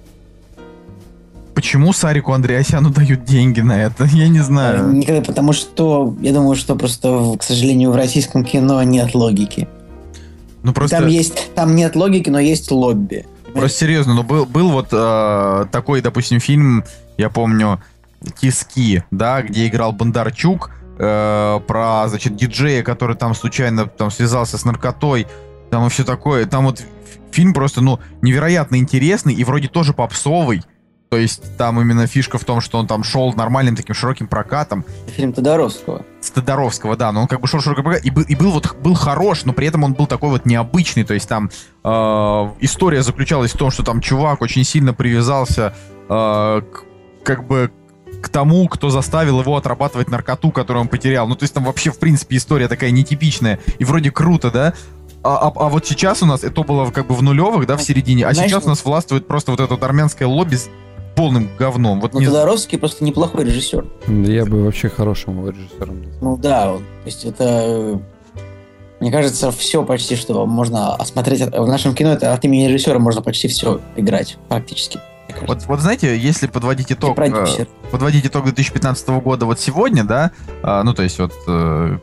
Почему Сарику Андреасяну дают деньги на это? Я не Э, знаю. Никогда, потому что, я думаю, что просто, в- к сожалению, в российском кино нет логики. Ну просто... Там есть, там нет логики, но есть лобби. Просто серьезно, ну был, был вот э, такой, допустим, фильм, я помню, «Тиски», да, где играл Бондарчук, э, про, значит, диджея, который там случайно там связался с наркотой, там и все такое. Там вот фильм просто, ну, невероятно интересный и вроде тоже попсовый. То есть там именно фишка в том, что он там шел нормальным таким широким прокатом. Фильм Тодоровского. С Тодоровского, да, но он как бы шел широким прокатом и был, и был вот был хорош, но при этом он был такой вот необычный. То есть там э, история заключалась в том, что там чувак очень сильно привязался э, к, как бы к тому, кто заставил его отрабатывать наркоту, которую он потерял. Ну, то есть там вообще, в принципе, история такая нетипичная и вроде круто, да? А, а, а вот сейчас у нас, это было как бы в нулевых, да, в середине, а Знаешь, сейчас у нас властвует просто вот это вот армянское лобби с полным говном. Вот Но не- Тодоровский просто неплохой режиссер. Я бы вообще хорошим его режиссером назвал. Ну да, он, то есть это, э, мне кажется, все почти, что можно осмотреть. В нашем кино это от имени режиссера можно почти все играть, практически. мне кажется. Вот, вот знаете, если подводить итог, И продюсер. э, подводить итог две тысячи пятнадцатого года вот сегодня, да, а, ну то есть вот э,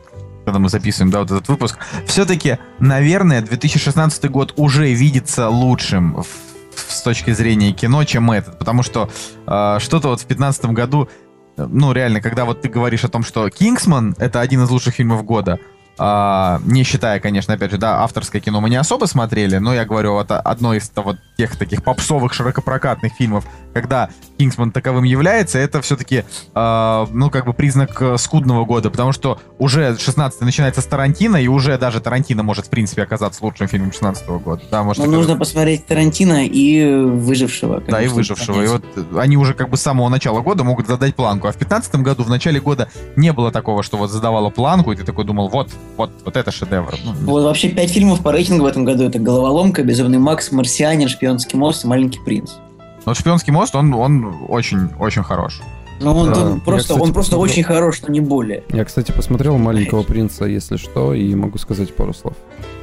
когда мы записываем, да, вот этот выпуск, все-таки, наверное, две тысячи шестнадцатый год уже видится лучшим в, в, с точки зрения кино, чем этот. Потому что э, что-то вот в пятнадцатом году, ну, реально, когда вот ты говоришь о том, что «Кингсман» — это один из лучших фильмов года, Uh, не считая, конечно, опять же, да, авторское кино мы не особо смотрели, но я говорю, вот одно из вот тех таких попсовых широкопрокатных фильмов, когда «Кингсман» таковым является, это все-таки, uh, ну, как бы признак скудного года, потому что уже шестнадцатый начинается с Тарантино, и уже даже Тарантино может, в принципе, оказаться лучшим фильмом шестнадцатого года. Да, может, но нужно посмотреть Тарантино и «Выжившего». Да, и «Выжившего». И вот они уже как бы с самого начала года могут задать планку. А в пятнадцатом году, в начале года, не было такого, что вот задавало планку, и ты такой думал, вот, Вот, вот это шедевр. Ну, вот вообще пять фильмов по рейтингу в этом году. Это «Головоломка», «Безумный Макс», «Марсианин», «Шпионский мост» и «Маленький принц». Вот «Шпионский мост», он, он очень, очень хорош. Ну, он, Да. он просто, Я, кстати, он просто посмотрел. очень хорош, но не более. Я, кстати, посмотрел «Маленького принца», если что, и могу сказать пару слов.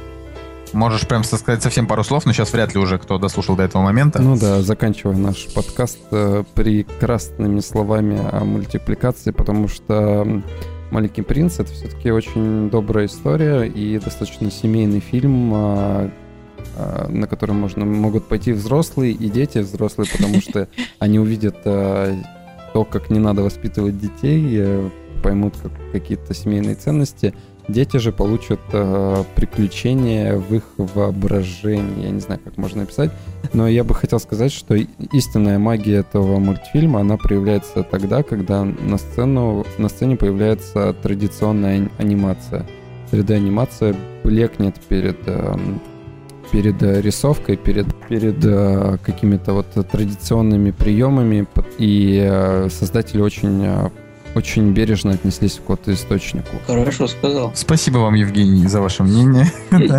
Можешь прям сказать совсем пару слов, но сейчас вряд ли уже кто дослушал до этого момента. Ну да, заканчивая наш подкаст э, прекрасными словами о мультипликации, потому что «Маленький принц» — это все-таки очень добрая история и достаточно семейный фильм, а, а, на который можно, могут пойти взрослые и дети взрослые, потому что они увидят а, то, как не надо воспитывать детей, а, поймут как, какие-то семейные ценности. Дети же получат э, приключения в их воображении. Я не знаю, как можно описать, но я бы хотел сказать, что истинная магия этого мультфильма, она проявляется тогда, когда на сцену, на сцене появляется традиционная анимация. три дэ-анимация блекнет перед, э, перед рисовкой, перед, перед э, какими-то вот традиционными приемами, и э, создатели очень... Э, очень бережно отнеслись к источнику. Хорошо сказал. Спасибо вам, Евгений, за ваше мнение.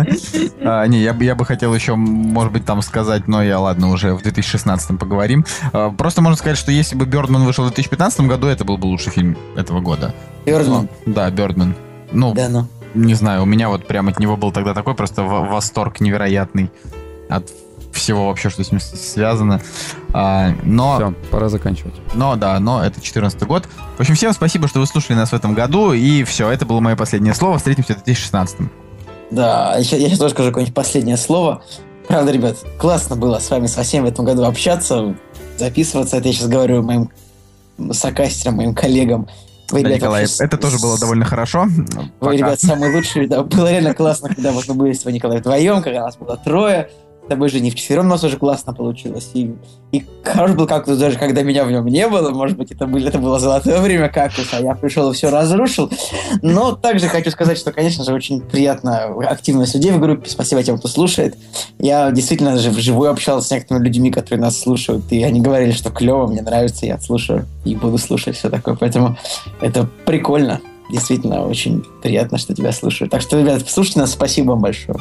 а, не, я, я бы хотел еще, может быть, там сказать, но я, ладно, уже в две тысячи шестнадцатом поговорим. А, просто можно сказать, что если бы «Бёрдман» вышел в две тысячи пятнадцатом году, это был бы лучший фильм этого года. «Бёрдман»? Ну, да, «Бёрдман». Ну, да, ну. Не знаю, у меня вот прям от него был тогда такой просто восторг невероятный от всего вообще, что с ним связано. А, но... Все, пора заканчивать. Но, да, но это четырнадцатый год. В общем, всем спасибо, что вы слушали нас в этом году. И все, это было мое последнее слово. Встретимся в две тысячи шестнадцатом. Да, я сейчас тоже скажу какое-нибудь последнее слово. Правда, ребят, классно было с вами со всеми в этом году общаться, записываться. Это я сейчас говорю моим сокастерам, моим коллегам. Вы, да, ребята, Николай, вообще... это тоже было довольно хорошо. Вы, Пока. ребят, самые лучшие. Да, было реально классно, когда вот мы были с тобой, Николай, вдвоем, когда нас было трое. С тобой же не вчетвером, у нас уже классно получилось. И, и хорош был кактус даже, когда меня в нем не было. Может быть, это, были, это было золотое время кактуса, а я пришел и все разрушил. Но также хочу сказать, что, конечно же, очень приятная активность людей в группе. Спасибо тем, кто слушает. Я действительно же вживую общался с некоторыми людьми, которые нас слушают. И они говорили, что клево, мне нравится, я слушаю и буду слушать все такое. Поэтому это прикольно. Действительно, очень приятно, что тебя слушают. Так что, ребят, слушайте нас. Спасибо вам большое.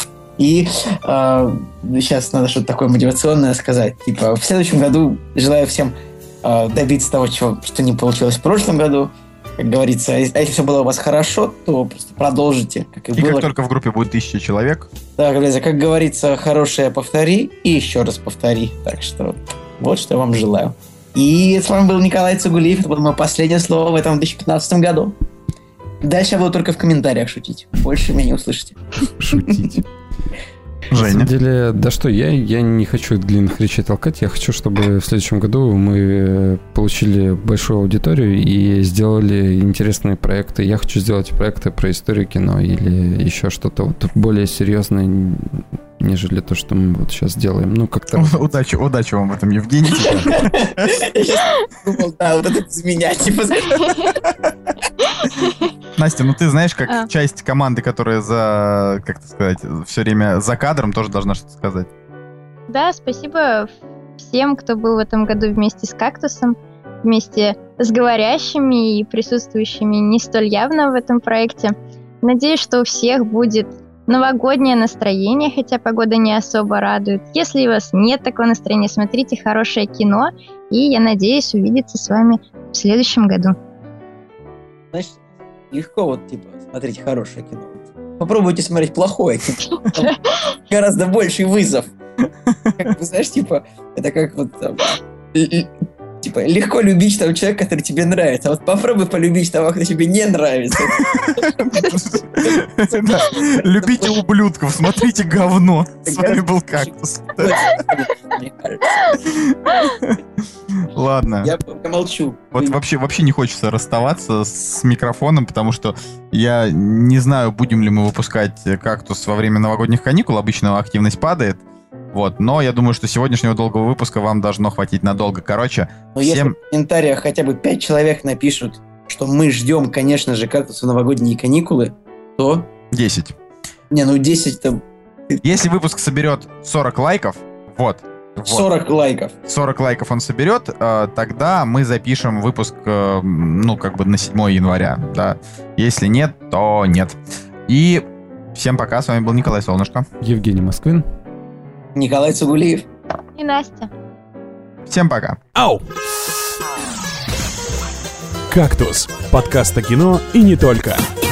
И э, сейчас надо что-то такое мотивационное сказать. Типа, в следующем году желаю всем э, добиться того, чего, что не получилось в прошлом году. Как говорится, а если все было у вас хорошо, то просто продолжите, как и, и было. И как только в группе будет тысяча человек. Да, как говорится, хорошее повтори и еще раз повтори. Так что вот что я вам желаю. И с вами был Николай Цугулиев. Это было мое последнее слово в этом две тысячи пятнадцатом году. Дальше я буду только в комментариях шутить. Больше меня не услышите. Шутить. Женя. На самом деле, да что, я, я не хочу длинных речей толкать. Я хочу, чтобы в следующем году мы получили большую аудиторию и сделали интересные проекты. Я хочу сделать проекты про историю кино или еще что-то вот более серьезное, нежели то, что мы вот сейчас делаем. Ну, как-то... Удачи, удачи вам в этом, Евгений. Я сейчас думал, да, вот это из меня, типа... Настя, ну ты знаешь, как а. часть команды, которая за, как это сказать, все время за кадром, тоже должна что-то сказать. Да, спасибо всем, кто был в этом году вместе с «Кактусом», вместе с говорящими и присутствующими не столь явно в этом проекте. Надеюсь, что у всех будет новогоднее настроение, хотя погода не особо радует. Если у вас нет такого настроения, смотрите хорошее кино, и я надеюсь увидеться с вами в следующем году. Знаешь, легко вот, типа, смотреть хорошее кино. Попробуйте смотреть плохое кино. Там гораздо больший вызов. Как бы, знаешь, типа, это как вот там, Типа, легко любить того человека, который тебе нравится. А вот попробуй полюбить того, кто тебе не нравится. Любите ублюдков, смотрите говно. С вами был Кактус. Ладно. Я молчу. Вот вообще, вообще не хочется расставаться с микрофоном, потому что я не знаю, будем ли мы выпускать Кактус во время новогодних каникул. Обычно активность падает. Вот, но я думаю, что сегодняшнего долгого выпуска вам должно хватить надолго. Короче, но всем... если в комментариях хотя бы пять человек напишут, что мы ждем, конечно же, Кактуса в новогодние каникулы, то... десять. Не, ну десять-то... Если выпуск соберет сорок лайков, вот, вот. сорок лайков. сорок лайков он соберет, э, тогда мы запишем выпуск, э, ну, как бы на седьмое января, да. Если нет, то нет. И всем пока, с вами был Николай Солнышко. Евгений Москвин. Николай Цугулиев. И Настя. Всем пока. Ау! «Кактус» — подкаст о кино и не только.